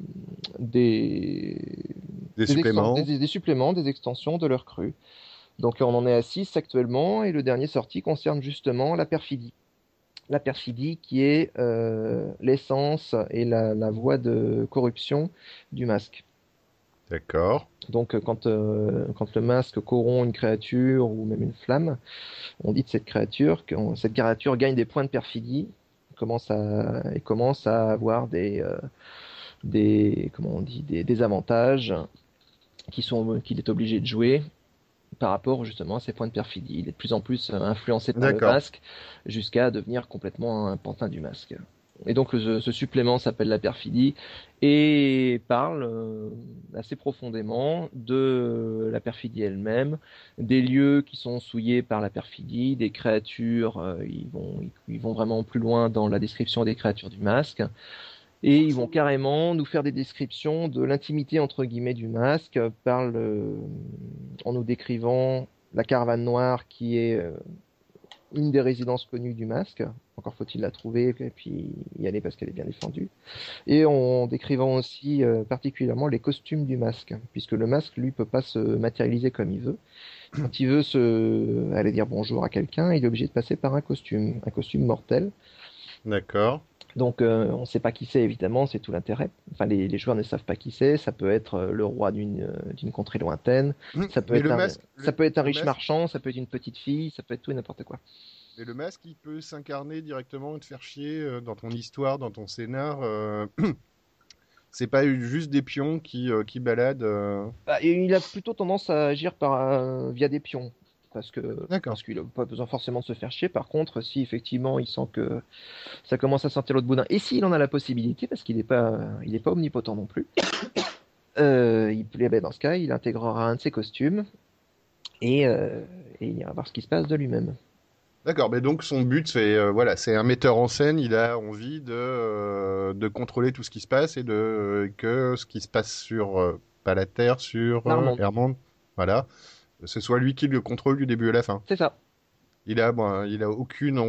suppléments, des extensions de leur cru. Donc on en est à 6 actuellement, et le dernier sorti concerne justement la perfidie. La perfidie qui est l'essence et la voie de corruption du masque. D'accord. Donc quand le masque corrompt une créature ou même une flamme, on dit de cette créature gagne des points de perfidie, commence à avoir des avantages qu'il est obligé de jouer par rapport justement à ces points de perfidie. Il est de plus en plus influencé par le masque jusqu'à devenir complètement un pantin du masque. Et donc ce supplément s'appelle la perfidie et parle assez profondément de la perfidie elle-même, des lieux qui sont souillés par la perfidie, des créatures, ils vont vraiment plus loin dans la description des créatures du masque, et ils vont carrément nous faire des descriptions de l'intimité entre guillemets du masque, en nous décrivant la caravane noire qui est une des résidences connues du masque. Encore faut-il la trouver et puis y aller parce qu'elle est bien défendue. Et en décrivant aussi particulièrement les costumes du masque, puisque le masque, lui, peut pas se matérialiser comme il veut. Quand il veut aller dire bonjour à quelqu'un, il est obligé de passer par un costume mortel. D'accord. Donc on ne sait pas qui c'est, évidemment, c'est tout l'intérêt. Enfin, les joueurs ne savent pas qui c'est. Ça peut être le roi d'une contrée lointaine. Ça peut être un riche marchand. Ça peut être une petite fille. Ça peut être tout et n'importe quoi. Et le masque, il peut s'incarner directement et te faire chier dans ton histoire, dans ton scénar. C'est pas juste des pions qui baladent. Il a plutôt tendance à agir via des pions. Parce qu'il n'a pas besoin forcément de se faire chier. Par contre, si effectivement il sent que ça commence à sentir l'autre boudin, et s'il en a la possibilité, parce qu'il n'est pas omnipotent non plus, dans ce cas, il intégrera un de ses costumes et il ira voir ce qui se passe de lui-même. D'accord, mais donc son but, c'est un metteur en scène, il a envie de contrôler tout ce qui se passe et que ce qui se passe sur, pas la Terre, sur Hermonde, voilà. Ce soit lui qui le contrôle du début à la fin. C'est ça. Il a aucune,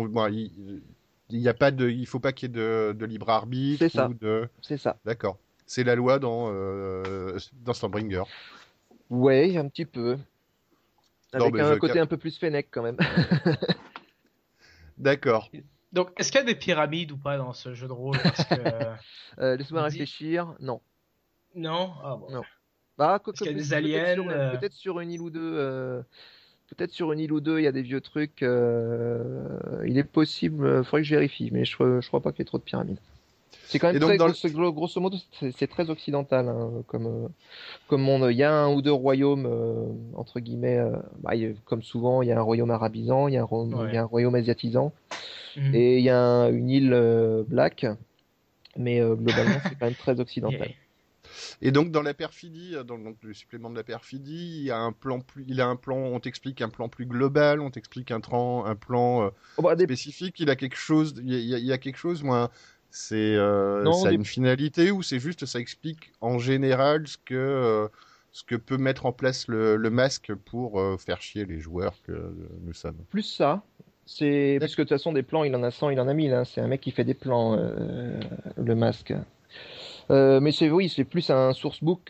il faut pas qu'il y ait de libre arbitre. C'est ça. C'est ça. D'accord. C'est la loi dans Stormbringer. Ouais, un petit peu. Avec un côté un peu plus Fennec quand même. D'accord. Donc, est-ce qu'il y a des pyramides ou pas dans ce jeu de rôle? Parce que laisse-moi réfléchir. Non. Non. Ah bon. Non. Est-ce qu'il y a des aliens peut-être sur une île ou deux. Peut-être sur une île ou deux, il y a des vieux trucs. Il est possible. Faudrait que je vérifie, mais je crois pas qu'il y ait trop de pyramides. C'est quand même grosso modo, c'est très occidental comme monde. Il y a un ou deux royaumes entre guillemets. Comme souvent, il y a un royaume arabisant, il y a un royaume asiatisant, et il y a une île black. Mais globalement, c'est quand même très occidental. Yeah. Et donc dans la perfidie, dans le supplément de la perfidie, il y a un plan on t'explique un plan plus global, on t'explique un plan spécifique. Il y a quelque chose, moi. Ça a une finalité ou c'est juste ça explique en général ce que peut mettre en place le masque pour faire chier les joueurs que nous sommes. Plus ça. Puisque de toute façon, des plans, il en a 100, il en a 1000. Hein. C'est un mec qui fait des plans, le masque. Mais c'est plus un sourcebook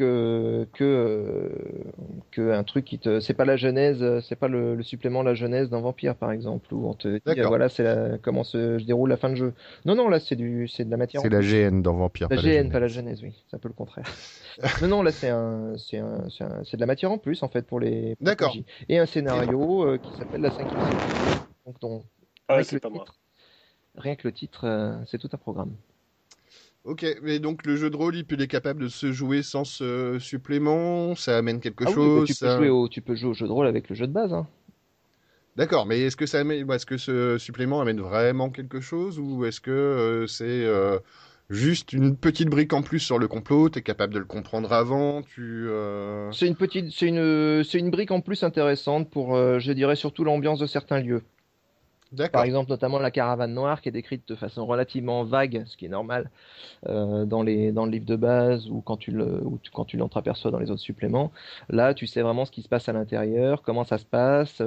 que un truc c'est pas la genèse, c'est pas le supplément la genèse d'un vampire par exemple où on te dit voilà comment se déroule la fin de jeu. Non là c'est de la matière. C'est la GN dans Vampire. La GN pas la genèse, oui, c'est un peu le contraire. non là c'est de la matière en plus en fait pour les. D'accord. Et un scénario qui s'appelle la 5e saison. Donc rien que le titre, c'est tout un programme. Ok, mais donc le jeu de rôle, il est capable de se jouer sans ce supplément, ça amène quelque chose. Oui, tu peux jouer au jeu de rôle avec le jeu de base. Hein. D'accord, mais est-ce que ce supplément amène vraiment quelque chose ou est-ce que c'est juste une petite brique en plus sur le complot, t'es capable de le comprendre avant, C'est une brique en plus intéressante pour, je dirais surtout l'ambiance de certains lieux. Par exemple, notamment la caravane noire qui est décrite de façon relativement vague, ce qui est normal dans le livre de base ou quand tu l'entreaperçois dans les autres suppléments. Là, tu sais vraiment ce qui se passe à l'intérieur, comment ça se passe.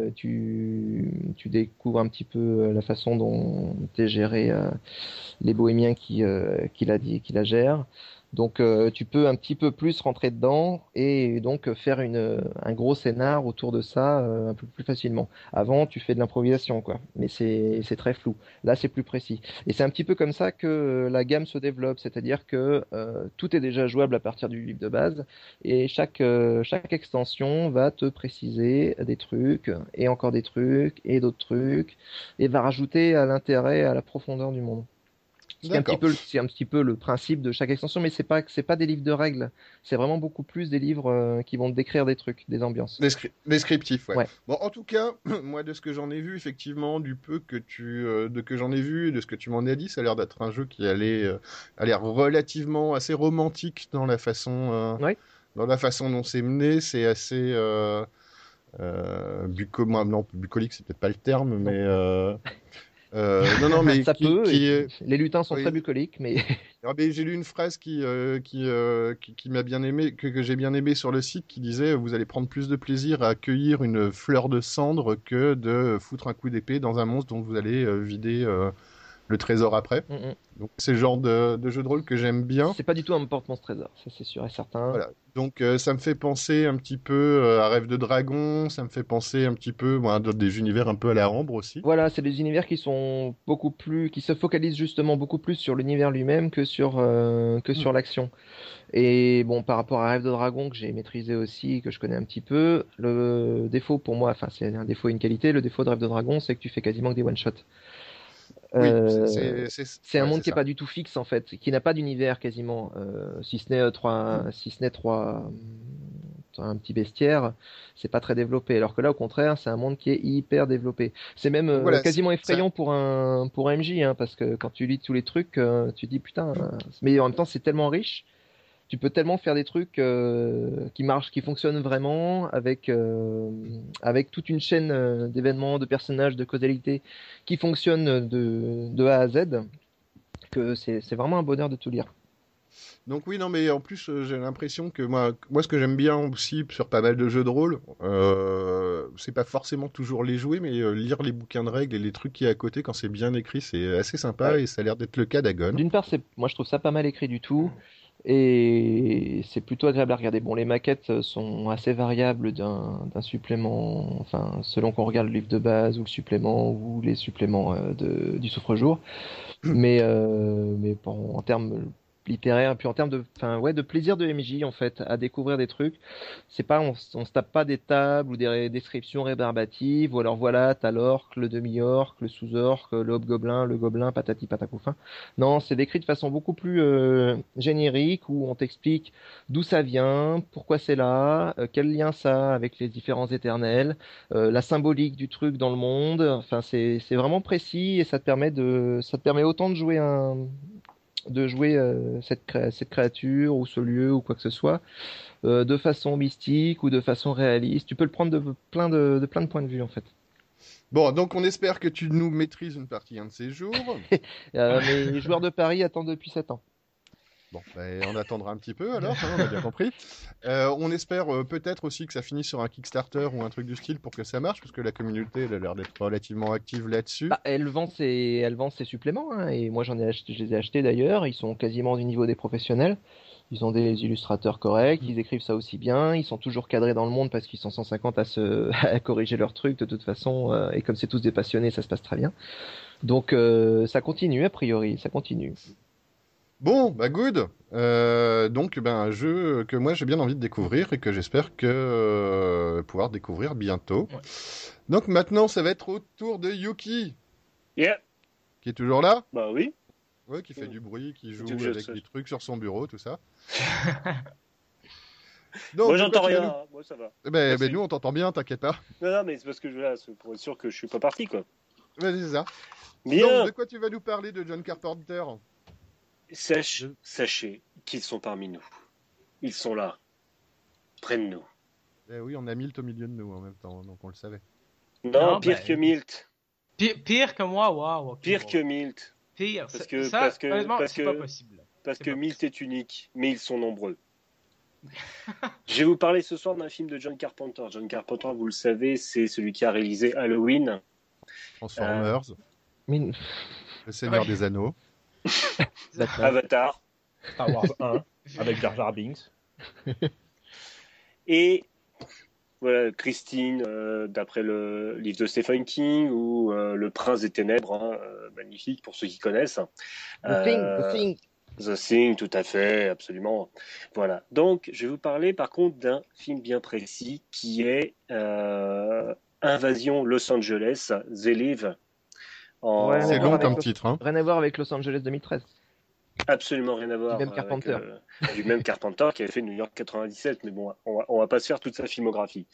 Tu découvres un petit peu la façon dont est géré les bohémiens qui la gèrent. Donc tu peux un petit peu plus rentrer dedans et donc faire un gros scénar autour de ça un peu plus facilement. Avant, tu fais de l'improvisation, quoi. Mais c'est très flou. Là, c'est plus précis. Et c'est un petit peu comme ça que la gamme se développe, c'est-à-dire que tout est déjà jouable à partir du livre de base et chaque extension va te préciser des trucs et encore des trucs et d'autres trucs et va rajouter à l'intérêt, à la profondeur du monde. C'est un petit peu le principe de chaque extension, mais c'est pas des livres de règles. C'est vraiment beaucoup plus des livres qui vont te décrire des trucs, des ambiances. Descriptifs, ouais. Bon, en tout cas, moi, de ce que j'en ai vu, effectivement, du peu que j'en ai vu et de ce que tu m'en as dit, ça a l'air d'être un jeu qui a l'air relativement assez romantique dans la façon, dans la façon dont c'est mené. C'est assez bucolique, c'est peut-être pas le terme, mais. Non, mais ça les lutins sont très bucoliques, mais. J'ai lu une phrase qui m'a bien aimé, que j'ai bien aimé sur le site, qui disait vous allez prendre plus de plaisir à cueillir une fleur de cendre que de foutre un coup d'épée dans un monstre dont vous allez vider le trésor après. Donc c'est le genre de jeu de rôle que j'aime bien. C'est pas du tout un porte-monstre trésor, ça c'est sûr et certain. Voilà. Donc ça me fait penser un petit peu à Rêve de Dragon, ça me fait penser un petit peu à des univers un peu à la Rambre aussi. Voilà, c'est des univers qui se focalisent justement beaucoup plus sur l'univers lui-même que sur l'action. Et bon, par rapport à Rêve de Dragon que j'ai maîtrisé aussi, que je connais un petit peu, le défaut pour moi, enfin c'est un défaut et une qualité, le défaut de Rêve de Dragon, c'est que tu fais quasiment que des one-shots. Oui, c'est un monde qui est pas du tout fixe en fait, qui n'a pas d'univers quasiment, si ce n'est un petit bestiaire, c'est pas très développé. Alors que là, au contraire, c'est un monde qui est hyper développé. C'est même quasiment effrayant pour un MJ, hein, parce que quand tu lis tous les trucs, tu dis putain. Mais en même temps, c'est tellement riche. Tu peux tellement faire des trucs qui marchent, qui fonctionnent vraiment avec toute une chaîne d'événements, de personnages, de causalité qui fonctionnent de A à Z que c'est vraiment un bonheur de tout lire. Donc oui, non, mais en plus, j'ai l'impression que moi, ce que j'aime bien aussi sur pas mal de jeux de rôle, c'est pas forcément toujours les jouer, mais lire les bouquins de règles et les trucs qui y a à côté quand c'est bien écrit, c'est assez sympa et ça a l'air d'être le cas d'Agon. D'une part, moi je trouve ça pas mal écrit du tout. Et c'est plutôt agréable à regarder. Bon, les maquettes sont assez variables d'un supplément, enfin, selon qu'on regarde le livre de base ou le supplément ou les suppléments du Souffre-Jour. Mais bon, en termes littéraires, et puis en termes de plaisir de MJ en fait, à découvrir des trucs. C'est pas, on se tape pas des tables ou des descriptions rébarbatives, ou alors voilà, t'as l'orque, le demi-orque, le sous-orque, le hobgoblin, le gobelin, patati patacoufin. Non, c'est décrit de façon beaucoup plus générique, où on t'explique d'où ça vient, pourquoi c'est là, quel lien ça a avec les différents éternels, la symbolique du truc dans le monde. Enfin, c'est vraiment précis et ça te permet autant de jouer cette créature ou ce lieu ou quoi que ce soit de façon mystique ou de façon réaliste. Tu peux le prendre de plein de points de vue en fait. Bon, donc on espère que tu nous maîtrises une partie un de ces jours. Mes joueurs de Paris attendent depuis 7 ans. Bon, on attendra un petit peu alors, on a bien compris. On espère peut-être aussi que ça finisse sur un Kickstarter ou un truc du style pour que ça marche, parce que la communauté elle a l'air d'être relativement active là-dessus. Elle vend ses suppléments, hein, et moi je les ai achetés d'ailleurs. Ils sont quasiment du niveau des professionnels. Ils ont des illustrateurs corrects, ils écrivent ça aussi bien. Ils sont toujours cadrés dans le monde parce qu'ils sont 150 à corriger leurs trucs de toute façon. Et comme c'est tous des passionnés, ça se passe très bien. Donc ça continue a priori, ça continue. Bon, good. Donc, un jeu que moi j'ai bien envie de découvrir et que j'espère que pouvoir découvrir bientôt. Ouais. Donc maintenant, ça va être au tour de Yuki. Yeah. Qui est toujours là? Bah oui. Ouais, qui fait du bruit, qui joue Du avec des trucs sur son bureau, tout ça. Donc, moi j'entends rien, moi ça va. Nous on t'entend bien, t'inquiète pas. Non, mais c'est parce que c'est pour être sûr que je suis pas parti, quoi. Vas-y, c'est ça. Bien. Donc, de quoi tu vas nous parler de John Carpenter? Sachez qu'ils sont parmi nous. Ils sont là, près de nous. Eh oui, on a Milt au milieu de nous en même temps, donc on le savait. Non, pire que Milt. Pire que moi, waouh. Pire que Milt. Pire, parce que c'est pas possible. Parce que Milt est unique, mais ils sont nombreux. Je vais vous parler ce soir d'un film de John Carpenter. John Carpenter, vous le savez, c'est celui qui a réalisé Halloween, Transformers, Le Seigneur des Anneaux, Avatar, Star Wars 1 avec Jar Jar Binks. Et voilà, Christine, d'après le livre de Stephen King, ou Le Prince des Ténèbres, magnifique pour ceux qui connaissent. The Thing, tout à fait, absolument. Voilà. Donc, je vais vous parler par contre d'un film bien précis qui est Invasion Los Angeles, The Live. C'est long comme titre. Hein. Rien à voir avec Los Angeles 2013. Absolument rien à voir. Du même Carpenter. Du même Carpenter qui avait fait New York 97, mais bon, on va pas se faire toute sa filmographie.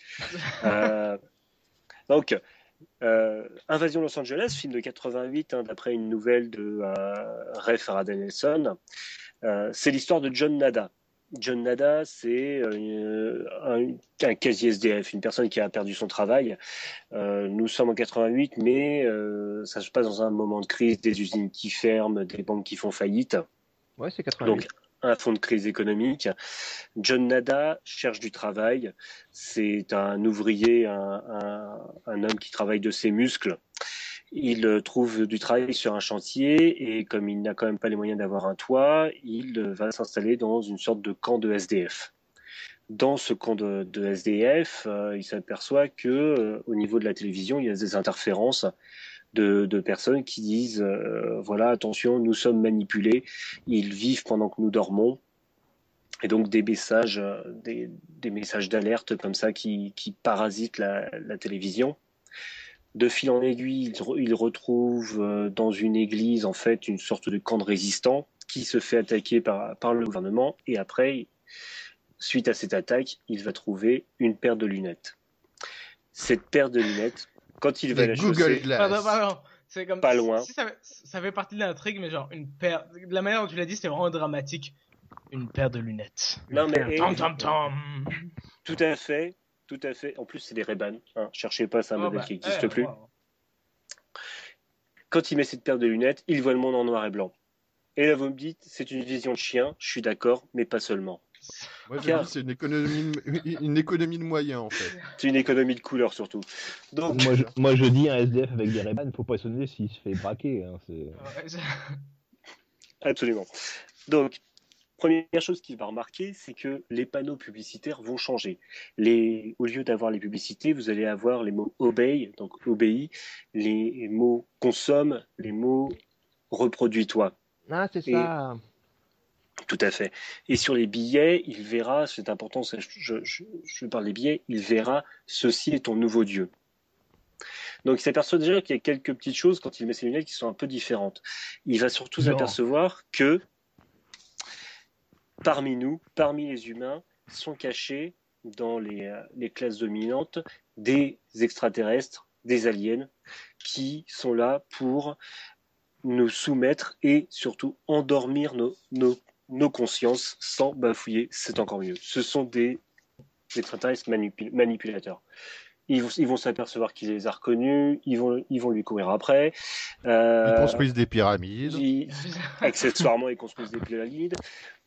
Donc, Invasion Los Angeles, film de 88, d'après une nouvelle de Ray Faraday Nelson. C'est l'histoire de John Nada. John Nada, c'est un quasi-SDF, une personne qui a perdu son travail. Nous sommes en 88, mais ça se passe dans un moment de crise, des usines qui ferment, des banques qui font faillite. Ouais, c'est 88. Donc, un fond de crise économique. John Nada cherche du travail. C'est un ouvrier, un homme qui travaille de ses muscles. Il trouve du travail sur un chantier et comme il n'a quand même pas les moyens d'avoir un toit, il va s'installer dans une sorte de camp de SDF. Dans ce camp de SDF, il s'aperçoit que au niveau de la télévision, il y a des interférences de personnes qui disent voilà, attention, nous sommes manipulés, ils vivent pendant que nous dormons. Et donc des messages d'alerte comme ça qui parasitent la télévision. De fil en aiguille, il retrouve dans une église en fait une sorte de camp de résistants qui se fait attaquer par le gouvernement. Et après, suite à cette attaque, il va trouver une paire de lunettes. Cette paire de lunettes, quand il va la chausser, pardon. C'est comme pas loin. Si ça fait partie de l'intrigue, mais genre une paire. De la manière dont tu l'as dit, c'était vraiment dramatique. Une paire de lunettes. Non mais Tom. Tout à fait. En plus, c'est des Ray-Ban. Cherchez pas, c'est un modèle qui n'existe plus. Wow. Quand il met cette paire de lunettes, il voit le monde en noir et blanc. Et là, vous me dites, c'est une vision de chien. Je suis d'accord, mais pas seulement. Moi, je dis, c'est une économie de moyens, en fait. C'est une économie de couleurs, surtout. Donc... Moi, je dis un SDF avec des Ray-Ban, il ne faut pas sonner s'il se fait braquer. Absolument. Donc, première chose qu'il va remarquer, c'est que les panneaux publicitaires vont changer. Au lieu d'avoir les publicités, vous allez avoir les mots obey, donc obéis, les mots consomme, les mots reproduis-toi. Ah, c'est ça. Tout à fait. Et sur les billets, il verra, c'est important, je parle des billets, il verra ceci est ton nouveau Dieu. Donc il s'aperçoit déjà qu'il y a quelques petites choses quand il met ses lunettes qui sont un peu différentes. Il va surtout s'apercevoir que parmi nous, parmi les humains, sont cachés dans les classes dominantes des extraterrestres, des aliens, qui sont là pour nous soumettre et surtout endormir nos consciences sans bafouiller, c'est encore mieux. Ce sont des extraterrestres manipulateurs. Ils vont s'apercevoir qu'il les a reconnus, ils vont lui courir après. Ils construisent des pyramides. Accessoirement, ils construisent des pyramides.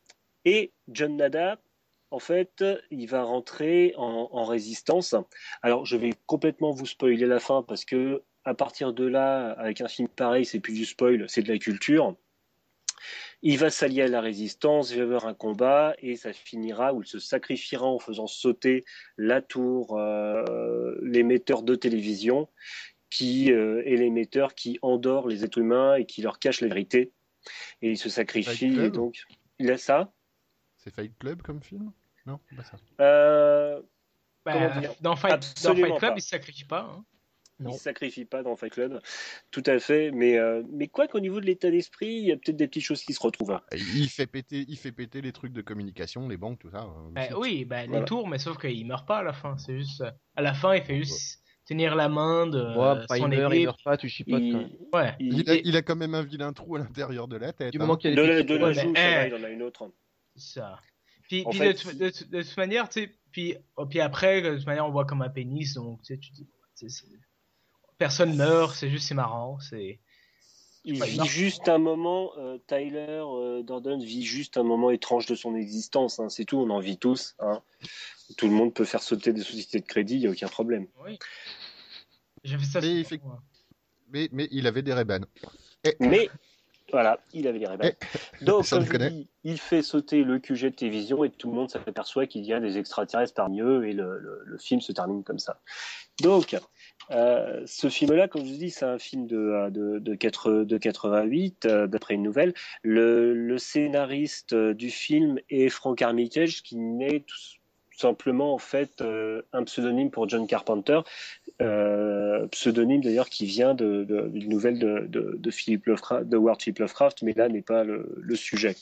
Et John Nada, en fait, il va rentrer en résistance. Alors, je vais complètement vous spoiler la fin parce que à partir de là, avec un film pareil, c'est plus du spoil, c'est de la culture. Il va s'allier à la résistance, il va y avoir un combat et ça finira où il se sacrifiera en faisant sauter la tour, l'émetteur de télévision est l'émetteur qui endort les êtres humains et qui leur cache la vérité. Et il se sacrifie et donc il a ça. C'est Fight Club comme film? Non, pas ça. Comment dire? Dans Fight Club, il se sacrifie pas. Hein. Il ne se sacrifie pas dans Fight Club, tout à fait. Mais quoi qu'au niveau de l'état d'esprit, il y a peut-être des petites choses qui se retrouvent. Il fait péter les trucs de communication, les banques, tout ça. Oui, les tours, mais sauf qu'il meurt pas à la fin. C'est juste à la fin, il fait juste tenir la main de son épée. Il meurt pas, tu chipotes. Il a quand même un vilain trou à l'intérieur de la tête. Du moment qu'il y a de la joue, il en a une autre. C'est ça. Puis de toute manière, tu sais, puis après, de toute manière, on voit comme un pénis, donc tu sais, tu dis, personne meurt, c'est marrant, il vit juste un moment, Tyler Durden vit juste un moment étrange de son existence, hein, c'est tout, on en vit tous, hein. Tout le monde peut faire sauter des sociétés de crédit, il n'y a aucun problème. Oui. J'ai fait ça mais il avait des Ray-Ban. Mais voilà, il avait les Ray-Ban. Donc, comme je dis, il fait sauter le QG de télévision et tout le monde s'aperçoit qu'il y a des extraterrestres parmi eux et le film se termine comme ça. Donc, ce film-là, comme je vous dis, c'est un film de 88, d'après une nouvelle. Le scénariste du film est Frank Armitage, qui n'est tout simplement en fait un pseudonyme pour John Carpenter, pseudonyme d'ailleurs qui vient d'une nouvelle de Philip Lovecraft, de Howard Philip Lovecraft, mais là n'est pas le sujet.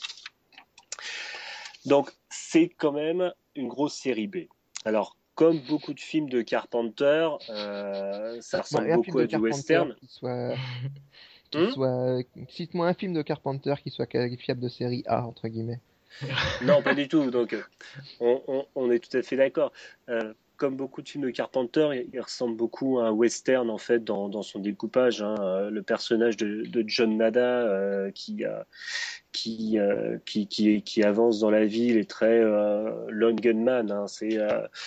Donc c'est quand même une grosse série B. Alors comme beaucoup de films de Carpenter, ça ressemble beaucoup à du western. Cite-moi un film de Carpenter qui soit qualifiable de série A entre guillemets. Non, pas du tout. Donc, on est tout à fait d'accord. Comme beaucoup de films de Carpenter, il ressemble beaucoup à un western en fait dans son découpage. Hein. Le personnage de John Nada qui avance dans la ville est très lone gunman. Hein. C'est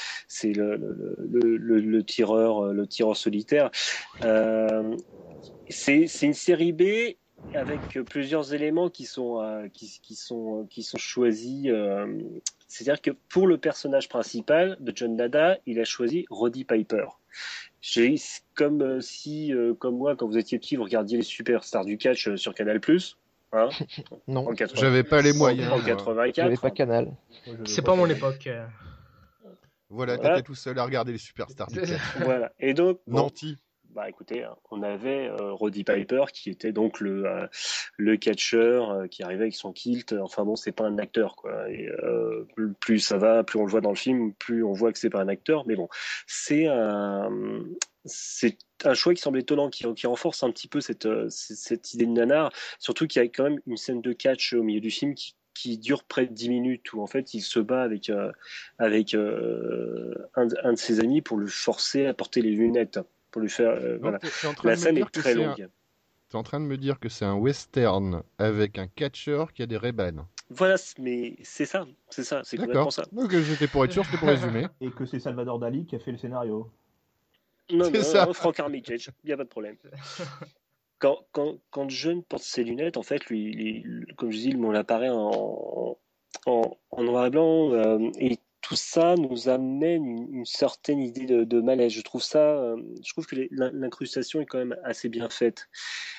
le tireur solitaire. C'est une série B avec plusieurs éléments qui sont choisis. C'est-à-dire que pour le personnage principal de John Nada, il a choisi Roddy Piper. Comme moi, quand vous étiez petit, vous regardiez les superstars du catch sur Canal+. Hein, non, j'avais pas les moyens. En 84. J'avais pas Canal. C'est pas mon époque. Voilà, t'étais tout seul à regarder les superstars du catch. Voilà. Et donc, Nanti. Bah écoutez, on avait Roddy Piper qui était donc le catcheur qui arrivait avec son kilt. Enfin bon, c'est pas un acteur quoi. Et plus ça va, plus on le voit dans le film, plus on voit que c'est pas un acteur. Mais bon, c'est un choix qui semble étonnant, qui renforce un petit peu cette idée de nanar. Surtout qu'il y a quand même une scène de catch au milieu du film qui dure près de 10 minutes où en fait il se bat avec un de ses amis pour le forcer à porter les lunettes. Pour lui faire, voilà. La scène est très longue. T'es en train de me dire que c'est un western avec un catcheur qui a des Ray-Ban. Voilà, mais c'est ça, c'est complètement ça. Donc j'étais pour être sûr, c'était pour résumer. Et que c'est Salvador Dali qui a fait le scénario. Non, Frank Armitage, il n'y a pas de problème. Quand John porte ses lunettes, en fait, lui, comme je dis, on apparaît en noir et blanc, et tout ça nous amène une certaine idée de malaise. Je trouve que l'incrustation est quand même assez bien faite.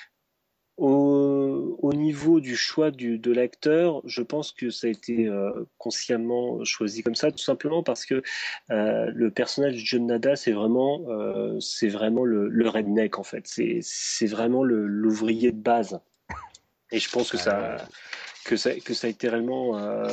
Au niveau du choix de l'acteur, je pense que ça a été consciemment choisi comme ça, tout simplement parce que le personnage de John Nada, c'est vraiment le redneck en fait. C'est vraiment l'ouvrier de base. Et je pense que ça a été réellement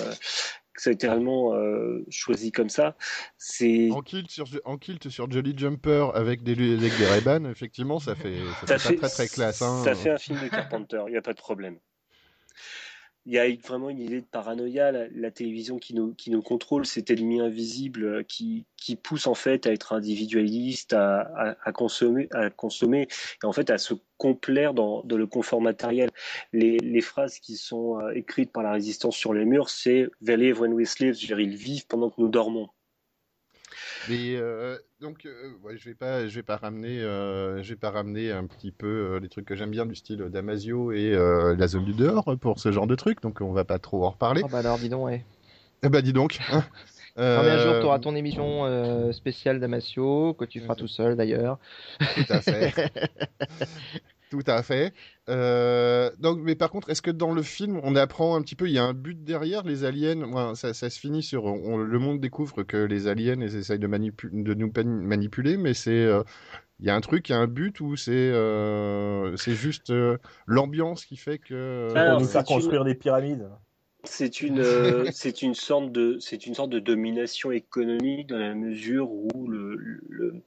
choisi comme ça. En kilt sur Jolly Jumper avec des Ray-Ban, effectivement, ça fait très très classe. Hein. Ça fait un film de Carpenter, il n'y a pas de problème. il y a vraiment une idée de paranoïa. La télévision qui nous contrôle, cet ennemi invisible qui pousse en fait à être individualiste, à consommer, et en fait à se complaire dans le confort matériel. Les phrases qui sont écrites par la résistance sur les murs, c'est "They live when we sleep", c'est-à-dire ils vivent pendant que nous dormons. Mais donc, ouais, je vais pas ramener un petit peu les trucs que j'aime bien du style Damasio et La Zone du dehors pour ce genre de trucs. Donc, on va pas trop en reparler. Oh bah alors, dis donc, ouais. Eh ben, dis donc. Hein. Non, mais un jour, tu auras ton émission spéciale Damasio, que tu feras tout seul d'ailleurs. Tout à fait. Tout à fait. Donc, mais par contre, est-ce que dans le film, on apprend un petit peu, il y a un but derrière les aliens? Ouais, ça se finit sur, le monde découvre que les aliens ils essayent de nous manipuler, mais il y a un truc, il y a un but ou c'est juste l'ambiance qui fait que. Pour nous faire construire des pyramides. C'est une sorte de domination économique dans la mesure où le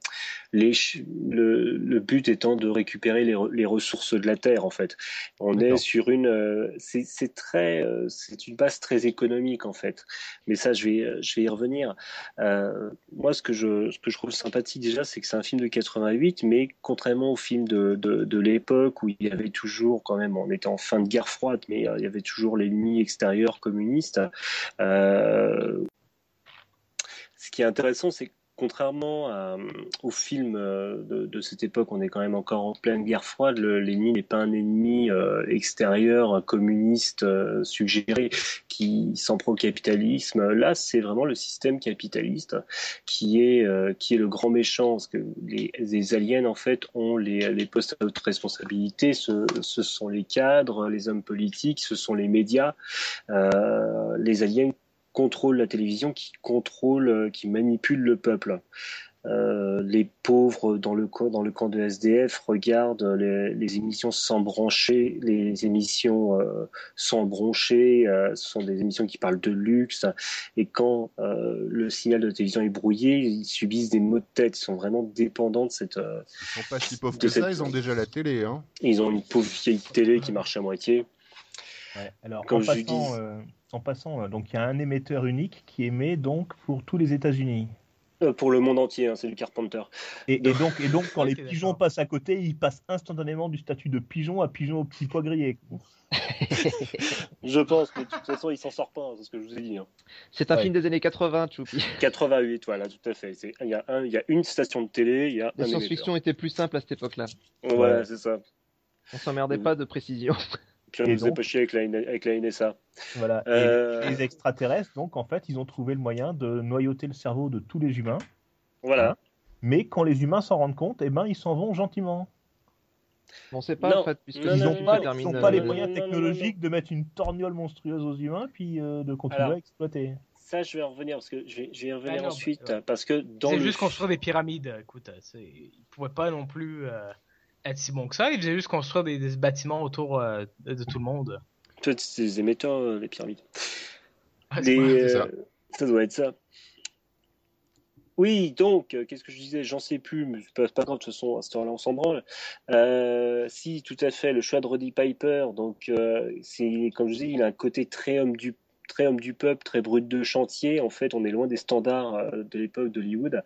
but étant de récupérer les ressources de la terre en fait. On est sur c'est une base très économique en fait. Mais ça je vais y revenir. Moi ce que je trouve sympathique déjà, c'est que c'est un film de 88, mais contrairement au film de l'époque où il y avait toujours quand même, on était en fin de guerre froide, mais il y avait toujours l'ennemi extérieur communiste. Ce qui est intéressant, c'est que contrairement au film de cette époque, on est quand même encore en pleine guerre froide. L'ennemi n'est pas un ennemi extérieur communiste suggéré qui s'en prend au capitalisme. Là, c'est vraiment le système capitaliste qui est le grand méchant. Parce que les aliens, en fait, ont les postes à haute responsabilité. Ce sont les cadres, les hommes politiques, ce sont les médias. Les aliens contrôle la télévision, qui manipule le peuple. Les pauvres dans le camp de SDF regardent les émissions sans brancher, les émissions sans broncher, ce sont des émissions qui parlent de luxe, et quand le signal de la télévision est brouillé, ils subissent des maux de tête, ils sont vraiment dépendants de cette... Ils sont pas si pauvres que ça, ils ont déjà la télé. Hein. Ils ont une pauvre vieille télé qui marche à moitié. Ouais, alors, en passant, donc il y a un émetteur unique qui émet donc pour tous les États-Unis. Pour le monde entier, hein, c'est du Carpenter. Et donc quand les pigeons passent à côté, ils passent instantanément du statut de pigeon à pigeon au petit pois grillé. Je pense, mais de toute façon, il s'en sort pas, hein, c'est ce que je vous ai dit. Hein. C'est un film des années 80, Choupi. 88, voilà, tout à fait. Il y a une station de télé, il y a la science-fiction était plus simple à cette époque-là. Voilà, c'est ça. On s'emmerdait pas de précision. Puis on nous a pas chié avec la NSA. Voilà. Et les extraterrestres, donc, en fait, ils ont trouvé le moyen de noyauter le cerveau de tous les humains. Voilà. Hein. Mais quand les humains s'en rendent compte, ils s'en vont gentiment. On sait pas, en fait, puisque ils n'ont pas les moyens technologiques de mettre une torgnole monstrueuse aux humains, puis de continuer à exploiter. Ça, je vais en revenir, parce que je vais y revenir ensuite, parce que dans juste construire des pyramides, écoute, ils pouvaient pas non plus être si bons que ça, ils faisaient juste construire des bâtiments autour de tout le monde. Peut-être c'est des émetteurs, les pyramides. Ah, ça doit être ça. Oui, donc, qu'est-ce que je disais? J'en sais plus, mais c'est pas grave, de toute façon, à cette heure-là, on s'en branle. Si, tout à fait, le choix de Roddy Piper, donc, c'est, comme je dis, il a un côté très homme du peuple, très brut de chantier. En fait, on est loin des standards de l'époque d'Hollywood.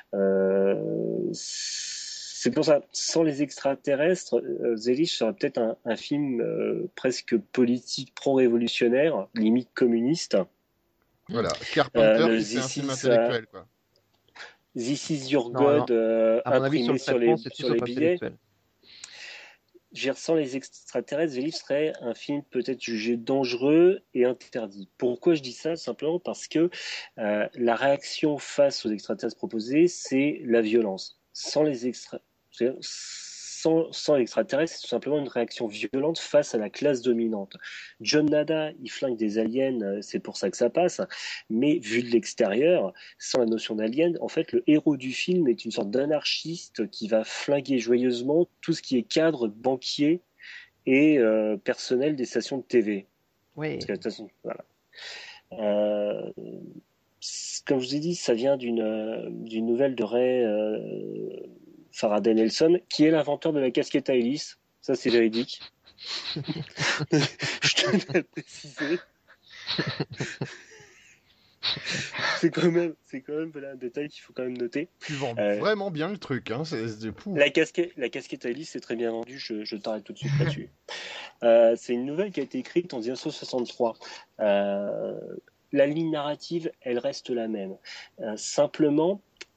C'est pour ça, sans les extraterrestres, Zelish serait peut-être un film presque politique, pro-révolutionnaire, limite communiste. Voilà, Carpenter, c'est un film intellectuel, quoi. This is your God, imprimé sur les billets. Sans les extraterrestres, Zelish serait un film peut-être jugé dangereux et interdit. Pourquoi je dis ça? Simplement parce que la réaction face aux extraterrestres proposés, c'est la violence. Sans l'extraterrestre, c'est tout simplement une réaction violente face à la classe dominante. John Nada, il flingue des aliens, c'est pour ça que ça passe, mais vu de l'extérieur, sans la notion d'alien, en fait, le héros du film est une sorte d'anarchiste qui va flinguer joyeusement tout ce qui est cadre, banquier et personnel des stations de TV. Oui. Voilà. Comme je vous ai dit, ça vient d'une nouvelle de Ray Faraday Nelson, qui est l'inventeur de la casquette à hélice. Ça, c'est véridique. Je tenais à le préciser. c'est quand même voilà, un détail qu'il faut quand même noter. Tu vends vraiment bien le truc, hein, c'est fou. La casquette Alice, c'est très bien vendu, je t'arrête tout de suite là-dessus. C'est une nouvelle qui a été écrite en 1963. La ligne narrative, elle reste la même. Simplement,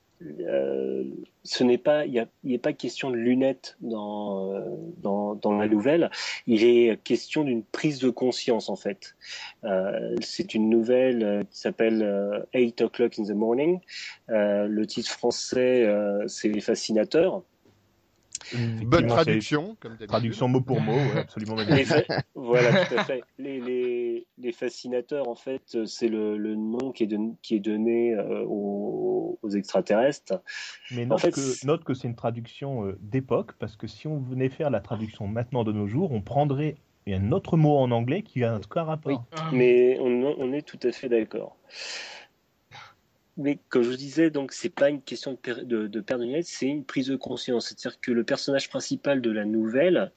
il n'est pas question de lunettes dans la nouvelle. Il est question d'une prise de conscience en fait. C'est une nouvelle qui s'appelle 8 o'clock in the morning. Le titre français, c'est Les Fascinateurs. Bonne traduction, comme d'habitude. Traduction mot pour mot, ouais, absolument magnifique. Voilà, tout à fait. Les fascinateurs, en fait, c'est le nom qui est donné aux extraterrestres. Mais note que c'est une traduction d'époque, parce que si on venait faire la traduction maintenant de nos jours, on prendrait un autre mot en anglais qui a aucun rapport. Oui, mais on est tout à fait d'accord. Mais comme je vous disais, donc c'est pas une question de perte de lunettes, c'est une prise de conscience. C'est-à-dire que le personnage principal de la nouvelle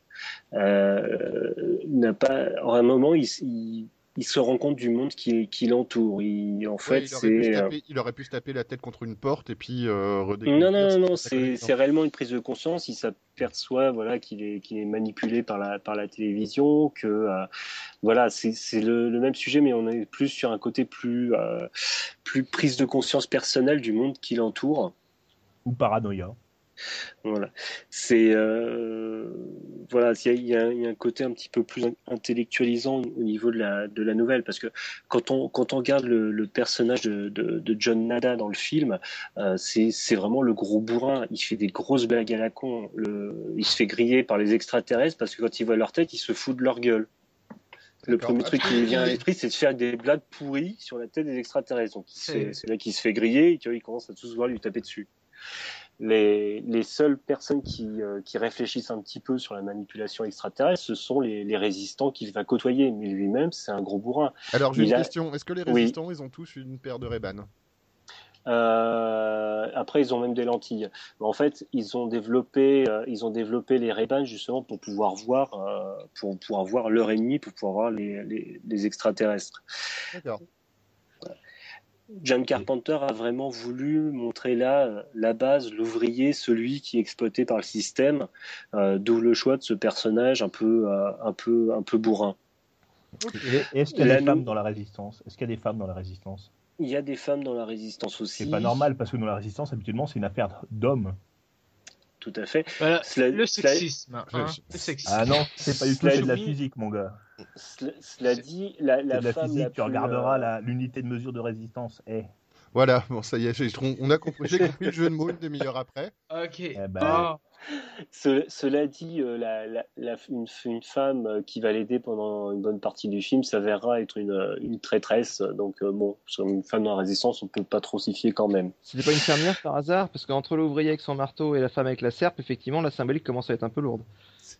n'a pas, à un moment, il se rend compte du monde qui l'entoure. Il aurait pu se taper la tête contre une porte et puis redécouvrir. Non, c'est réellement une prise de conscience. Il s'aperçoit, voilà, qu'il est manipulé par la télévision, que voilà, c'est le même sujet, mais on est plus sur un côté plus prise de conscience personnelle du monde qui l'entoure. Ou paranoïa. Voilà, c'est voilà, il y a un côté un petit peu plus intellectualisant au niveau de la nouvelle, parce que quand on regarde le personnage de John Nada dans le film, c'est vraiment le gros bourrin. Il fait des grosses blagues à la con. Il se fait griller par les extraterrestres parce que quand ils voient leur tête, ils se foutent de leur gueule. Le premier truc qui lui vient à l'esprit, c'est de faire des blagues pourries sur la tête des extraterrestres. Donc c'est là qu'il se fait griller et qu'ils commencent à tous voir lui taper dessus. Les seules personnes qui réfléchissent un petit peu sur la manipulation extraterrestre, ce sont les résistants qu'il va côtoyer. Mais lui-même, c'est un gros bourrin. Alors, j'ai une question. Est-ce que les résistants, ils ont tous une paire de Ray-Ban ? Après, ils ont même des lentilles. En fait, ils ont développé les Ray-Ban justement pour pouvoir voir leur ennemi, pour pouvoir voir les extraterrestres. D'accord. John Carpenter a vraiment voulu montrer là la base, l'ouvrier, celui qui est exploité par le système, d'où le choix de ce personnage un peu bourrin. Et est-ce qu'il y a des femmes dans la résistance ? Il y a des femmes dans la résistance aussi. C'est pas normal parce que dans la résistance, habituellement, c'est une affaire d'hommes. Tout à fait. Voilà, le sexisme. Ah non, c'est pas du tout, c'est de la physique, mon gars. Cela dit, la femme physique, tu regarderas l'unité de mesure de résistance. Voilà, bon, ça y est, j'ai compris le jeu de mots une demi-heure après. Ok. Cela dit, une femme qui va l'aider pendant une bonne partie du film s'avérera être une traîtresse. Donc bon, sur une femme dans la résistance, on peut pas trop s'y fier quand même. C'était pas une fermière par hasard ? Parce qu'entre l'ouvrier avec son marteau et la femme avec la serpe, effectivement, la symbolique commence à être un peu lourde.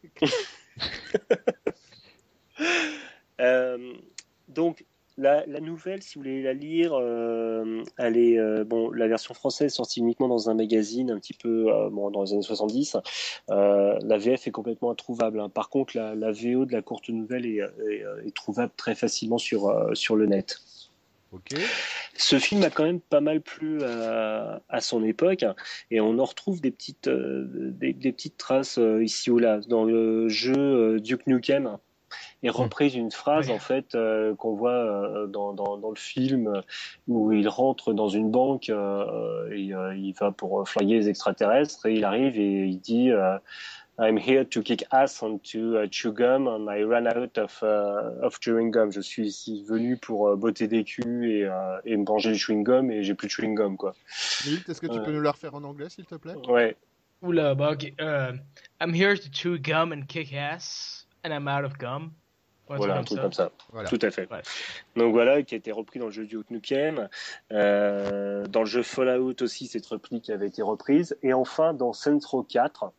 Donc la nouvelle, si vous voulez la lire, elle est la version française est sortie uniquement dans un magazine un petit peu dans les années 70. La VF est complètement introuvable, hein. Par contre, la VO de la courte nouvelle est trouvable très facilement sur le net. Okay. Ce film a quand même pas mal plu à son époque, et on en retrouve des petites traces ici ou là dans le jeu Duke Nukem. Et reprise une phrase en fait qu'on voit dans le film où il rentre dans une banque et il va pour flinguer les extraterrestres, et il arrive et il dit I'm here to kick ass and to chew gum and I ran out of chewing gum. Je suis ici venu pour botter des culs et me manger du chewing gum, et j'ai plus de chewing gum, quoi. Milt, est-ce que tu peux nous la refaire en anglais, s'il te plaît ? Ouais. Oula, ok. I'm here to chew gum and kick ass and I'm out of gum. Voilà, un truc comme ça. Voilà. Tout à fait. Ouais. Donc voilà, qui a été repris dans le jeu Duke Nukem. Dans le jeu Fallout aussi, cette réplique avait été reprise. Et enfin, dans Saints Row 4,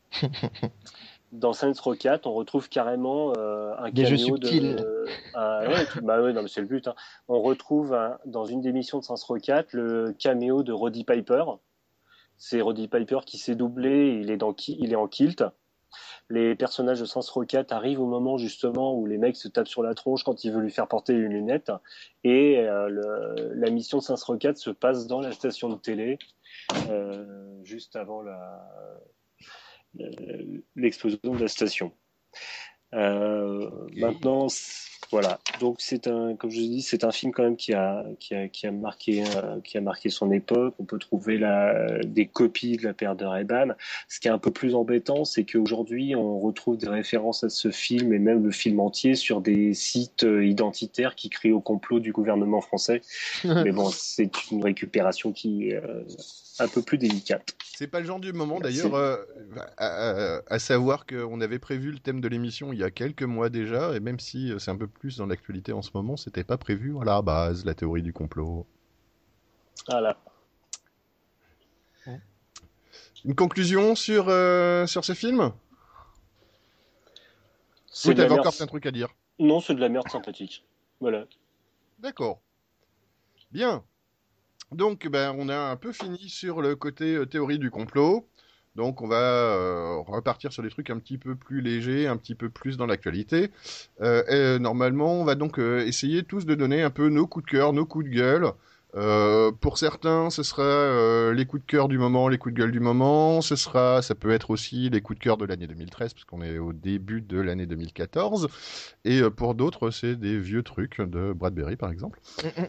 on retrouve carrément un des cameo de... non, mais c'est le but. Hein. On retrouve dans une des missions de Saints Row 4 le caméo de Roddy Piper. C'est Roddy Piper qui s'est doublé, il est en kilt. les personnages de Sans Roquette arrivent au moment justement où les mecs se tapent sur la tronche quand ils veulent lui faire porter une lunette. Et la mission de Sans Roquette se passe dans la station de télé, juste avant l'explosion de la station. Okay. Maintenant, voilà. Donc comme je dis, c'est un film quand même qui a marqué son époque. On peut trouver des copies de La Paire de Ray-Ban. Ce qui est un peu plus embêtant, c'est qu'aujourd'hui, on retrouve des références à ce film et même le film entier sur des sites identitaires qui crient au complot du gouvernement français. Mais bon, c'est une récupération qui est un peu plus délicate. C'est pas le genre du moment d'ailleurs, à savoir qu'on avait prévu le thème de l'émission il y a quelques mois déjà, et même si c'est un peu plus dans l'actualité en ce moment, c'était pas prévu à la base, la théorie du complot. Voilà. Une conclusion sur ce film ? Ou t'avais encore un truc à dire ? Non, c'est de la merde sympathique. Voilà. D'accord. Bien. Donc, on a un peu fini sur le côté théorie du complot. Donc, on va repartir sur des trucs un petit peu plus légers, un petit peu plus dans l'actualité. Normalement, on va donc essayer tous de donner un peu nos coups de cœur, nos coups de gueule. Pour certains, ce sera les coups de cœur du moment, les coups de gueule du moment. Ça peut être aussi les coups de cœur de l'année 2013, parce qu'on est au début de l'année 2014. Et pour d'autres, c'est des vieux trucs de Bradbury, par exemple.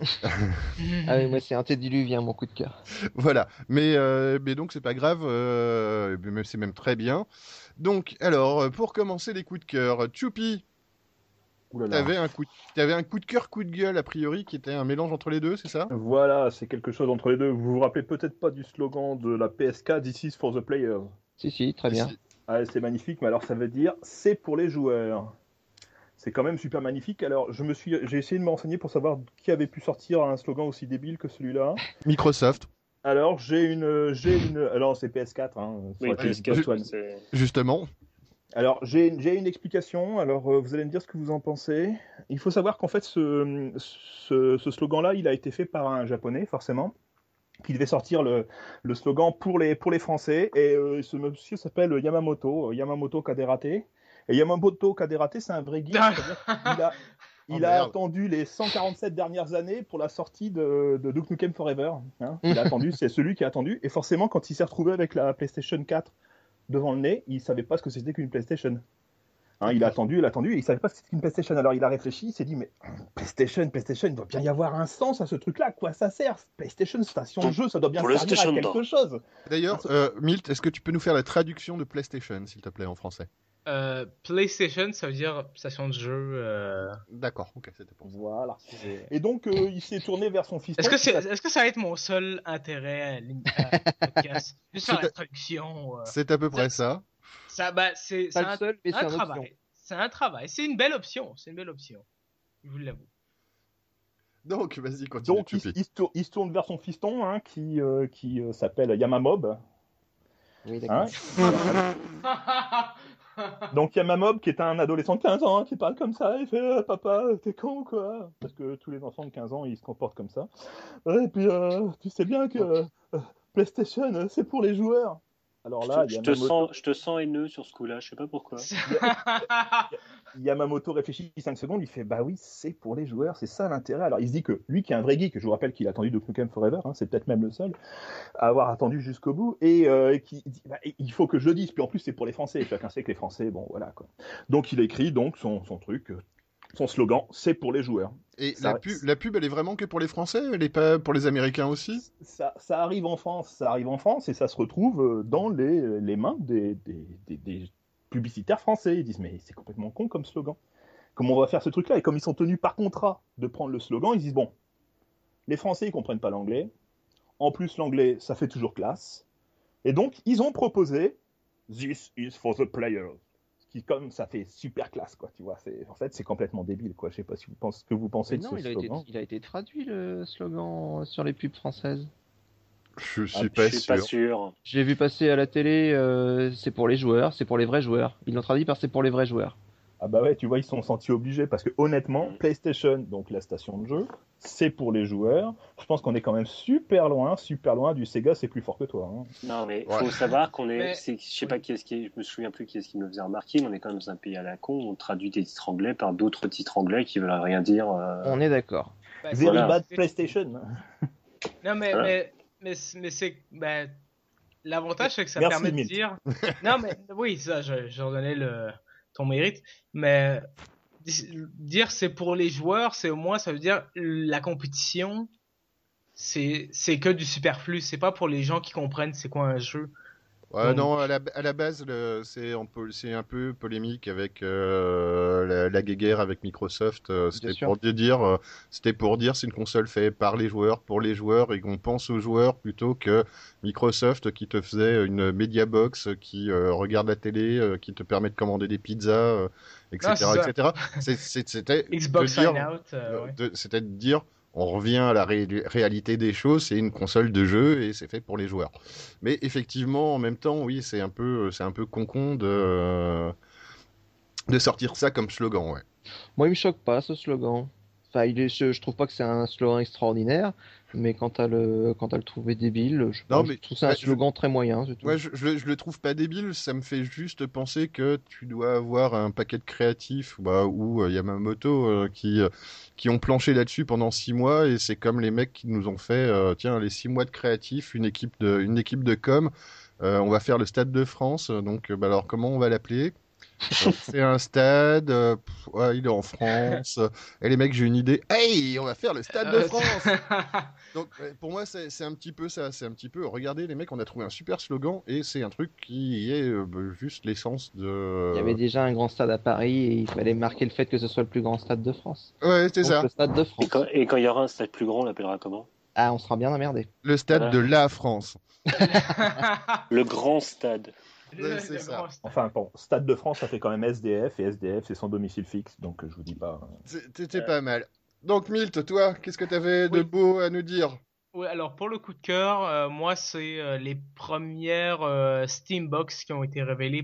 Ah oui, moi c'est antédiluvien, mon coup de cœur. Voilà, mais donc c'est pas grave, c'est même très bien. Donc, alors, pour commencer les coups de cœur, Choupi, t'avais un coup de cœur, coup de gueule, a priori, qui était un mélange entre les deux, c'est ça ? Voilà, c'est quelque chose entre les deux. Vous vous rappelez peut-être pas du slogan de la PSK, This is for the players. Si, très bien. Ah, c'est magnifique, mais alors ça veut dire, c'est pour les joueurs. C'est quand même super magnifique. Alors, j'ai essayé de me renseigner pour savoir qui avait pu sortir un slogan aussi débile que celui-là. Microsoft. Alors, alors c'est PS4, hein. Oui, PS4, justement. Alors, j'ai une explication. Alors, vous allez me dire ce que vous en pensez. Il faut savoir qu'en fait, ce slogan-là, il a été fait par un Japonais, forcément, qui devait sortir le slogan pour les Français. Et ce monsieur s'appelle Yamamoto Kaderate. Et Yamamoto Kaderate, c'est un vrai geek. Il a attendu les 147 dernières années pour la sortie de Duke Nukem Forever. Hein. Il a attendu, c'est celui qui a attendu. Et forcément, quand il s'est retrouvé avec la PlayStation 4 devant le nez, il savait pas ce que c'était qu'une PlayStation. Hein, il a attendu, et il savait pas ce que c'était qu'une PlayStation. Alors il a réfléchi, il s'est dit, mais PlayStation, il doit bien y avoir un sens à ce truc-là. À quoi ça sert ? PlayStation, station de jeu, ça doit bien servir à quelque chose. D'ailleurs, Milt, est-ce que tu peux nous faire la traduction de PlayStation, s'il te plaît, en français ? PlayStation, ça veut dire station de jeu. D'accord, ok, c'était pour ça. Voilà. Et donc, il s'est tourné vers son fiston. Est-ce que ça va être mon seul intérêt à podcast ? Juste faire la traduction. C'est à peu près ça. C'est pas le seul, mais c'est un travail. C'est un travail. C'est une belle option. Je vous l'avoue. Donc, vas-y, continue. Donc, il se tourne vers son fiston, hein, qui s'appelle Yamamob. Oui, d'accord. Hein. Donc Yamamob, qui est un adolescent de 15 ans, qui parle comme ça, il fait papa, t'es con ou quoi ? Parce que tous les enfants de 15 ans, ils se comportent comme ça. Et puis, tu sais bien que PlayStation, c'est pour les joueurs. Alors là, je te sens haineux sur ce coup-là, je sais pas pourquoi. Yamamoto réfléchit 5 secondes, il fait bah oui, c'est pour les joueurs, c'est ça l'intérêt. Alors il se dit que lui qui est un vrai geek, je vous rappelle qu'il a attendu Duke Nukem Forever, hein, c'est peut-être même le seul à avoir attendu jusqu'au bout, et qui dit bah, il faut que je le dise, puis en plus c'est pour les Français, et chacun sait que les Français, bon voilà quoi. Donc il écrit donc son truc, son slogan, c'est pour les joueurs. Et la pub, elle est vraiment que pour les Français ? Elle est pas pour les Américains aussi ? Ça arrive en France, et ça se retrouve dans les mains des publicitaires français. Ils disent mais c'est complètement con comme slogan. Comment on va faire ce truc-là ? Et comme ils sont tenus par contrat de prendre le slogan, ils disent bon, les Français ils comprennent pas l'anglais. En plus l'anglais ça fait toujours classe. Et donc ils ont proposé This is for the players. Qui comme ça fait super classe quoi, tu vois, en fait c'est complètement débile quoi, je sais pas si ce que vous pensez de ce slogan. Il a été traduit le slogan sur les pubs françaises. Je suis pas sûr. Je l'ai vu passer à la télé, c'est pour les joueurs, c'est pour les vrais joueurs. Ils l'ont traduit par c'est pour les vrais joueurs. Ah bah ouais, tu vois, ils se sont sentis obligés parce que honnêtement, PlayStation, donc la station de jeu, c'est pour les joueurs. Je pense qu'on est quand même super loin du Sega, c'est plus fort que toi. Hein. Non, mais Ouais. faut savoir qu'on est. Mais- Je sais pas qui est-ce qui. Je me souviens plus qui est-ce qui me faisait remarquer, mais on est quand même dans un pays à la con. On traduit des titres anglais par d'autres titres anglais qui veulent rien dire. On est d'accord. Bah, Very Voilà. bad PlayStation. Non, Voilà. mais c'est. L'avantage, c'est que ça Merci, permet de Milt. dire. Non, mais oui, ça, j'en donnais ton mérite. Mais dire c'est pour les joueurs, c'est au moins, ça veut dire la compétition, c'est que du superflu. C'est pas pour les gens qui comprennent c'est quoi un jeu. Ouais, Donc- non, à la base, c'est un peu polémique avec la guéguerre avec Microsoft. C'était sûr. pour dire, c'est une console faite par les joueurs, pour les joueurs, et qu'on pense aux joueurs plutôt que Microsoft qui te faisait une media box, qui regarde la télé, qui te permet de commander des pizzas, etc., Non, c'est ça. etc. C'était Xbox de dire, Sign Out, ouais. c'était de dire, on revient à la réalité des choses, c'est une console de jeu et c'est fait pour les joueurs. Mais effectivement, en même temps, oui, c'est un peu con de sortir ça comme slogan, ouais. Moi, il me choque pas ce slogan. Enfin, je trouve pas que c'est un slogan extraordinaire, mais quand t'as le trouvé débile, je Non, je mais trouve que c'est un slogan très moyen, c'est tout. ouais, je le trouve pas débile, ça me fait juste penser que tu dois avoir un paquet de créatifs ou Yamamoto qui ont planché là-dessus pendant 6 mois et c'est comme les mecs qui nous ont fait tiens, les 6 mois de créatifs, une équipe de com, on va faire le Stade de France, donc alors comment on va l'appeler? C'est un stade, ouais, il est en France. Et les mecs, j'ai une idée. Hey, on va faire le Stade de France. Donc, pour moi, c'est un petit peu ça. C'est un petit peu, regardez, les mecs, on a trouvé un super slogan et c'est un truc qui est juste l'essence de. Il y avait déjà un grand stade à Paris et il fallait marquer le fait que ce soit le plus grand stade de France. Ouais, c'est Donc, ça. le stade de Et France. quand il y aura un stade plus grand, on l'appellera comment? Ah, on sera bien emmerdé. Le stade Voilà. de la France. Le grand stade. Ouais, c'est ça. grand stade. Enfin bon, Stade de France, ça fait quand même SDF, et SDF, c'est sans domicile fixe, donc je vous dis pas. C'était pas mal. Donc, Milt, toi, qu'est-ce que t'avais de Oui. beau à nous dire? Ouais, alors pour le coup de cœur, moi c'est les premières Steambox qui ont été révélées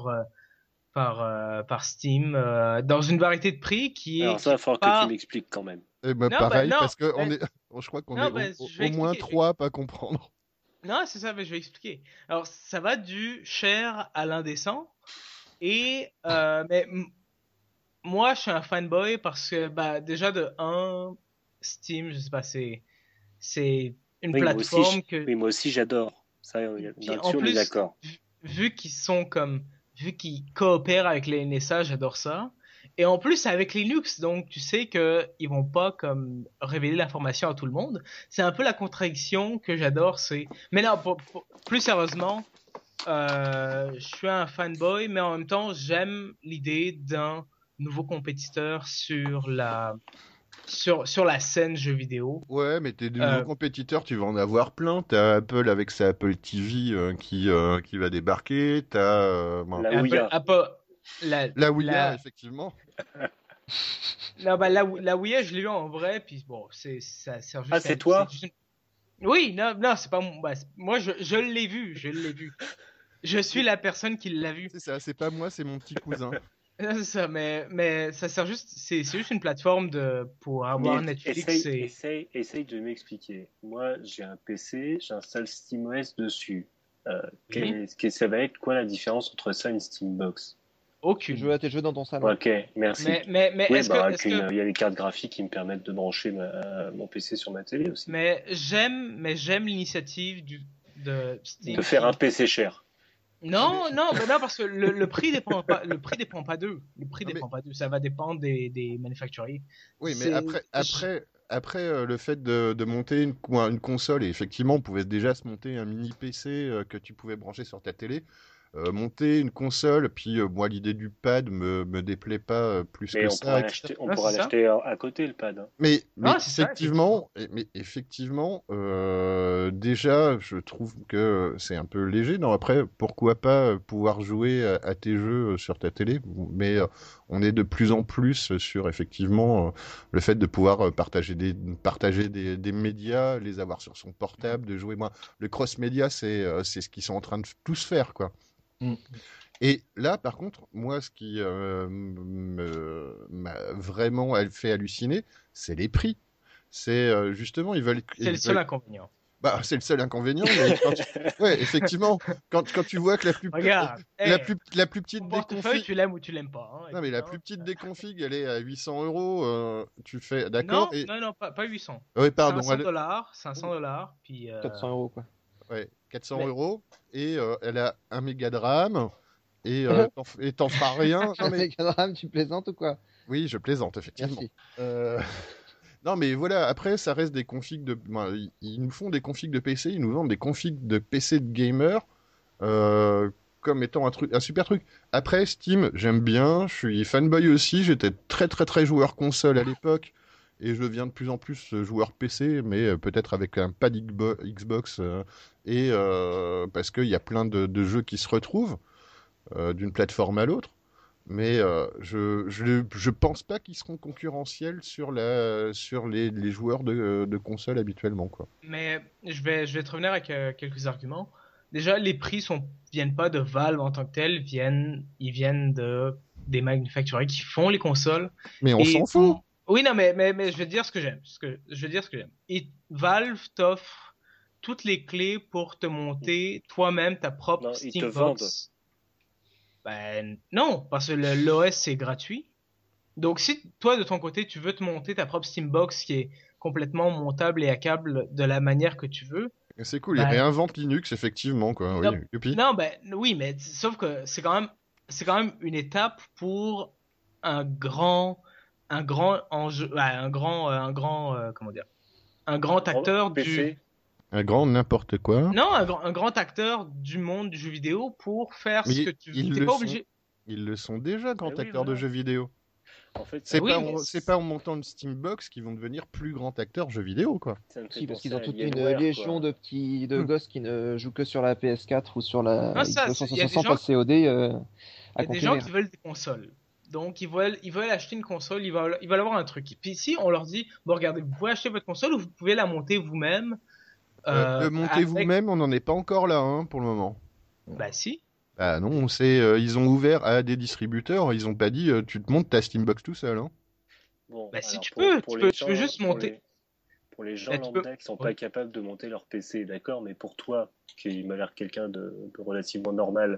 par Steam dans une variété de prix qui est Alors ça, il va falloir que pas- tu m'expliques quand même. Eh ben, Non, pareil, non, parce que ben- je crois qu'on non, est ben, je vais au moins expliquer, 3 à pas comprendre. Non, c'est ça, mais je vais expliquer. Alors ça va du cher à l'indécent et moi je suis un fanboy parce que déjà de un Steam, je sais pas, c'est une Oui, plateforme que oui, moi aussi j'adore. Ça, Puis, en là-dessus, on est plus, d'accord. vu qu'ils coopèrent avec les NSA, j'adore ça. Et en plus, c'est avec Linux, donc tu sais que ils vont pas comme révéler l'information à tout le monde. C'est un peu la contradiction que j'adore. Mais non, plus sérieusement, je suis un fanboy, mais en même temps, j'aime l'idée d'un nouveau compétiteur sur la scène jeux vidéo. Ouais, mais tes nouveaux compétiteurs, tu vas en avoir plein. T'as Apple avec sa Apple TV qui va débarquer. T'as La Ouya. la Ouya, effectivement. Non, la Ouya, je l'ai eu en vrai, puis bon, ça sert juste Ah, c'est toi? Oui, non, c'est pas moi, je l'ai vu. Je suis la personne qui l'a vu. C'est ça, c'est pas moi, c'est mon petit cousin. C'est ça, mais ça sert juste, c'est juste une plateforme pour avoir Mais Netflix essaye de m'expliquer. Moi, j'ai un PC, j'installe SteamOS dessus. Ça va être quoi la différence entre ça et une Steambox? Tu aucune. joues à tes jeux dans ton salon. Ok, merci. Mais Oui, est-ce que il y a les cartes graphiques qui me permettent de brancher mon PC sur ma télé aussi. j'aime l'initiative de Steam. De faire un PC cher. Non, parce que le prix dépend pas, d'eux. Le prix Non, dépend pas d'eux. Ça va dépendre des manufacturiers. Oui, mais après le fait de monter une console, et effectivement, on pouvait déjà se monter un mini PC que tu pouvais brancher sur ta télé. Monter une console, puis moi l'idée du pad me déplaît pas plus Mais que on ça. pourra etc. l'acheter, on Ah, pourra c'est ça. l'acheter à côté le pad. Hein. Mais c'est ça, effectivement, déjà, je trouve que c'est un peu léger. Non, après, pourquoi pas pouvoir jouer à tes jeux sur ta télé, mais on est de plus en plus sur effectivement le fait de pouvoir partager des médias, les avoir sur son portable, de jouer. Moi, le cross-média, c'est ce qu'ils sont en train de tous faire, quoi. Et là, par contre, moi, ce qui m'a vraiment fait halluciner, c'est les prix. C'est justement, ils veulent. C'est le seul inconvénient. Bah, c'est le seul inconvénient, mais ouais, effectivement, quand tu vois que Regarde, la plus petite ton des portefeuille, configs, tu l'aimes ou tu l'aimes pas. Hein, non mais la plus petite des configs, elle est à 800 €. Tu fais, d'accord? Non, pas 800. Ouais, pardon. $500, puis 400 € quoi. Ouais, 400 €, et elle a 1 méga de RAM, et t'en feras rien. Non, mais... tu plaisantes ou quoi? Oui, je plaisante, effectivement. Merci. Non, mais voilà, après, ça reste des configs de. Ils nous font des configs de PC, ils nous vendent des configs de PC de gamer comme étant un super truc. Après, Steam, j'aime bien, je suis fanboy aussi, j'étais très très très joueur console à l'époque, et je deviens de plus en plus joueur PC, mais peut-être avec un pad Xbox, et parce qu'il y a plein de jeux qui se retrouvent d'une plateforme à l'autre. Mais je pense pas qu'ils seront concurrentiels sur les joueurs de console habituellement, quoi. Mais je vais te revenir avec quelques arguments. Déjà, les prix viennent pas de Valve en tant que tel, ils viennent des manufacturiers qui font les consoles. Mais on s'en fout. Oui, non, mais je vais te dire ce que j'aime. Et Valve t'offre toutes les clés pour te monter toi-même ta propre Steam Box. Ben non, parce que l'OS c'est gratuit. Donc si toi de ton côté tu veux te monter ta propre Steambox qui est complètement montable et hackable de la manière que tu veux. C'est cool, ils réinventent Linux effectivement quoi. Non, oui, oui, mais sauf que c'est quand même une étape pour un grand enjeu, comment dire, un grand acteur du un grand n'importe quoi. Non, un grand acteur du monde du jeu vidéo pour faire ce que tu veux. T'es pas obligé. Ils le sont déjà, grands acteurs de jeux vidéo. En fait, c'est pas en montant une Steambox qu'ils vont devenir plus grands acteurs jeux vidéo, quoi. Si, parce qu'ils ont toute une légion de gosses qui ne jouent que sur la PS4 ou sur la Xbox 360 à COD. Il y a des gens qui veulent des consoles. Donc ils veulent acheter une console, ils veulent avoir un truc. Puis ici, on leur dit, bon regardez, vous pouvez acheter votre console ou vous pouvez la monter vous-même. Monter vous-même, on n'en est pas encore là, hein, pour le moment. Bah si. Ah non, ils ont ouvert à des distributeurs, ils ont pas dit tu te montes ta Steambox tout seul. Hein. Bon, bah si tu peux juste monter. Pour les gens lambda qui sont pas capables de monter leur PC, d'accord, mais pour toi, qui m'a l'air quelqu'un de relativement normal.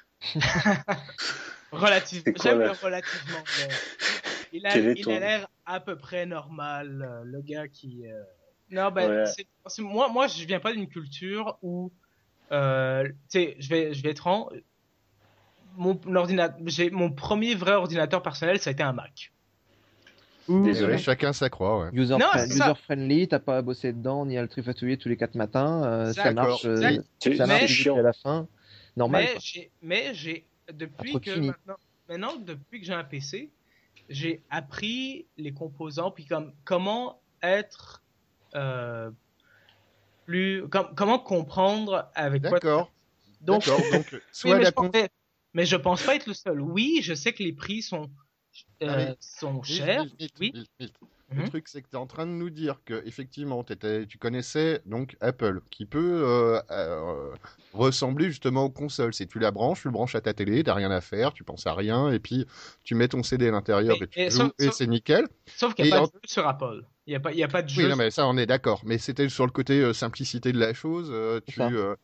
J'aime le relativement. Il a l'air à peu près normal, le gars qui. Non, ben, moi, je viens pas d'une culture où, tu sais, je vais être franc. Mon mon premier vrai ordinateur personnel, ça a été un Mac. Désolé, chacun sa croix, ouais. User-friendly, t'as pas à bosser dedans, ni à le trifatouiller tous les 4 matins, ça marche jusqu'à la fin. Normal. Mais depuis que j'ai un PC, j'ai appris les composants, puis comment être comment comprendre avec quoi. D'accord. Donc soit mais je pense pas être le seul. Oui, je sais que les prix sont chers. Le truc, c'est que tu es en train de nous dire que effectivement, tu connaissais donc Apple, qui peut ressembler justement aux consoles. C'est tu la branches, tu le branches à ta télé, t'as rien à faire, tu penses à rien, et puis tu mets ton CD à l'intérieur et tu joues, et c'est nickel. Sauf qu'il n'y a pas de jeu sur Apple. Il y a pas de jeu. Oui, non, mais ça, on est d'accord. Mais c'était sur le côté simplicité de la chose. Tu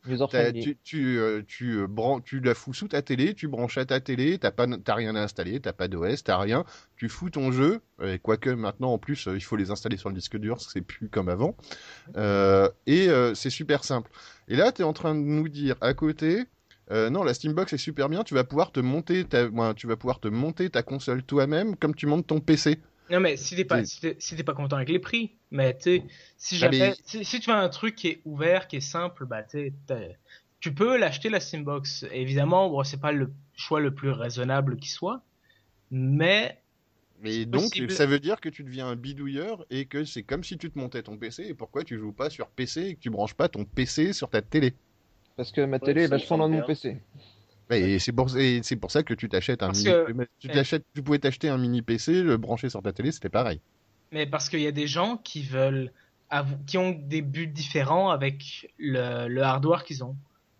la fous sous ta télé, tu branches à ta télé, t'as rien à installer, t'as pas d'OS, t'as rien. Tu fous ton jeu, et quoique maintenant en plus il faut les installer sur le disque dur, c'est plus comme avant. C'est super simple. Et là, tu es en train de nous dire à côté, non, la Steambox est super bien, tu vas pouvoir te monter ta console toi-même comme tu montes ton PC. Non, mais si t'es pas content avec les prix, mais tu sais, si tu veux un truc qui est ouvert, qui est simple, bah tu peux l'acheter la Steambox. Évidemment, bon, c'est pas le choix le plus raisonnable qui soit, mais donc, ça veut dire que tu deviens un bidouilleur et que c'est comme si tu te montais ton PC. Et pourquoi tu joues pas sur PC et que tu branches pas ton PC sur ta télé? Parce que ma télé est vachement loin de mon PC. Et c'est pour ça que tu t'achètes un tu pouvais t'acheter un mini PC, le brancher sur ta télé, c'était pareil. Mais parce qu'il y a des gens qui ont des buts différents avec le hardware qu'ils ont.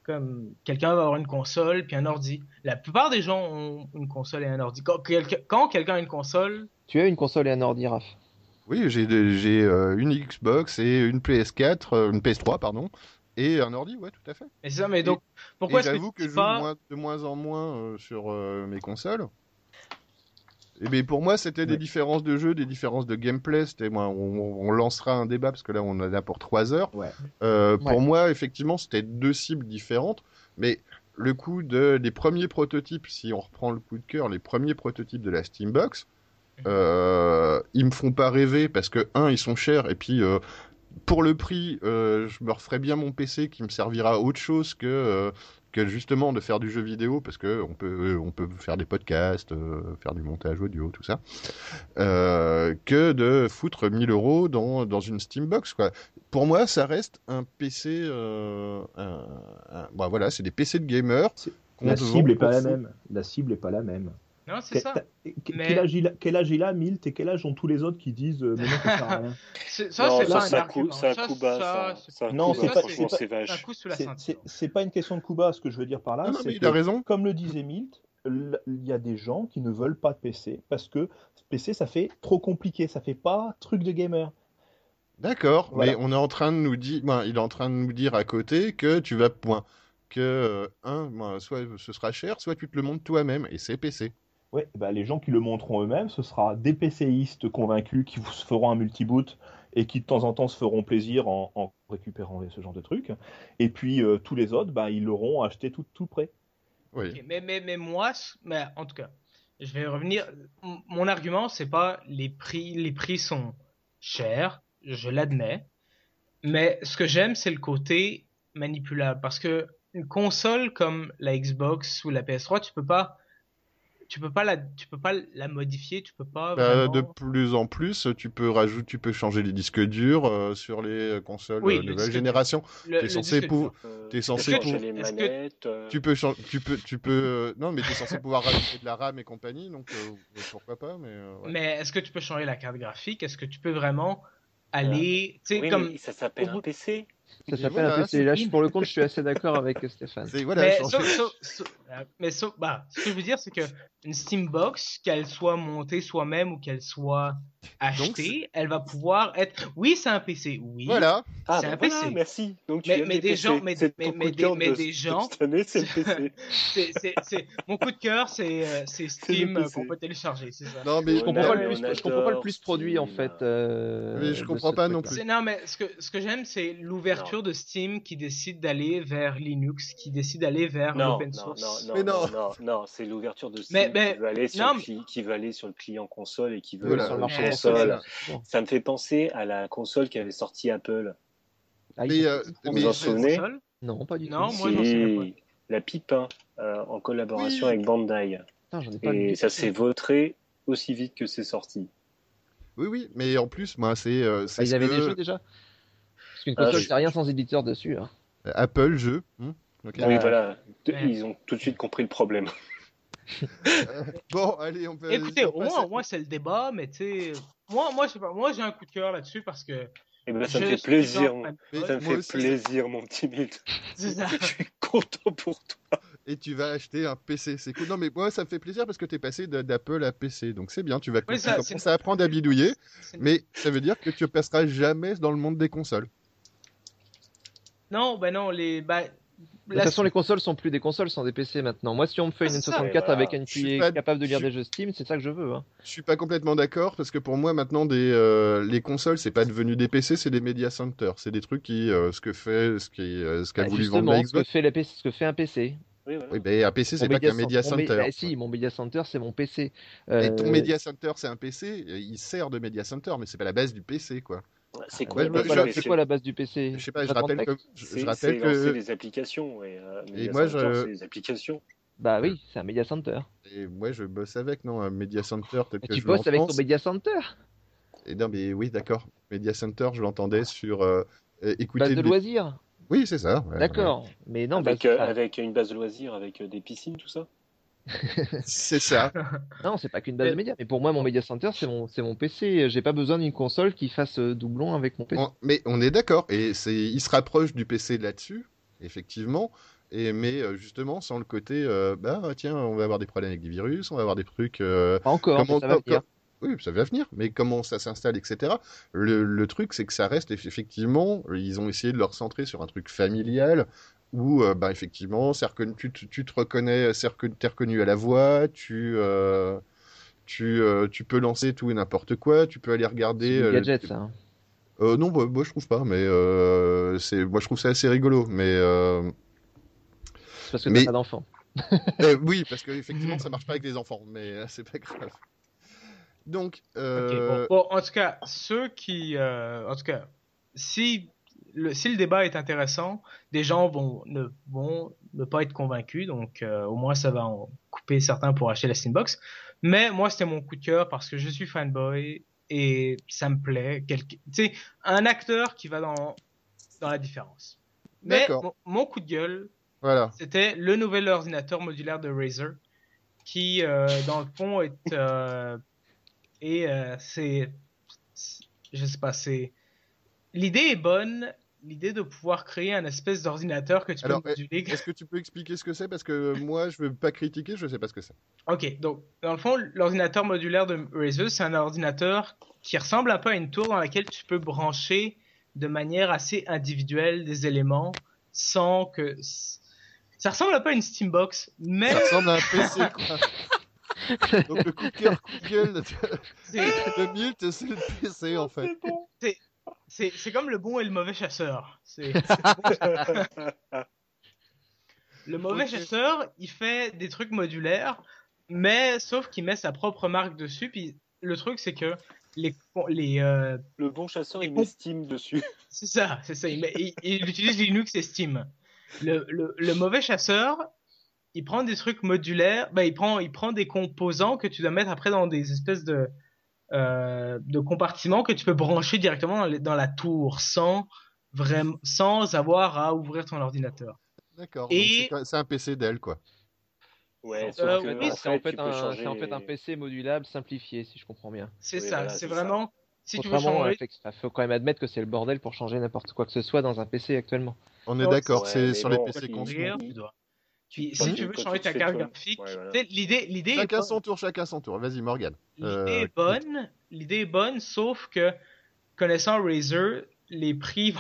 comme quelqu'un va avoir une console puis un ordi. La plupart des gens ont une console et un ordi. Quand quelqu'un a une console, Tu as une console et un ordi, Raph. Oui, j'ai une Xbox et une PS4, une PS3, pardon, et un ordi, ouais, tout à fait. mais c'est ça. Mais donc, pourquoi Et est-ce que j'avoue tu que dis je joue pas de moins en moins sur mes consoles. Et bien pour moi, c'était des différences de jeu, des différences de gameplay. C'était moi, on lancera un débat parce que là, on en a pour 3 heures. Ouais. Pour moi, effectivement, c'était deux cibles différentes, mais le coup des premiers prototypes, si on reprend le coup de cœur, les premiers prototypes de la Steambox, ils me font pas rêver parce que ils sont chers et puis pour le prix, je me referai bien mon PC qui me servira à autre chose que justement de faire du jeu vidéo parce que on peut faire des podcasts, faire du montage audio, tout ça, que de foutre 1000 € dans une Steambox, quoi. Pour moi, ça reste un PC, voilà, c'est des PC de gamers. La cible est pas la même. La cible est pas la même. Non, c'est ça. Quel âge il a, Milt, et quel âge ont tous les autres qui disent mais non, ça sert à rien. C'est un coup bas. Non, c'est vache. Un coup sous la ceinture. C'est pas une question de coup bas. Ce que je veux dire par là, Non, c'est mais il a raison. comme le disait Milt, il y a des gens qui ne veulent pas de PC parce que PC, ça fait trop compliqué. Ça fait pas truc de gamer. D'accord, Voilà. mais on est en train de nous dire, il est en train de nous dire à côté que tu vas soit ce sera cher, soit tu te le montes toi-même, et c'est PC. Ouais, bah, les gens qui le montreront eux-mêmes, ce sera des PCistes convaincus qui se feront un multiboot et qui de temps en temps se feront plaisir en récupérant ce genre de trucs. Et puis tous les autres, bah, ils l'auront acheté tout prêt. Oui. Okay, mais moi, en tout cas, je vais revenir. Mon argument, c'est pas les prix. Les prix sont chers, je l'admets. Mais ce que j'aime, c'est le côté manipulable. Parce que une console comme la Xbox ou la PS3, tu peux pas la modifier, tu peux pas vraiment... De plus en plus, tu peux changer les disques durs sur les consoles nouvelle génération. T'es censé changer les manettes. Non, mais t'es censé pouvoir rajouter de la RAM et compagnie, donc pourquoi pas, mais. Ouais. Mais est-ce que tu peux changer la carte graphique? Est-ce que tu peux vraiment aller, tu sais, comme ça s'appelle un PC. Ça s'appelle un PC. Là, pour le compte, je suis assez d'accord avec Stéphane. Ce que je veux dire, c'est que une Steambox, qu'elle soit montée soi-même ou qu'elle soit achetée, elle va pouvoir être. Oui, c'est un PC. Oui. Voilà. C'est un PC. Merci. Donc mais des gens, c'est mon coup de cœur, c'est Steam qu'on peut télécharger, c'est ça. Non, mais je comprends pas le plus produit en fait. Mais je comprends pas non plus. Non, mais ce que j'aime, c'est l'ouverture de Steam qui décide d'aller vers Linux, qui décide d'aller vers l'open source. Non, c'est l'ouverture de Steam qui veut aller sur le client console et qui veut aller sur le marché console. Ça me fait penser à la console qu'avait sortie Apple. Vous vous en souvenez? Non, pas du tout. Non, moi j'en sais pas. La Pipin en collaboration avec Bandai. Et ça s'est vautré aussi vite que c'est sorti. Oui, mais en plus, moi, c'est. Ils avaient des jeux déjà. Parce qu'une console, c'est rien sans éditeur dessus. Hein. Apple jeu. Okay. Oui, voilà. Ils ont tout de suite compris le problème. Bon, allez, on peut. Écoutez, au moins c'est le débat, mais tu sais, moi, je sais pas, moi j'ai un coup de cœur là-dessus parce que. Eh ben, ça me fait plaisir. Ça me fait plaisir, mon petit Milt. Je suis content pour toi. Et tu vas acheter un PC, c'est cool. Non, mais moi, ça me fait plaisir parce que t'es passé d'Apple à PC, donc c'est bien. Tu vas commencer à apprendre à bidouiller, mais ça veut dire que tu passeras jamais dans le monde des consoles. Non, de toute façon, les consoles sont plus des consoles, sont des PC maintenant. Moi, si on me fait une N64 avec une qui est capable de lire des jeux Steam, c'est ça que je veux. Hein. Je suis pas complètement d'accord parce que pour moi, maintenant, les consoles, c'est pas devenu des PC, c'est des media centers. C'est des trucs qui, ce qu'a voulu vendre la Xbox. Ce que fait un PC. Oui, voilà. Oui, ben, un PC, c'est pas qu'un media center. Si, mon media center, c'est mon PC. Et ton media center, c'est un PC, il sert de media center, mais c'est pas la base du PC, quoi. C'est quoi, la base du PC? Je sais pas, je rappelle que c'est des applications et moi c'est des applications. Bah oui, c'est un media center. Et moi je bosse avec un media center tel que tu bosses avec ton media center? Et non mais oui, d'accord. Media center, je l'entendais sur écouter base de loisirs. Oui, c'est ça. Ouais, d'accord. Ouais. Mais non, avec une base de loisirs avec des piscines, tout ça. C'est ça. Non, c'est pas qu'une base de médias. Mais pour moi, mon media center, c'est mon PC. J'ai pas besoin d'une console qui fasse doublon avec mon PC. Mais on est d'accord. Et il se rapproche du PC là-dessus. effectivement. Mais justement, sans le côté, tiens, on va avoir des problèmes avec des virus, on va avoir des trucs. Pas encore, mais ça va venir. Oui, ça va venir, mais comment ça s'installe, etc. Le truc, c'est que ça reste effectivement, ils ont essayé de le recentrer sur un truc familial où, effectivement, tu te reconnais, t'es reconnu à la voix, tu peux lancer tout et n'importe quoi, tu peux aller regarder. C'est du gadget, ça. Non, moi je trouve pas, mais moi je trouve ça assez rigolo, mais. C'est parce que t'as pas d'enfants. Oui, parce qu'effectivement, ça marche pas avec les enfants, mais c'est pas grave. Donc, okay, bon, en tout cas, en tout cas, si le débat est intéressant, des gens vont ne pas être convaincus, donc au moins ça va en couper certains pour acheter la Steambox. Mais moi, c'était mon coup de cœur parce que je suis fanboy et ça me plaît. Tu sais, un acteur qui va dans la différence. Mais mon coup de gueule, voilà. C'était le nouvel ordinateur modulaire de Razer qui, dans le fond, je sais pas, l'idée est bonne, l'idée de pouvoir créer un espèce d'ordinateur que tu peux moduler. Est-ce que tu peux expliquer ce que c'est? Parce que moi, je veux pas critiquer, je sais pas ce que c'est. Ok, donc, dans le fond, l'ordinateur modulaire de Razer, c'est un ordinateur qui ressemble un peu à une tour dans laquelle tu peux brancher de manière assez individuelle des éléments sans que... Ça ressemble un peu à une Steambox, mais... Ça ressemble à un PC, quoi. Donc le coup de cœur, coup de gueule de Milt, c'est le PC, en fait. C'est comme le bon et le mauvais chasseur. Le mauvais chasseur, il fait des trucs modulaires, mais sauf qu'il met sa propre marque dessus. Puis le truc, c'est que le bon chasseur, il met Steam dessus. C'est ça. Il utilise Linux et Steam. Le mauvais chasseur, il prend des trucs modulaires, il prend des composants que tu dois mettre après dans des espèces de compartiments que tu peux brancher directement dans la tour sans avoir à ouvrir ton ordinateur. D'accord. Et... c'est un PC Dell, quoi. Ouais, c'est en fait un PC modulable simplifié, si je comprends bien. C'est ça. Voilà, c'est vraiment. Si tu veux changer, faut quand même admettre que c'est le bordel pour changer n'importe quoi que ce soit dans un PC actuellement. On est d'accord, c'est sur les PC consumés. Puis si tu veux changer ta carte graphique, l'idée chacun son tour. Vas-y, Morgane. L'idée est bonne, sauf que connaissant Razer, les prix.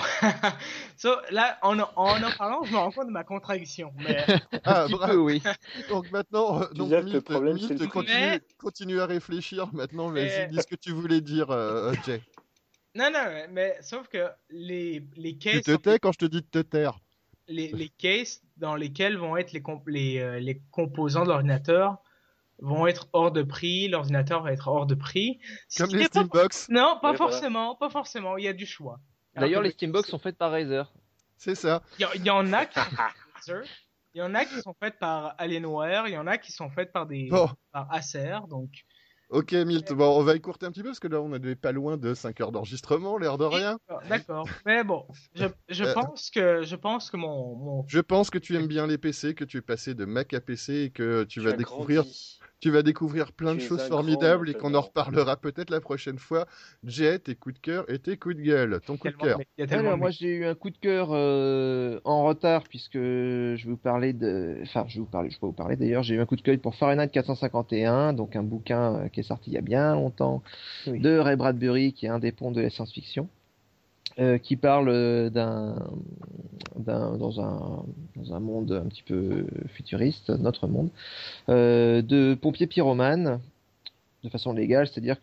Là, en parlant, je me rends compte de ma contradiction. Mais... oui. Donc maintenant, Milt, continue à réfléchir. Maintenant, vas-y, dis ce que tu voulais dire, Jay. Non, mais sauf que les cases. Tu te tais quand je te dis de te taire. Les cases dans lesquelles vont être les composants de l'ordinateur vont être hors de prix, l'ordinateur va être hors de prix. Comme les Steambox. Non, pas forcément, il y a du choix. D'ailleurs, les Steambox sont faites par Razer. C'est ça. Il y en a qui sont faites par Razer, il y en a qui sont faites par Alienware, il y en a qui sont faites par par Acer, donc... Ok, Milt, on va écourter un petit peu parce que là, on est pas loin de 5 heures d'enregistrement, l'air de rien. D'accord, mais bon, je pense que mon... Je pense que tu aimes bien les PC, que tu es passé de Mac à PC et que tu vas découvrir plein de choses formidables et qu'on en reparlera peut-être la prochaine fois. Jay, tes coups de cœur et tes coups de gueule. Ton coup de cœur. Alors, moi, j'ai eu un coup de cœur en retard puisque je vais vous parler d'ailleurs, j'ai eu un coup de cœur pour Fahrenheit 451, donc un bouquin qui est sorti il y a bien longtemps de Ray Bradbury, qui est un des ponts de la science-fiction. Qui parle dans un monde un petit peu futuriste, notre monde, de pompiers pyromanes de façon légale, c'est-à-dire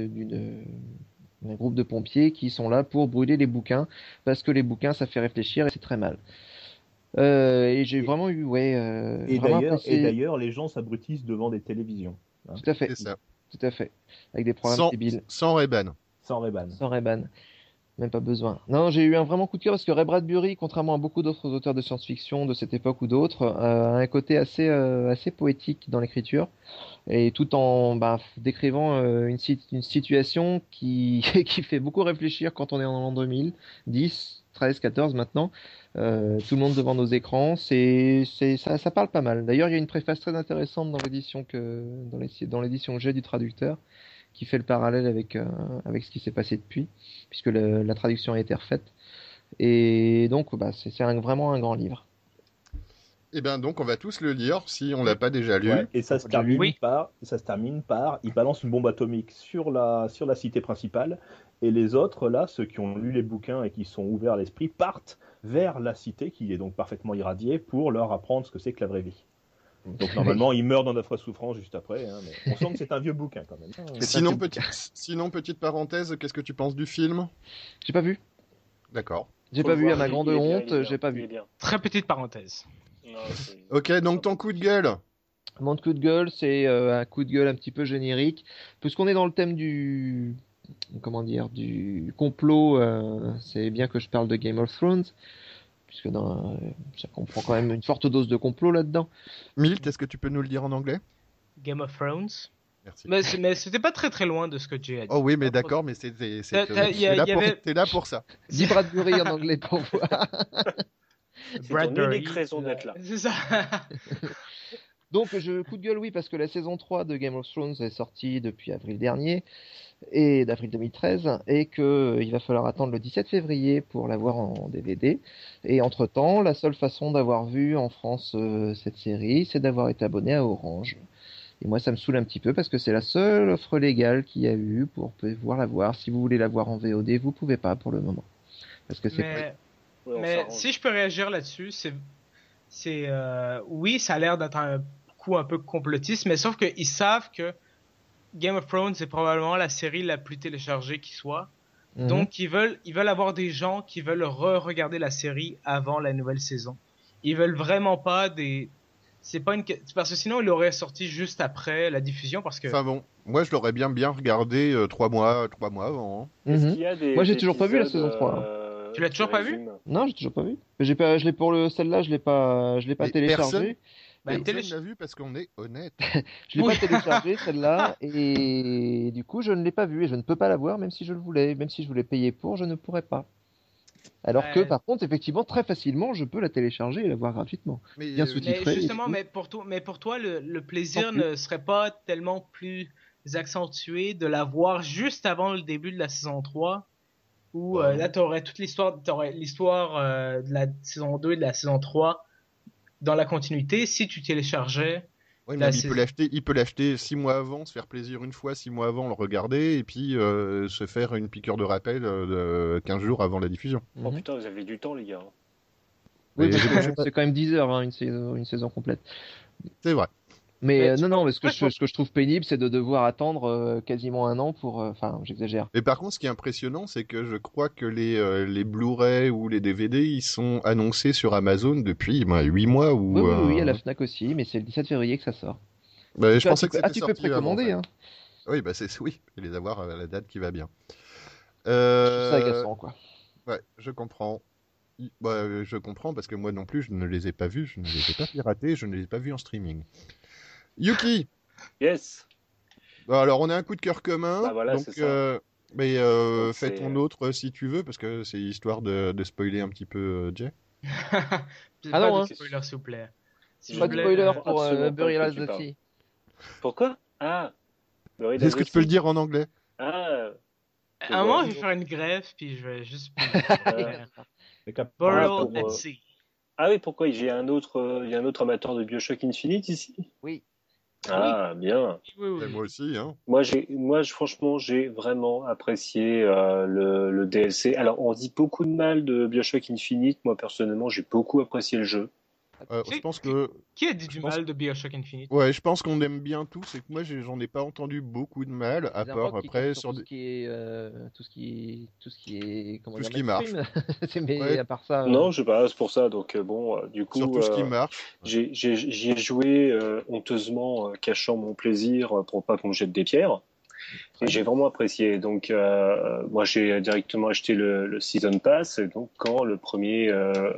un groupe de pompiers qui sont là pour brûler les bouquins parce que les bouquins ça fait réfléchir et c'est très mal. Et j'ai vraiment eu et d'ailleurs les gens s'abrutissent devant des télévisions. Hein. Tout à fait. C'est ça. Tout à fait. Avec des programmes débiles. Sans Ray-Ban. Sans Ray-Ban. Même pas besoin. Non, j'ai eu un vraiment coup de cœur parce que Ray Bradbury, contrairement à beaucoup d'autres auteurs de science-fiction de cette époque ou d'autres, a un côté assez poétique dans l'écriture et tout en décrivant une situation qui fait beaucoup réfléchir quand on est en l'an 2000, 10, 13, 14 maintenant. Tout le monde devant nos écrans, ça parle pas mal. D'ailleurs, il y a une préface très intéressante dans l'édition dans l'édition que j'ai du traducteur, qui fait le parallèle avec ce qui s'est passé depuis, puisque la traduction a été refaite. Et donc, c'est vraiment un grand livre. Et bien donc on va tous le lire si on l'a pas déjà lu. Ouais, et ça se termine par, il balance une bombe atomique sur la cité principale, et les autres là, ceux qui ont lu les bouquins et qui sont ouverts à l'esprit, partent vers la cité qui est donc parfaitement irradiée pour leur apprendre ce que c'est que la vraie vie. Donc normalement, il meurt dans d'affreuses souffrances juste après, hein, mais on sent que c'est un vieux bouquin quand même. Sinon, petite parenthèse, qu'est-ce que tu penses du film? J'ai pas vu. D'accord. J'ai pas vu, à ma grande honte, j'ai pas vu. Très petite parenthèse. Non, Ok, donc ton coup de gueule. Mon coup de gueule, c'est un coup de gueule un petit peu générique, puisqu'on est dans le thème du complot. C'est bien que je parle de Game of Thrones, puisque ça comprend quand même une forte dose de complot là-dedans. Milt, est-ce que tu peux nous le dire en anglais? Game of Thrones. Merci. Mais c'était pas très très loin de ce que tu as dit. Oh oui, mais d'accord, mais t'es là pour ça. Dis Bradbury en anglais pour voir. C'est ton unique raison d'être là. C'est ça. Donc, coup de gueule, oui, parce que la saison 3 de Game of Thrones est sortie depuis avril dernier, et d'avril 2013, et qu'il va falloir attendre le 17 février pour l'avoir en DVD. Et entre-temps, la seule façon d'avoir vu en France cette série, c'est d'avoir été abonné à Orange. Et moi, ça me saoule un petit peu, parce que c'est la seule offre légale qu'il y a eu pour pouvoir la voir. Si vous voulez la voir en VOD, vous pouvez pas pour le moment. Parce que c'est... Mais si je peux réagir là-dessus, oui, ça a l'air d'être un coup un peu complotiste, mais sauf qu'ils savent que Game of Thrones est probablement la série la plus téléchargée qui soit. Donc ils veulent avoir des gens qui veulent re-regarder la série avant la nouvelle saison. Ils veulent vraiment pas c'est pas parce que sinon il l'aurait sorti juste après la diffusion, parce que. Enfin bon, moi je l'aurais bien regardé 3 mois avant. Hein. Moi j'ai toujours pas vu la saison 3. Tu l'as toujours pas vu? Non, j'ai toujours pas vu. Celle-là, je l'ai pas téléchargée. Personne l'a vu parce qu'on est honnête. Je l'ai pas téléchargée celle-là, et du coup je ne l'ai pas vue, et je ne peux pas la voir même si je le voulais. Même si je voulais payer pour, je ne pourrais pas. Alors que par contre, effectivement, très facilement, je peux la télécharger et la voir gratuitement. Bien sous-titré. Mais justement, mais pour toi, le plaisir ne serait pas tellement plus accentué de la voir juste avant le début de la saison 3, où là t'aurais l'histoire de la saison 2 et de la saison 3 dans la continuité si tu téléchargeais. Oui, mais il peut l'acheter 6 mois avant, se faire plaisir une fois, 6 mois avant, le regarder, et puis se faire une piqûre de rappel de 15 jours avant la diffusion. Oh putain, vous avez du temps, les gars. Oui, c'est quand même 10 heures, hein, une saison complète. C'est vrai. Mais non, mais ce que je trouve pénible, c'est de devoir attendre quasiment un an pour... Enfin, j'exagère. Et par contre, ce qui est impressionnant, c'est que je crois que les Blu-ray ou les DVD, ils sont annoncés sur Amazon depuis 8 mois. Oui, à la Fnac aussi, mais c'est le 17 février que ça sort. Je pensais que c'était tu peux précommander, hein. Oui, oui, et les avoir à la date qui va bien. Je trouve ça agaçant, quoi. Ouais, je comprends. Je comprends parce que moi non plus, je ne les ai pas vus, je ne les ai pas piratés, je ne les ai pas vus en streaming. Yuki. Yes. Alors, on a un coup de cœur commun. Bah voilà, donc, c'est ça. Mais fais ton autre si tu veux, parce que c'est histoire de spoiler un petit peu Jay. Pas de spoiler, s'il vous plaît. Pas de spoiler pour Burial the Sea. Pourquoi? Est-ce que tu peux le dire en anglais? À un moment, je vais faire une greffe, puis je vais juste... Burial at Sea. Ah oui, pourquoi? Il y a un autre amateur de BioShock Infinite ici? Oui. Ah, bien. Oui. Et moi aussi, hein. Franchement, j'ai vraiment apprécié le DLC. Alors, on dit beaucoup de mal de BioShock Infinite. Moi, personnellement, j'ai beaucoup apprécié le jeu. Je pense que... Qui a dit du mal de BioShock Infinite? Ouais, je pense qu'on aime bien tout. C'est que moi, j'en ai pas entendu beaucoup de mal, à part après sur tout ce qui est tout ce qui marche. Mais à part ça. Non, je sais pas, c'est pour ça. Donc bon, du coup, sur tout ce qui marche. J'y ai joué honteusement, cachant mon plaisir pour pas qu'on me jette des pierres. Et j'ai vraiment apprécié. Donc, moi, j'ai directement acheté le Season Pass. Et donc, quand le premier,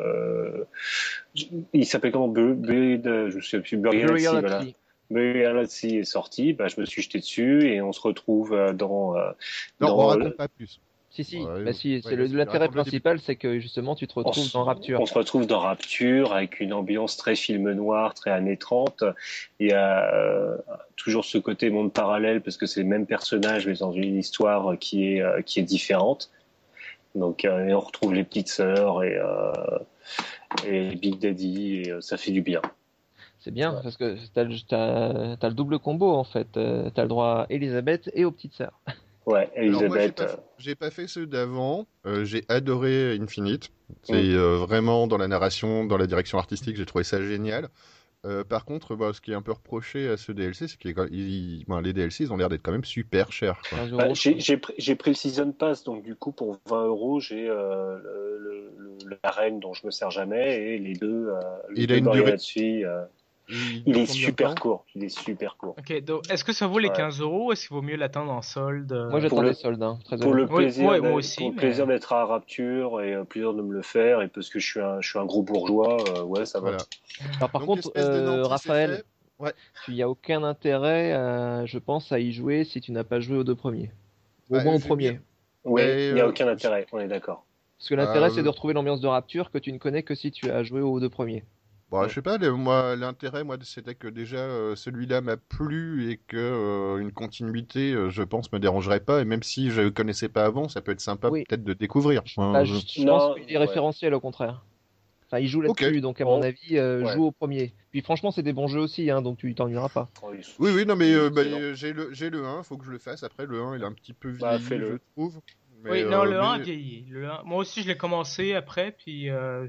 il s'appelle comment? Je me souviens plus. Burial at Sea est sorti. Je me suis jeté dessus et on se retrouve dans. Non, on raconte pas plus. Si. L'intérêt principal, c'est que justement, tu te retrouves dans Rapture. On se retrouve dans Rapture avec une ambiance très film noir, très années 30. Il y a toujours ce côté monde parallèle parce que c'est le même personnage mais dans une histoire qui est différente. Donc et on retrouve les petites sœurs et Big Daddy et ça fait du bien. C'est bien parce que t'as le double combo en fait. T'as le droit à Elisabeth et aux petites sœurs. Ouais, Elisabeth. Alors moi, j'ai pas fait ceux d'avant. J'ai adoré Infinite. C'est vraiment dans la narration, dans la direction artistique, j'ai trouvé ça génial. Par contre, ce qui est un peu reproché à ce DLC, c'est que les DLC, ils ont l'air d'être quand même super chers. J'ai pris le Season Pass, donc du coup, pour 20 euros, j'ai la reine dont je me sers jamais et les deux. Il a une durée. Il est super court. Il est super court. Ok, donc est-ce que ça vaut les 15 euros ou est-ce qu'il vaut mieux l'attendre en solde? Moi j'attends les soldes. Pour le plaisir, moi aussi, pour le plaisir d'être à Rapture et plaisir de me le faire et parce que je suis un gros bourgeois, ouais, ça va. Voilà. Alors par contre, Raphaël, il n'y a aucun intérêt, je pense, à y jouer si tu n'as pas joué aux deux premiers. Au moins au premier. Oui, il n'y a aucun intérêt, on est d'accord. Parce que l'intérêt c'est de retrouver l'ambiance de Rapture que tu ne connais que si tu as joué aux deux premiers. Bon, je sais pas, l'intérêt, c'était que déjà celui-là m'a plu et que une continuité, je pense, me dérangerait pas. Et même si je connaissais pas avant, ça peut être sympa peut-être de découvrir. Je pense qu'il est référentiel au contraire. Enfin, il joue là-dessus, donc à mon avis, joue au premier. Puis franchement, c'est des bons jeux aussi, hein, donc tu t'ennuieras pas. Oui, non, mais j'ai le 1, faut que je le fasse. Après, le 1, il est un petit peu vieilli, je trouve. Mais, oui, non, le 1 a vieilli. Moi aussi, je l'ai commencé après, puis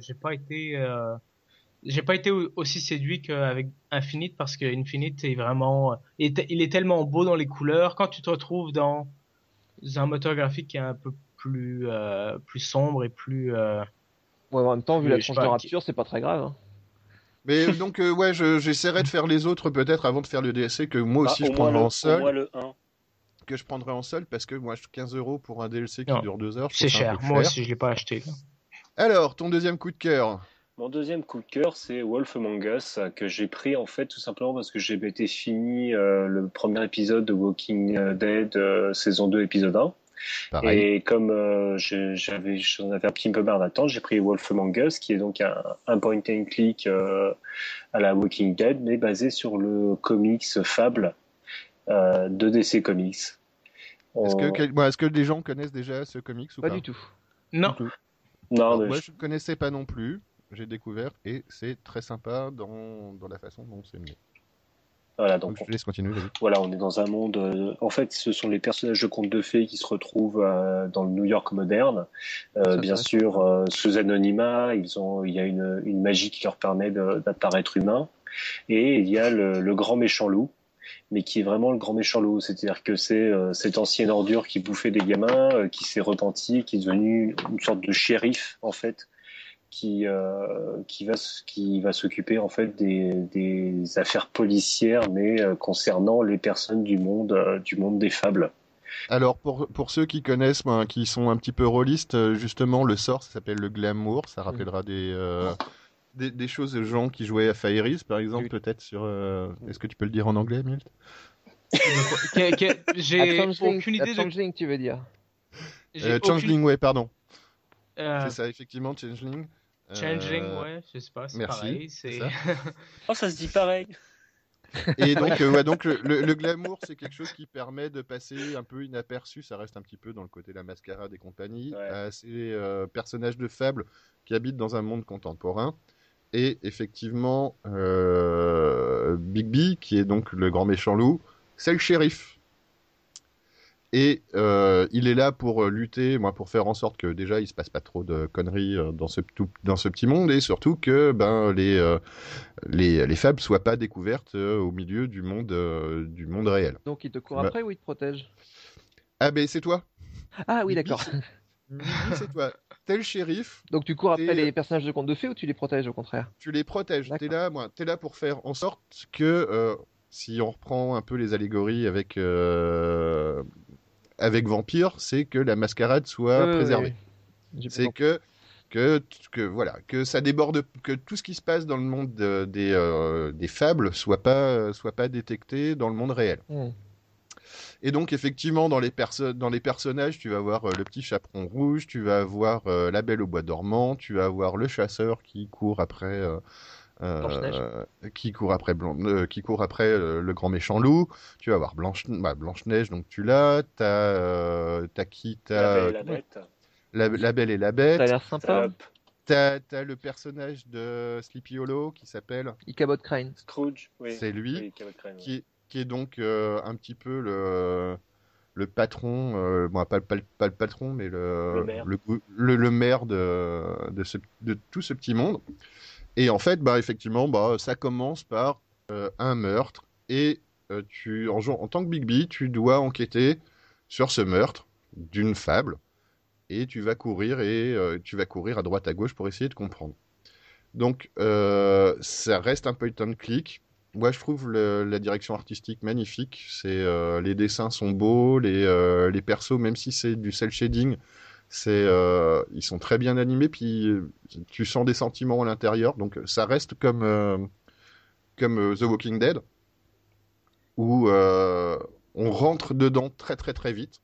j'ai pas été aussi séduit qu'avec Infinite parce que Infinite est vraiment, il est tellement beau dans les couleurs. Quand tu te retrouves dans un moteur graphique qui est un peu plus sombre et plus. Ouais, en même temps, vu la tronche de Rapture, c'est pas très grave. Hein. Mais donc, j'essaierai de faire les autres peut-être avant de faire le DLC que moi aussi je prendrai en solde. Que je prendrai en solde parce que moi, 15 € pour un DLC qui dure 2 heures. C'est cher. Moi aussi, je l'ai pas acheté. Alors, ton deuxième coup de cœur? Mon deuxième coup de cœur, c'est Wolf Among Us, que j'ai pris en fait tout simplement parce que j'ai été fini le premier épisode de Walking Dead saison 2 épisode 1. Pareil. Et comme j'en avais un petit peu marre d'attendre, j'ai pris Wolf Among Us, qui est donc un point and click à la Walking Dead, mais basé sur le comics Fable de DC Comics. Est-ce que des gens connaissent déjà ce comics ou pas? Pas du tout. Non. Non, moi, je ne connaissais pas non plus. J'ai découvert et c'est très sympa dans la façon dont c'est mené. Voilà, donc je te laisse continuer. Voilà, on est dans un monde. En fait, ce sont les personnages de contes de fées qui se retrouvent dans le New York moderne. Bien sûr, sous anonymat, il y a une magie qui leur permet d'apparaître humain. Et il y a le grand méchant loup, mais qui est vraiment le grand méchant loup. C'est-à-dire que c'est cette ancienne ordure qui bouffait des gamins, qui s'est repenti, qui est devenu une sorte de shérif en fait. Qui va s'occuper en fait des affaires policières, mais concernant les personnes du monde des fables. Alors pour ceux qui connaissent, qui sont un petit peu rôlistes, justement le sort, ça s'appelle le glamour, ça rappellera des choses de gens qui jouaient à Fire Is, par exemple, peut-être sur. Est-ce que tu peux le dire en anglais, Milt? J'ai aucune idée. Changeling, tu veux dire? Changeling, ouais, pardon. C'est ça, effectivement, Changeling. Changeling, ouais, je sais pas, c'est pareil. Ça. Oh, ça se dit pareil. Et donc, donc le glamour, c'est quelque chose qui permet de passer un peu inaperçu, ça reste un petit peu dans le côté de la mascarade et compagnie, à ces personnages de fables qui habitent dans un monde contemporain. Et effectivement, Bigby, qui est donc le grand méchant loup, c'est le shérif. Et il est là pour lutter, pour faire en sorte que déjà il se passe pas trop de conneries dans ce petit monde, et surtout que les fables soient pas découvertes au milieu du monde réel. Donc il te court après ou il te protège? Ah ben c'est toi. Ah oui, d'accord. C'est toi. T'es le shérif. Donc tu cours après les personnages de contes de fées ou tu les protèges au contraire? Tu les protèges. T'es là pour faire en sorte que si on reprend un peu les allégories avec Vampire, c'est que la mascarade soit préservée. Oui. C'est que ça déborde, que tout ce qui se passe dans le monde des fables soit pas détecté dans le monde réel. Et donc effectivement dans les personnages, tu vas avoir le petit chaperon rouge, tu vas avoir la belle au bois dormant, tu vas avoir le chasseur qui court après le grand méchant loup. Tu vas avoir Blanche-Neige, donc tu l'as. T'as qui? La Belle et la Bête. La Belle et la Bête. Ça a l'air sympa. T'as le personnage de Sleepy Hollow qui s'appelle Ichabod Crane. Scrooge, oui. C'est lui, Oui, Ichabod Crane, qui est donc un petit peu le patron, bon, pas le patron, mais Le maire. le maire de tout ce petit monde. Et en fait, bah, effectivement, bah, ça commence par un meurtre. Et en tant que Bigby, tu dois enquêter sur ce meurtre d'une fable. Et tu vas courir à droite à gauche pour essayer de comprendre. Donc, ça reste un point and click. Moi, je trouve la direction artistique magnifique. Les dessins sont beaux, les persos, même si c'est du cel shading, ils sont très bien animés. Puis tu sens des sentiments à l'intérieur. Donc, ça reste comme The Walking Dead, où on rentre dedans très très très vite.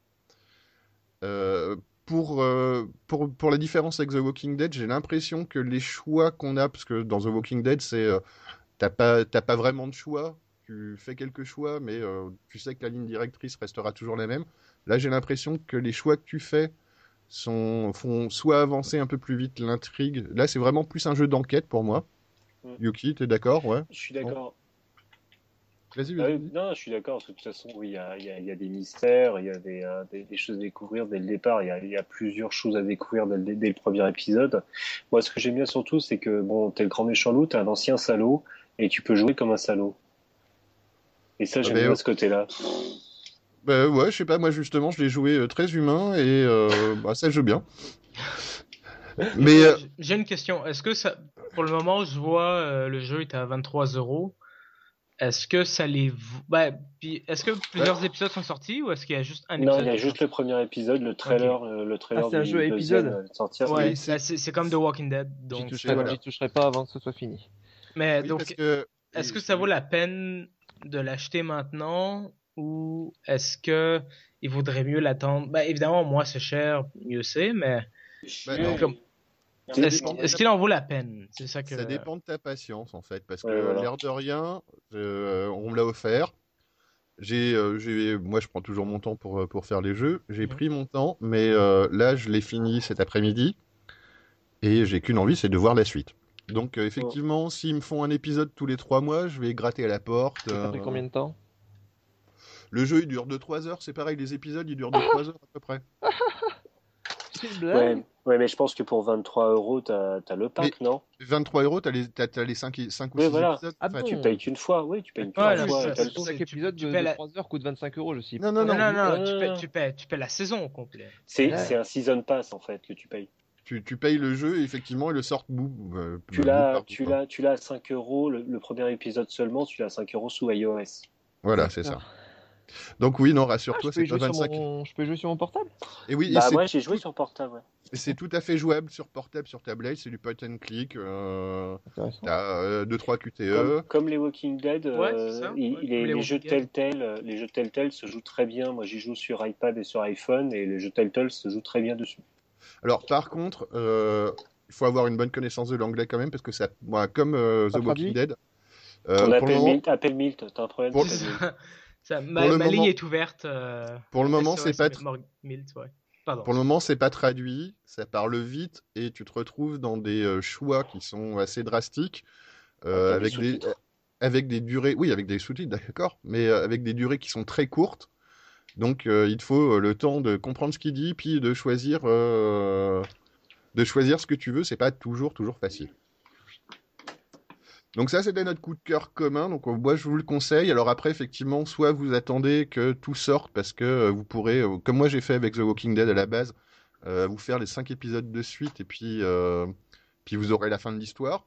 Pour la différence avec The Walking Dead, j'ai l'impression que les choix qu'on a, parce que dans The Walking Dead, t'as pas vraiment de choix, tu fais quelques choix, mais tu sais que la ligne directrice restera toujours la même. Là, j'ai l'impression que les choix que tu fais font soit avancer un peu plus vite l'intrigue. Là, c'est vraiment plus un jeu d'enquête pour moi. Yuki, t'es d'accord? Ouais. Je suis d'accord. Bon. Vas-y. Non, je suis d'accord, parce que de toute façon, oui, il y a des mystères, il y a des choses à découvrir dès le départ, il y a plusieurs choses à découvrir dès le premier épisode. Moi, ce que j'aime bien surtout, c'est que, bon, t'es le grand méchant loup, t'es un ancien salaud, et tu peux jouer comme un salaud. Et ça, j'aime bien ce côté-là. Bah ouais, je sais pas, moi justement, je l'ai joué très humain, et bah, ça joue bien. Mais j'ai une question. Est-ce que ça, pour le moment, je vois le jeu est à 23€. Est-ce que ça les... puis est-ce que plusieurs épisodes sont sortis ou est-ce qu'il y a juste un épisode? Non, il y a juste le premier épisode, le trailer, c'est un jeu épisode. Sortir. Ouais, c'est comme The Walking Dead. Donc j'y toucherai pas avant que ce soit fini. Mais oui, donc, est-ce que ça vaut la peine de l'acheter maintenant ou est-ce que il vaudrait mieux l'attendre? Évidemment, moi c'est cher, mieux c'est, mais est-ce qu'il en vaut la peine? C'est ça que... Ça dépend de ta patience en fait, parce que l'air de rien, on me l'a offert. Moi, je prends toujours mon temps pour faire les jeux. J'ai pris mon temps, mais là, je l'ai fini cet après-midi et j'ai qu'une envie, c'est de voir la suite. Donc, effectivement, s'ils me font un épisode tous les 3 mois, je vais gratter à la porte. Ça fait combien de temps? Le jeu, il dure 2-3 heures. C'est pareil, les épisodes, ils durent 2-3 heures à peu près. C'est une blague. Ouais, mais je pense que pour 23€, t'as le pack, non? 23€, t'as les 5 ou 6 épisodes. Ah bon, tu payes qu'une fois, oui, tu payes une fois. Chaque épisode de 3 heures coûte 25€, je sais. Non, tu payes la saison au complet. C'est un season pass en fait que tu payes. Tu payes le jeu et effectivement, ils le sortent tu l'as à 5€, le premier épisode seulement, tu l'as à 5€ sous iOS. Voilà, c'est ça. Donc oui, non, rassure-toi, c'est pas 25. Je peux jouer sur mon portable? Et oui, moi j'ai joué sur portable, ouais. Et c'est tout à fait jouable sur portable, sur tablette, c'est du point and click. T'as 2-3 QTE. Comme les Walking Dead, les jeux Telltale se jouent très bien. Moi j'y joue sur iPad et sur iPhone et les jeux Telltale se jouent très bien dessus. Alors par contre, il faut avoir une bonne connaissance de l'anglais quand même, parce que ça, comme The Walking Dead. Appelle Milt, t'as un problème ma ligne est ouverte. Pour le moment, c'est pas... Pour le moment, c'est pas traduit, ça parle vite et tu te retrouves dans des choix qui sont assez drastiques, avec des durées, oui, avec des sous-titres, d'accord, mais avec des durées qui sont très courtes. Donc, il te faut le temps de comprendre ce qu'il dit, puis de choisir ce que tu veux. C'est pas toujours facile. Donc ça, c'était notre coup de cœur commun. Donc moi, je vous le conseille. Alors après, effectivement, soit vous attendez que tout sorte parce que vous pourrez, comme moi j'ai fait avec The Walking Dead à la base, vous faire les 5 épisodes de suite et puis vous aurez la fin de l'histoire.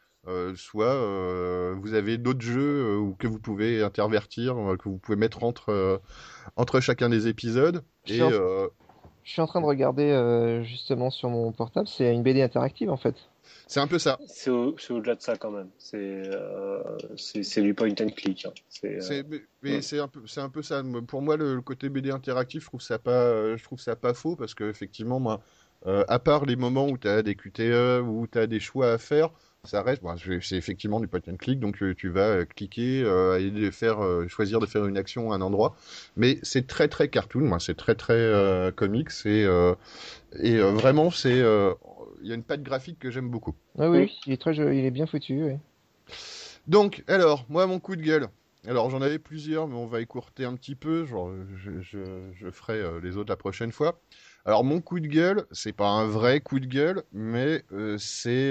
Soit vous avez d'autres jeux que vous pouvez intervertir, que vous pouvez mettre entre chacun des épisodes. Je suis en train de regarder justement sur mon portable. C'est une BD interactive en fait. C'est un peu ça. C'est au-delà de ça quand même. C'est du point and click. Hein. C'est un peu ça. Pour moi, le côté BD interactif, je trouve ça pas faux parce que effectivement, moi, à part les moments où tu as des QTE, où tu as des choix à faire, ça reste, c'est effectivement du point and click, donc tu vas cliquer et choisir de faire une action à un endroit. Mais c'est très très cartoon, c'est très très comics et vraiment il y a une patte graphique que j'aime beaucoup. Ah oui, il est très joli, il est bien foutu. Oui. Donc, alors, moi, mon coup de gueule. Alors, j'en avais plusieurs, mais on va écourter un petit peu. Genre, je ferai les autres la prochaine fois. Alors, mon coup de gueule, c'est pas un vrai coup de gueule, mais c'est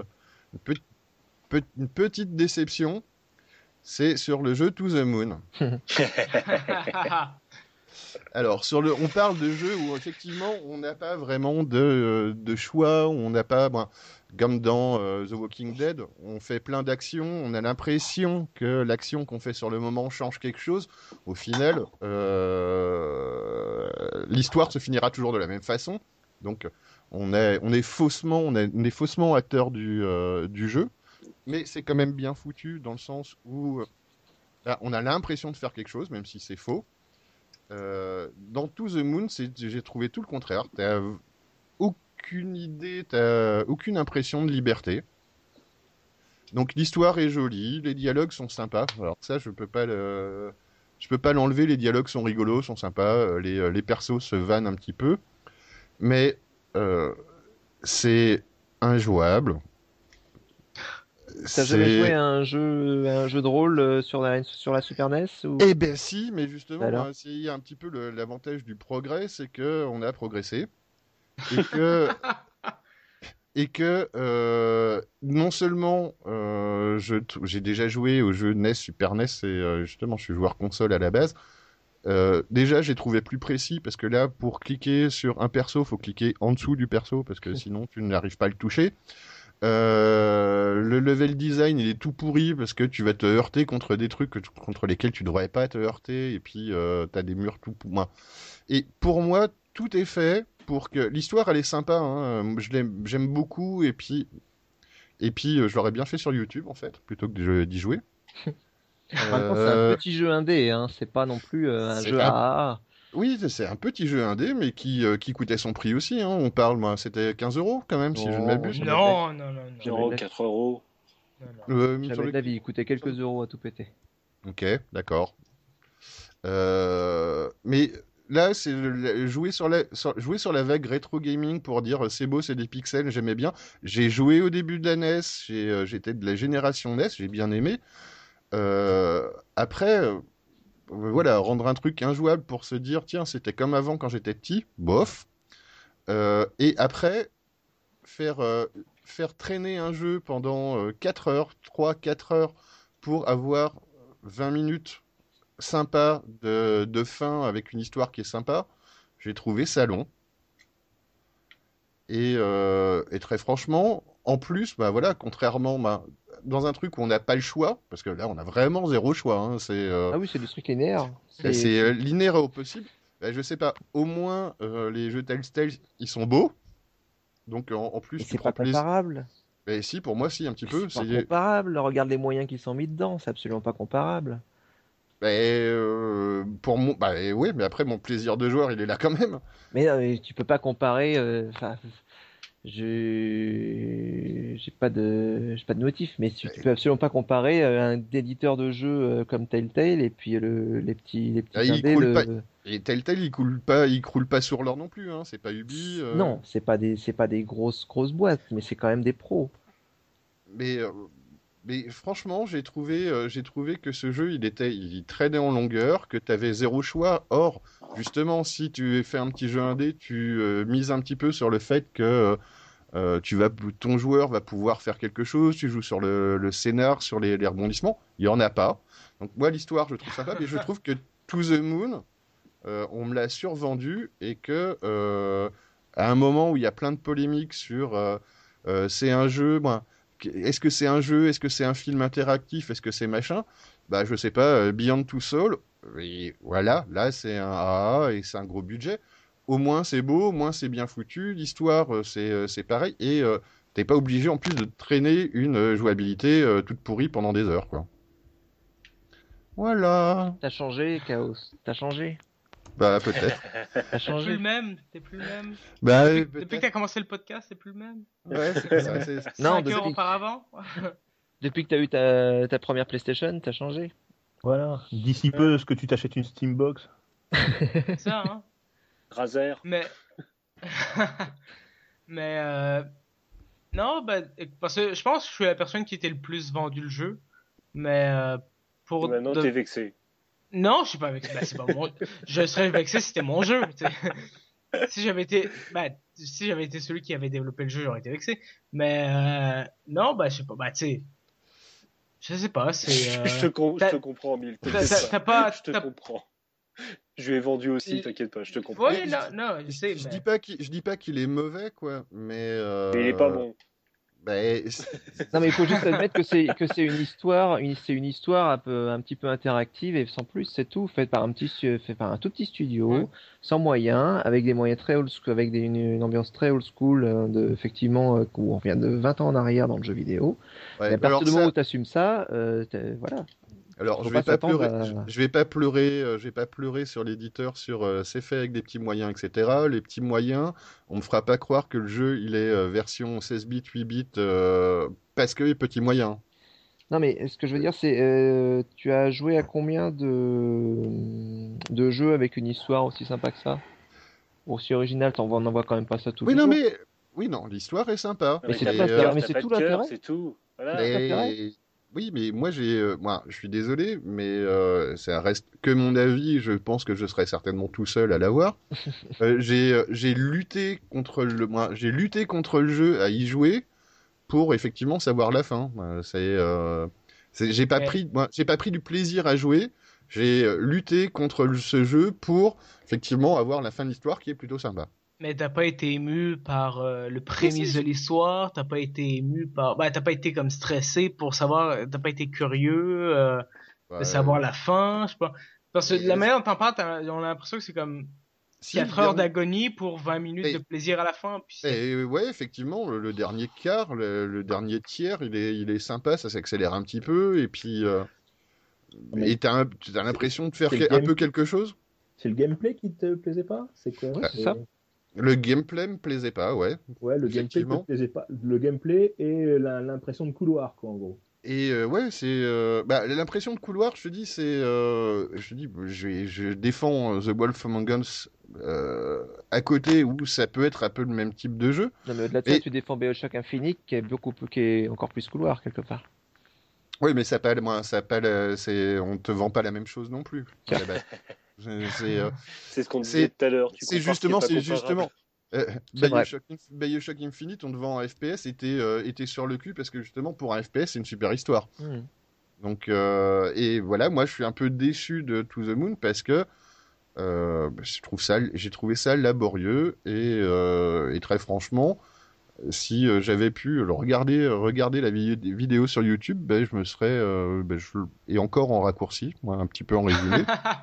une petite déception. C'est sur le jeu To the Moon. Alors, on parle de jeux où effectivement on n'a pas vraiment de choix, on n'a pas, comme dans The Walking Dead, on fait plein d'actions, on a l'impression que l'action qu'on fait sur le moment change quelque chose. Au final, l'histoire se finira toujours de la même façon. Donc, on est faussement acteur du jeu, mais c'est quand même bien foutu dans le sens où là, on a l'impression de faire quelque chose, même si c'est faux. Dans To the Moon, j'ai trouvé tout le contraire. T'as aucune idée, t'as aucune impression de liberté. Donc l'histoire est jolie, les dialogues sont sympas. Alors ça, je peux pas l'enlever. Les dialogues sont rigolos, sont sympas. Les persos se vannent un petit peu, mais c'est injouable. T'as jamais joué à un jeu de rôle sur la Super NES ou... Eh ben si, mais justement, il y a un petit peu l'avantage du progrès, c'est que on a progressé et que non seulement j'ai déjà joué aux jeux NES, Super NES et justement je suis joueur console à la base. Déjà j'ai trouvé plus précis parce que là pour cliquer sur un perso, faut cliquer en dessous du perso parce que sinon tu n'arrives pas à le toucher. Le level design il est tout pourri parce que tu vas te heurter contre des trucs contre lesquels tu devrais pas te heurter et puis t'as des murs tout pourris. Et pour moi tout est fait pour que l'histoire elle est sympa, hein. J'aime beaucoup et puis je l'aurais bien fait sur YouTube en fait plutôt que d'y jouer. Maintenant, c'est un petit jeu indé, hein. C'est pas non plus un jeu AAA. Oui, c'est un petit jeu indé, mais qui coûtait son prix aussi. Hein. On parle, c'était 15 € quand même, si je ne m'abuse. Non. 4 €. Jamais de la vie, il coûtait quelques euros à tout péter. Ok, d'accord. Mais là, c'est jouer sur la vague rétro gaming pour dire c'est beau, c'est des pixels, j'aimais bien. J'ai joué au début de la NES, j'étais de la génération NES, j'ai bien aimé. Après. Voilà, rendre un truc injouable pour se dire tiens, c'était comme avant quand j'étais petit, bof. Et après, faire traîner un jeu pendant 4 heures, 3-4 heures pour avoir 20 minutes sympas de fin avec une histoire qui est sympa, j'ai trouvé ça long. Et très franchement, en plus, voilà, contrairement dans un truc où on n'a pas le choix, parce que là on a vraiment zéro choix. Hein, Ah oui, c'est du truc linéaire. C'est linéaire au possible. Je sais pas, au moins les jeux Telltale ils sont beaux. Donc en plus tu prends plaisir. C'est pas comparable. Mais si, pour moi si un petit peu. C'est pas comparable. Regarde les moyens qui sont mis dedans, c'est absolument pas comparable. Pour moi, oui, mais après mon plaisir de joueur il est là quand même. Mais tu peux pas comparer. J'ai pas de motif, mais tu peux absolument pas comparer un éditeur de jeux comme Telltale et puis les petits indés. Et Telltale il croule pas sur l'or non plus, hein. C'est pas Ubi. Non, c'est pas des grosses boîtes, mais c'est quand même des pros. Mais franchement, j'ai trouvé que ce jeu, il traînait en longueur, que tu avais zéro choix. Or, justement, si tu fais un petit jeu indé, tu mises un petit peu sur le fait que ton joueur va pouvoir faire quelque chose. Tu joues sur le scénar, sur les rebondissements. Il y en a pas. Donc moi, l'histoire, je trouve sympa, mais je trouve que To the Moon, on me l'a survendu et que à un moment où il y a plein de polémiques sur c'est un jeu. Est-ce que c'est un jeu? Est-ce que c'est un film interactif? Est-ce que c'est machin? Je sais pas, Beyond Two Souls, et voilà, là c'est un AA et c'est un gros budget. Au moins c'est beau, au moins c'est bien foutu, l'histoire c'est pareil, et t'es pas obligé en plus de traîner une jouabilité toute pourrie pendant des heures, quoi. Voilà. T'as changé, Chaos, t'as changé. Bah peut-être. T'as T'es plus changé. le même, t'es plus le même. Bah Depuis que peut-être. t'as commencé le podcast, c'est plus le même. Ouais, c'est ça. C'est... Non, 5 heures depuis, auparavant. depuis que t'as eu ta première PlayStation, t'as changé. Voilà. D'ici peu, ce que tu t'achètes une Steambox. C'est ça, hein. Razer. Mais. Mais. Non, bah, parce que je pense que je suis la personne qui était le plus vendu le jeu. Mais. Pour. Maintenant, t'es vexé. Non, je suis pas vexé. Bah, c'est pas mon. Je serais vexé si c'était mon jeu. Tu sais. Si j'avais été. Bah, si j'avais été celui qui avait développé le jeu, j'aurais été vexé. Mais. Non, bah, je sais pas. Bah, tu sais. Je sais pas, c'est. Je te comprends, Mille. T'as pas. Je te comprends. Je lui ai vendu aussi, t'inquiète pas, je te comprends. Oui, non, je sais. Je Mais... dis pas qu'il est mauvais, quoi, mais. Mais il est pas bon. Bah, Non, mais il faut juste admettre que c'est une histoire, c'est une histoire un petit peu interactive et sans plus, c'est tout, fait par un tout petit studio, sans moyens, avec des moyens très old school, avec une ambiance très old school, effectivement, où on revient de 20 ans en arrière dans le jeu vidéo. ouais, Et à partir alors du moment ça- où tu assumes ça, voilà. Alors, Faut je vais pas pas s'attendre pleurer, je vais pas pleurer, je vais pas pleurer sur l'éditeur, sur c'est fait avec des petits moyens, etc. Les petits moyens, on me fera pas croire que le jeu il est version 16 bits, 8 bits, parce que les petits moyens. Non, mais ce que je veux dire, c'est, tu as joué à combien de jeux avec une histoire aussi sympa que ça? Aussi original, on n'en voit quand même pas ça tous Oui, les non, jours. mais oui, non, l'histoire est sympa. Mais c'est t'as tout pas de l'intérêt, cœur, mais t'as c'est pas tout de cœur, l'intérêt. c'est tout. Voilà. Mais oui, mais moi je suis désolé, mais ça reste que mon avis. Je pense que je serais certainement tout seul à l'avoir. J'ai lutté contre j'ai lutté contre le jeu à y jouer pour effectivement savoir la fin. J'ai pas pris du plaisir à jouer. J'ai lutté contre ce jeu pour effectivement avoir la fin de l'histoire qui est plutôt sympa. Mais t'as pas été ému par le prémisse de l'histoire, t'as pas été ému par... Bah, t'as pas été comme stressé pour savoir... T'as pas été curieux de savoir la fin, je sais pas. Parce que de la manière dont t'en parles, on a l'impression que c'est comme 4 heures d'agonie pour 20 minutes de plaisir à la fin. Puis ouais, effectivement, le dernier quart, le dernier tiers, il est sympa, ça s'accélère un petit peu, et puis... et t'as l'impression de faire un peu quelque chose. C'est le gameplay qui te plaisait pas? C'est quoi? C'est ça. Le gameplay me plaisait pas, ouais. Ouais, le gameplay te plaisait pas. Le gameplay et l'impression de couloir, quoi, en gros. Et ouais, c'est l'impression de couloir. Je te dis, je défends The Wolf Among Us à côté où ça peut être un peu le même type de jeu. Non, mais au-delà de ça, tu défends BioShock Infinite qui est encore plus couloir quelque part. Oui, mais on te vend pas la même chose non plus. C'est ce qu'on disait tout à l'heure. C'est justement. BioShock Infinite, on te vend un FPS, était sur le cul parce que justement pour un FPS, c'est une super histoire. Donc et voilà, moi je suis un peu déçu de To the Moon parce que j'ai trouvé ça laborieux et très franchement, si j'avais pu regarder la vidéo sur YouTube, je me serais et encore en raccourci, moi un petit peu en résumé.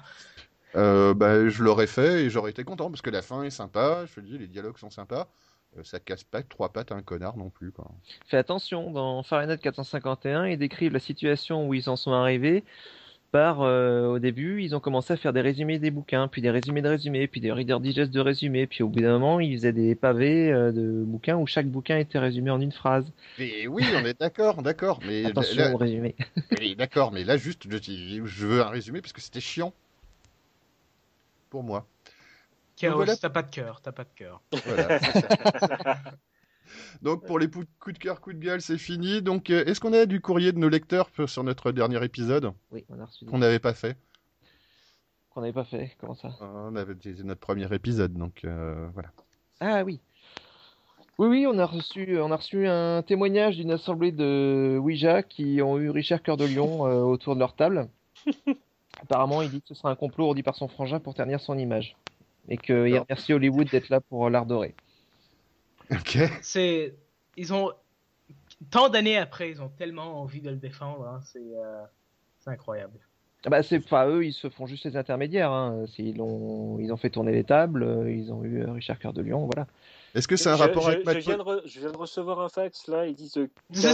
Je l'aurais fait et j'aurais été content parce que la fin est sympa, je te dis, les dialogues sont sympas, ça casse pas 3 pattes à un connard non plus, quoi. Fais attention, dans Fahrenheit 451, ils décrivent la situation où ils en sont arrivés par, au début, ils ont commencé à faire des résumés des bouquins, puis des résumés de résumés, puis des Reader Digest de résumés, puis au bout d'un moment, ils faisaient des pavés de bouquins où chaque bouquin était résumé en une phrase. Et oui, on est d'accord, mais attention au résumé. D'accord, mais là juste, je veux un résumé parce que c'était chiant. Pour moi. Chaos, voilà. T'as pas de cœur. Voilà, c'est ça. Donc pour les coups de cœur, coups de gueule, c'est fini. Donc est-ce qu'on a du courrier de nos lecteurs sur notre dernier épisode? Oui, on a reçu. Qu'on n'avait pas fait. Qu'on n'avait pas fait, comment ça? On avait notre premier épisode, donc voilà. Ah oui. Oui, on a reçu un témoignage d'une assemblée de Ouija qui ont eu Richard Cœur de Lion autour de leur table. Apparemment, il dit que ce sera un complot ordi par son frangin pour ternir son image. Et qu'il remercie Hollywood d'être là pour l'art doré. Ok. Ils ont... Tant d'années après, ils ont tellement envie de le défendre. Hein, c'est incroyable. Eux, ils se font juste les intermédiaires. Hein. Ils ont fait tourner les tables. Ils ont eu Richard Cœur de Lion, voilà. Est-ce que c'est un rapport avec je viens de recevoir un fax, là. Ils disent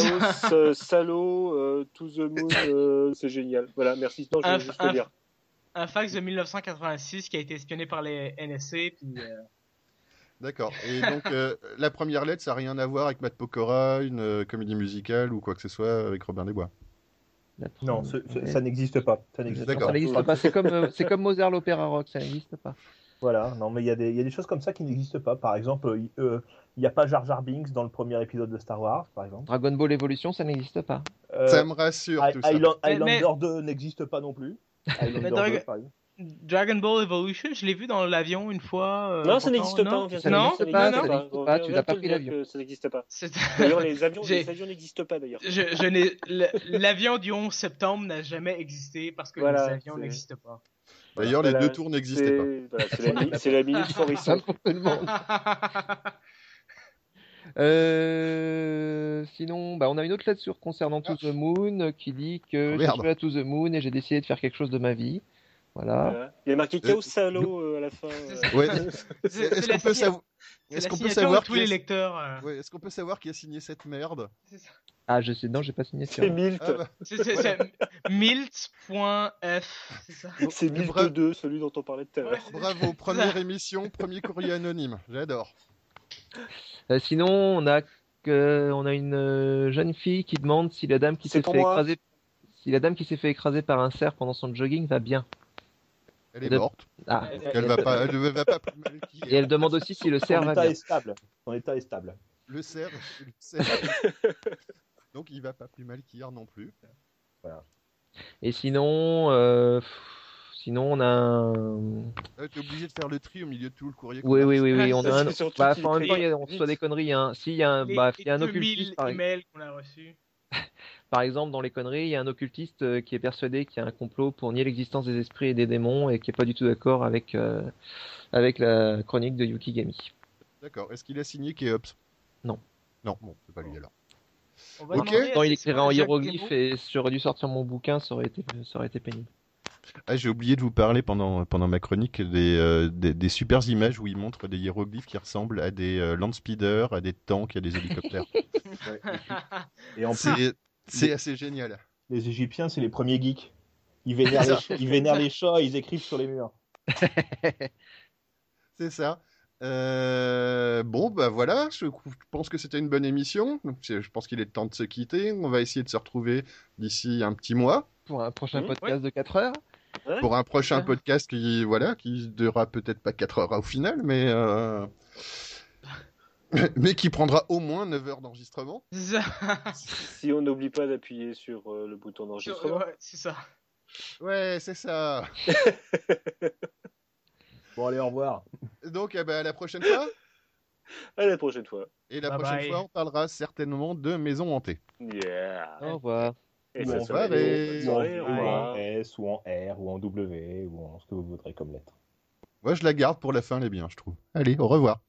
Chaos, salaud, To the Moon, c'est génial. Voilà, merci. Non, je vais juste te dire. un fax de 1986 qui a été espionné par les NSC. Puis, D'accord. Et donc, la première lettre, ça n'a rien à voir avec Matt Pokora, une comédie musicale ou quoi que ce soit avec Robin des Bois. Non, ça n'existe pas. Ça n'existe D'accord. Ça n'existe pas. C'est comme Mozart l'opéra rock, ça n'existe pas. Voilà, non, mais il y a des choses comme ça qui n'existent pas. Par exemple, il n'y a pas Jar Jar Binks dans le premier épisode de Star Wars, par exemple. Dragon Ball Evolution, ça n'existe pas. Ça me rassure tout ça. Highlander 2 n'existe pas non plus. Highlander 2, par exemple. Dragon Ball Evolution, je l'ai vu dans l'avion une fois. Non, ça n'existe pas. Non, Ça n'existe pas, tu n'as pas pris l'avion. Ça n'existe pas. D'ailleurs, les avions n'existent pas, d'ailleurs. L'avion du 11 septembre n'a jamais existé parce que les avions n'existent pas. D'ailleurs, les deux tours n'existaient pas. Voilà, c'est la minute Forisson. Pour tout le monde. Sinon, on a une autre lettre concernant To the Moon qui dit que je suis à To the Moon et j'ai décidé de faire quelque chose de ma vie. Voilà. Il y a marqué Chaos Salo à la fin. Ouais. Est-ce qu'on peut savoir Est-ce qu'on peut savoir qui a signé cette merde? Ah, je sais, non, j'ai pas signé ça. C'est Milt. C'est Milt.f, c'est ça. C'est Milt 2, celui dont on parlait tout à l'heure. Bravo, première émission, premier courrier anonyme. J'adore. Sinon, on a une jeune fille qui demande si la dame qui s'est fait écraser par un cerf pendant son jogging va bien. Elle est morte. Ah. Elle ne va pas plus mal qu'hier. Et elle demande aussi si le cerf va bien. Son état est stable. Le cerf. Donc il va pas plus mal qu'hier non plus. Voilà. Et sinon, on a T'es obligé de faire le tri au milieu de tout le courrier. Oui. On a en même temps, on vite. reçoit des conneries. Hein. Si, il y a un occultiste. Emails qu'on a reçus. Par exemple, dans les conneries, il y a un occultiste qui est persuadé qu'il y a un complot pour nier l'existence des esprits et des démons et qui est pas du tout d'accord avec la chronique de Yukigami. D'accord. Est-ce qu'il a signé Keops? Non. Non, bon, c'est pas lui alors. Ok. Quand il écrirait en hiéroglyphe et j'aurais dû sortir mon bouquin, ça aurait été pénible. Ah, j'ai oublié de vous parler pendant ma chronique des super images où il montre des hiéroglyphes qui ressemblent à des landspeeders, à des tanks, à des hélicoptères. Ouais. Et en plus, c'est assez génial. Les Égyptiens, c'est les premiers geeks. Ils vénèrent les chats et ils écrivent sur les murs. C'est ça. Bon, bah voilà, je pense que c'était une bonne émission. Donc, je pense qu'il est temps de se quitter. On va essayer de se retrouver d'ici un petit mois. Pour un prochain podcast de 4 heures. Ouais. Pour un prochain podcast qui durera peut-être pas 4 heures au final, mais qui prendra au moins 9 heures d'enregistrement. Si on n'oublie pas d'appuyer sur le bouton d'enregistrement. Ouais, c'est ça. Ouais, c'est ça. Bon, allez, au revoir. Donc, à la prochaine fois. À la prochaine fois. Et la Bye prochaine bye. fois, on parlera certainement de maisons hantées. Yeah. Au revoir. Et Bonne ça soirée. soirée. Au Ou en revoir. S, ou en R, ou en W, ou en ce que vous voudrez comme lettre. Moi, je la garde pour la fin, les biens, je trouve. Allez, au revoir.